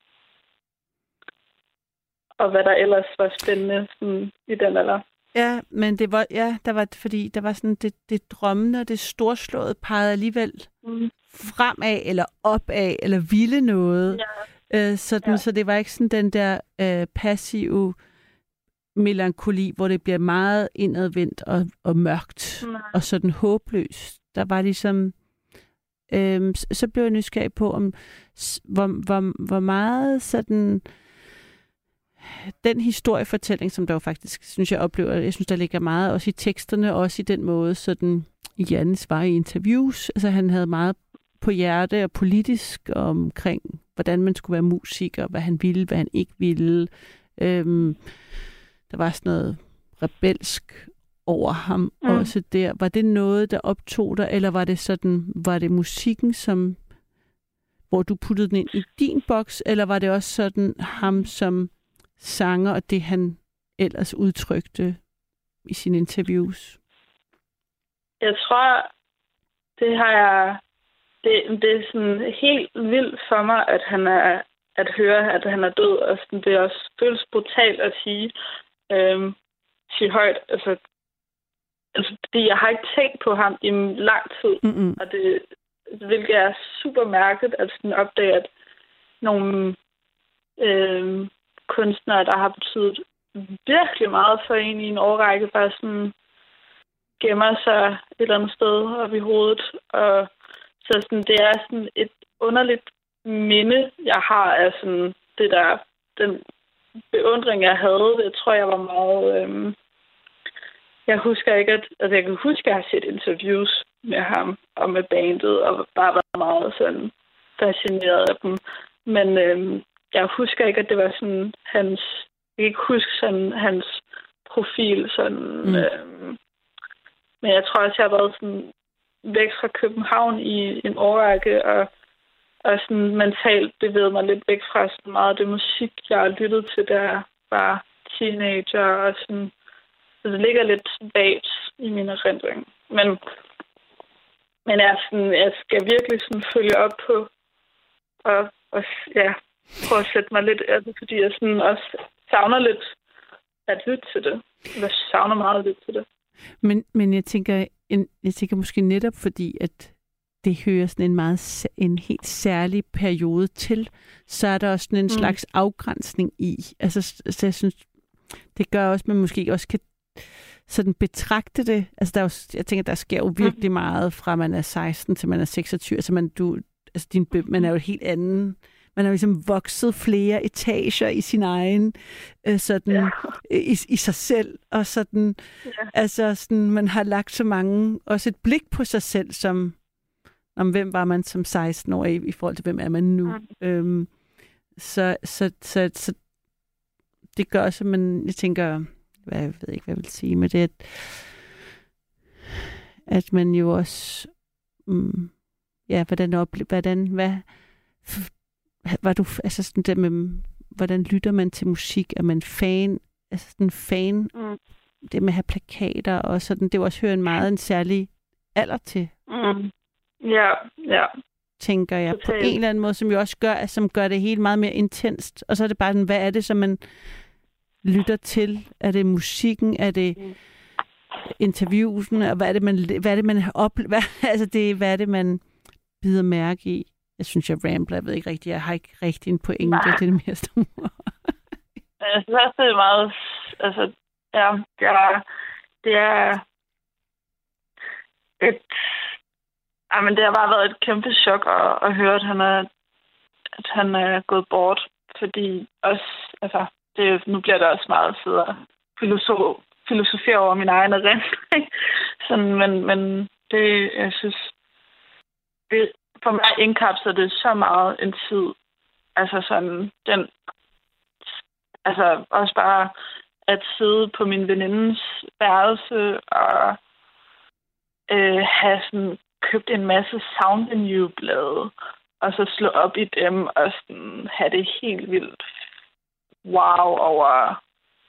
og hvad der ellers var spændende sådan, i den alder. Ja, men det var, ja, der var, fordi der var sådan, det, det drømmende og det storslåede pegede alligevel mm. fremad eller opad, eller ville noget. Ja. Øh, sådan, ja. Så det var ikke sådan den der øh, passive melankoli, hvor det bliver meget indadvendt og, og mørkt, Nej. og sådan håbløst. Der var ligesom, øh, så blev jeg nysgerrig på, om hvor, hvor, hvor meget sådan... Den historiefortælling, som der jo faktisk, synes jeg, oplever, jeg synes, der ligger meget også i teksterne, også i den måde, sådan Jannes var i interviews. Altså, han havde meget på hjerte og politisk omkring, hvordan man skulle være musiker, hvad han ville, hvad han ikke ville. Øhm, der var sådan noget rebelsk over ham mm. også der. Var det noget, der optog dig, eller var det sådan, var det musikken, som, hvor du puttede den ind i din boks, eller var det også sådan ham som sanger og det, han ellers udtrykte i sine interviews? Jeg tror, det har jeg... Det, det er sådan helt vildt for mig, at han er at høre, at han er død, og sådan, det er også føles brutalt at sige, øhm, sige højt. Altså, altså, fordi jeg har ikke tænkt på ham i lang tid, mm-hmm. og det, hvilket er super mærkeligt at sådan opdage, at nogle øhm, kunstnere, der har betydet virkelig meget for en i en årrække, bare sådan gemmer sig et eller andet sted op i hovedet. Og så sådan, det er sådan et underligt minde, jeg har af sådan det der, den beundring, jeg havde. Jeg tror, jeg var meget... Øhm, jeg husker ikke, at... Altså, jeg kan huske, at jeg har set interviews med ham og med bandet, og bare været meget sådan fascineret af dem. Men øhm, jeg husker ikke, at det var sådan hans... Jeg kan ikke huske sådan hans profil, sådan... Mm. Øhm, men jeg tror også, jeg har været sådan væk fra København i en årrække, og, og sådan mentalt bevæget mig lidt væk fra sådan meget af det musik, jeg har lyttet til, da jeg var teenager, og sådan, så det ligger lidt vagt i min erindring. Men, men jeg, sådan, jeg skal virkelig sådan følge op på, og, og ja, prøve at sætte mig lidt af det, fordi jeg sådan også savner lidt at lytte til det. Jeg savner meget at lytte til det. Men, men jeg tænker, en, jeg tænker måske netop fordi, at det hører sådan en meget en helt særlig periode til, så er der også sådan en mm. slags afgrænsning i. Altså, så jeg synes, det gør også, at man måske også kan sådan betragte det. Altså, der er jo, jeg tænker, der sker jo virkelig meget fra man er seksten til man er seksogtyve. Altså, man, du, altså din, man er jo helt anden. Man har ligesom vokset flere etager i sin egen, øh, sådan, ja. i, i sig selv. Og sådan, ja. altså, sådan, man har lagt så mange, også et blik på sig selv, som, om hvem var man som seksten-årig i, i forhold til, hvem er man nu. Mm. Øhm, så, så, så, så det gør også, at man, jeg tænker, hvad, jeg ved ikke, hvad jeg vil sige, men det er, at, at man jo også, mm, ja, hvordan oplever, hvordan, hvad, var du, altså sådan der med, hvordan lytter man til musik? Er man fan, altså sådan fan, mm. det med at have plakater og sådan, det var også hørt en meget en særlig alder til. Mm. Ja, ja. Tænker jeg, Total. På en eller anden måde, som jo også gør, som gør det helt meget mere intenst. Og så er det bare sådan, hvad er det, som man lytter til? Er det musikken? Er det mm. interviewsene? Og hvad er det, man, hvad er det, man oplever? Altså, det, hvad er det, man bider mærke i? Jeg synes, jeg rambler. Jeg ved ikke rigtigt. Jeg har ikke rigtig en pointe. Nej. Det er det mere store. Jeg synes også, det er meget... Altså, ja, det er... Det er et... Jamen, det har bare været et kæmpe chok at, at høre, at han er, at han er gået bort. Fordi også... Altså, det, nu bliver det også meget fedt at filosof, filosofere over min egen erindring. Sådan, men, men det, jeg synes... Det, for mig indkapsler det så meget en tid. Altså sådan, den... Altså også bare at sidde på min venindens værelse og øh, have sådan købt en masse Sound and You-blade, og så slå op i dem og sådan have det helt vildt wow over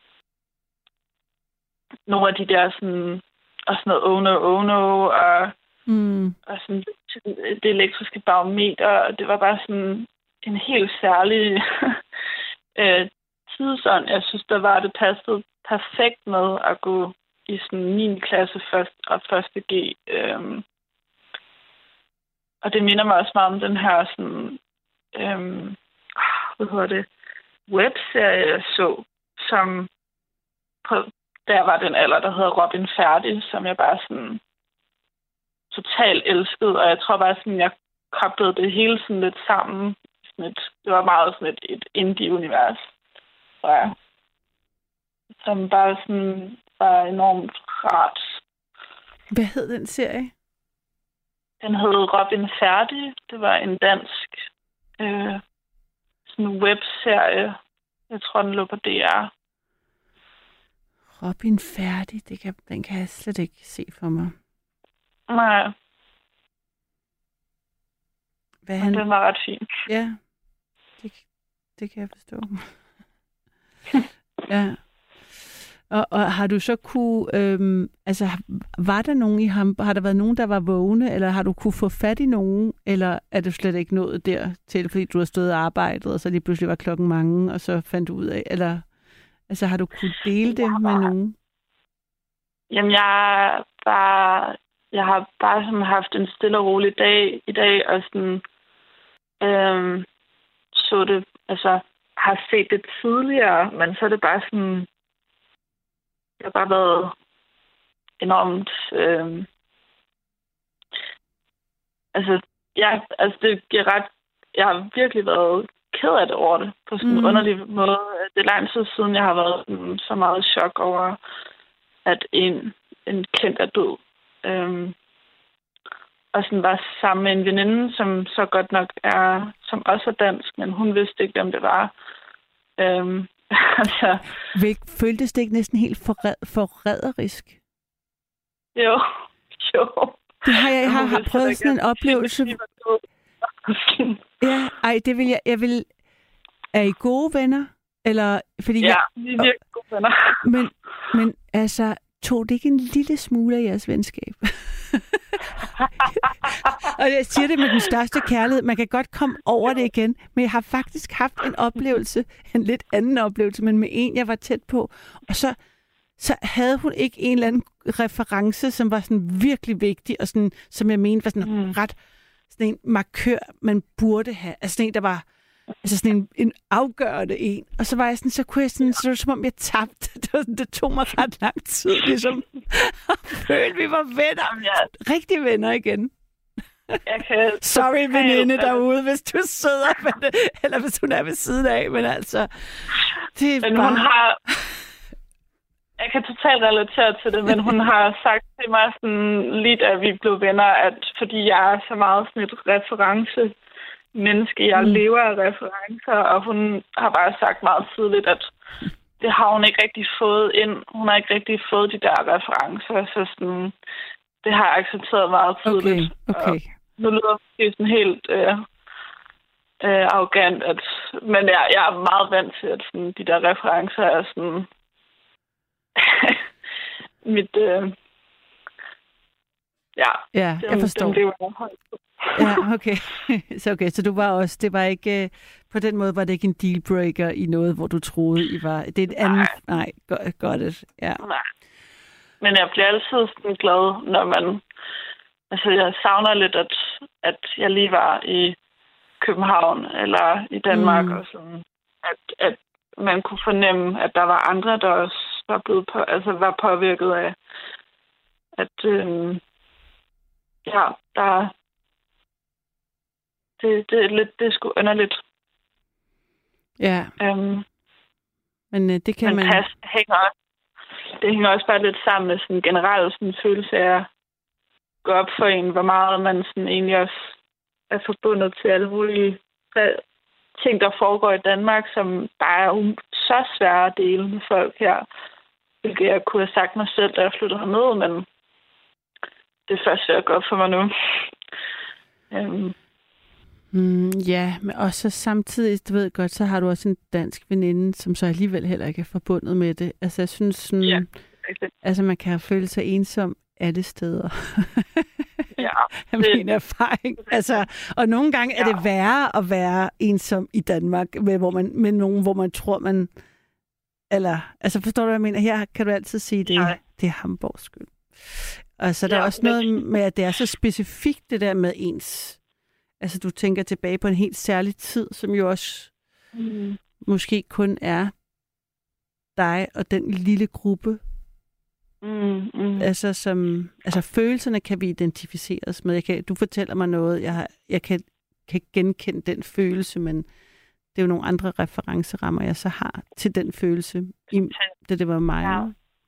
nogle af de der sådan, og sådan noget oh no, oh no, og Mm. og sådan det elektriske barometer, og det var bare sådan en helt særlig øh, tidsånd. Jeg synes, der var det passet perfekt med at gå i sådan niende klasse først, og første G. Øhm. Og det minder mig også meget om den her sådan, øhm, hvad hedder det, webserie, jeg så, som på, der var den alder, der hedder Robin Færdig, som jeg bare sådan totalt elskede, og jeg tror bare sådan, jeg koblede det hele sådan lidt sammen. Sådan et, det var meget sådan et, et indie-univers, tror jeg. Som bare sådan var enormt rart. Hvad hed den serie? Den hed Robin Færdig. Det var en dansk øh, sådan webserie. Jeg tror, den lå på D R. Robin Færdig, det kan, den kan jeg slet ikke se for mig. Nej. Hvad han... Den var ret fin. Ja, det, det kan jeg forstå. Ja. Og, og har du så kunne, øhm, altså var der nogen i ham, har der været nogen, der var vågne, eller har du kunne få fat i nogen, eller er du slet ikke nået dertil, fordi du har stået og arbejdet, og så lige pludselig var klokken mange, og så fandt du ud af, eller altså har du kunne dele det med nogen? Jamen jeg var... Jeg har bare sådan haft en stille og rolig dag i dag, og sådan, øhm, så det, altså, har set det tidligere, men så er det bare sådan, det har bare været enormt, øhm, altså, ja, altså det giver ret, jeg har virkelig været ked af det over det, på sådan en mm. underlig måde. Det er lang tid siden, jeg har været sådan, så meget chok over, at en, en kendt er død. Øhm, og sådan var sammen med en veninde, som så godt nok er, som også er dansk, men hun vidste ikke, hvem det var. Øhm, altså, føltes det ikke næsten helt forræd, forræderisk? Jo, jo. Det har jeg, jeg har, har prøvet sådan en oplevelse. Ja, ej, det vil jeg, jeg vil... Er I gode venner? Eller, fordi ja, jeg, vi er virkelig gode venner. Men, men altså, tog det ikke en lille smule af jeres venskab? Og jeg siger det med den største kærlighed. Man kan godt komme over det igen, men jeg har faktisk haft en oplevelse, en lidt anden oplevelse, men med en, jeg var tæt på. Og så, så havde hun ikke en eller anden reference, som var sådan virkelig vigtig, og sådan, som jeg mente var sådan mm. ret sådan en markør, man burde have. Altså sådan en, der var Altså sådan en, en afgørende en. Og så var jeg sådan, så kunne jeg sådan, så det var, som om jeg tabte. Det, var, det tog mig ret lang tid, ligesom at føle, vi var venner. Jamen, ja. Rigtige venner igen. Jeg kan, Sorry, veninde derude, hvis du sidder med det, eller hvis hun er ved siden af, men altså... Det er men bare... hun har... Jeg kan totalt relatere til det, men hun har sagt til mig sådan, lige da vi blev venner, at fordi jeg er så meget sådan et reference menneske, jeg mm. lever af referencer, og hun har bare sagt meget tydeligt, at det har hun ikke rigtig fået ind. Hun har ikke rigtig fået de der referencer, så sådan, det har jeg accepteret meget tydeligt. Okay, okay. Nu lyder det sådan helt øh, øh, arrogant, at, men jeg, jeg er meget vant til, at sådan, de der referencer er sådan mit øh, ja, ja, dem, jeg forstår. Dem lever jeg højt på. Ja, okay. Så okay, så du var også, det var ikke, på den måde var det ikke en dealbreaker i noget, hvor du troede, I var, det er et andet, nej, godt, godt it, ja. Nej. Men jeg bliver altid sådan glad, når man, altså jeg savner lidt, at, at jeg lige var i København eller i Danmark, mm. og sådan, at, at man kunne fornemme, at der var andre, der også var blevet på, altså var påvirket af, at øhm, ja, der det, det er lidt, det er sgu underligt. Ja. Øhm, men øh, det kan men man... Pas hænger også, det hænger også bare lidt sammen med sådan en generelt sådan følelse af at gå op for en, hvor meget man sådan egentlig også er forbundet til alle mulige ting, der foregår i Danmark, som bare er så svære at dele med folk her. Hvilket jeg kunne have sagt mig selv, da jeg flyttede herned, men det er først ved at gå op for mig nu. um. mm, ja, men også samtidig, du ved godt, så har du også en dansk veninde, som så alligevel heller ikke er forbundet med det. Altså, jeg synes sådan, ja, altså man kan føle sig ensom alle steder. Ja, af min erfaring. Altså, og nogle gange ja. er det værre at være ensom i Danmark, med, hvor man, med nogen, hvor man tror, man... Eller, altså forstår du, hvad jeg mener? Her kan du altid sige, det, ja. det er Hamburgs skyld. Og så der ja, er også noget med, at det er så specifikt, det der med ens... Altså, du tænker tilbage på en helt særlig tid, som jo også mm. måske kun er dig og den lille gruppe. Mm, mm. Altså, som, altså følelserne kan vi identificeres med. Jeg kan, du fortæller mig noget, jeg, har, jeg kan, kan genkende den følelse, men det er jo nogle andre referencerammer, jeg så har til den følelse, i, da det var mig. Ja.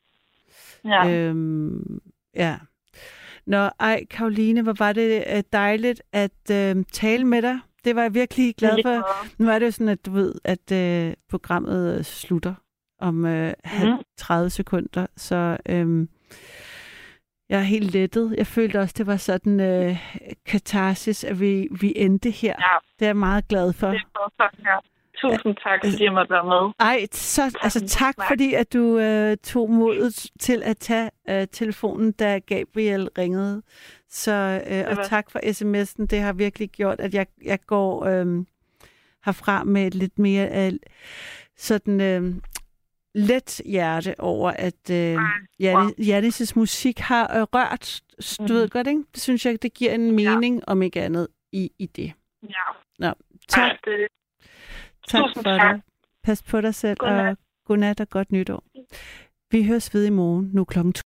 Ja. Øhm, ja. Nå, ej, Karoline, hvor var det dejligt at øh, tale med dig. Det var jeg virkelig glad for. Nu er det jo sådan, at du ved, at øh, programmet øh, slutter om øh, mm. tredive sekunder, så øh, jeg er helt lettet. Jeg følte også, det var sådan øh, katarsis, at vi, vi endte her. Ja. Det er jeg meget glad for. Det er godt, ja. Tusind tak, fordi jeg måtte være med. Ej, så, altså tak, fordi at du øh, tog modet til at tage øh, telefonen, da Gabriel ringede. Så, øh, og tak for sms'en. Det har virkelig gjort, at jeg, jeg går øh, herfra med et lidt mere øh, sådan øh, let hjerte over, at øh, Jannis' musik har øh, rørt. Du mm. ved godt, ikke? Det synes jeg, det giver en mening, ja. om ikke andet, i, i det. Ja. Nå, tak. Ja, det... Tak for tak. dig. Pas på dig selv, godnat. Og godnat og godt nytår. Vi høres ved i morgen, nu klokken to.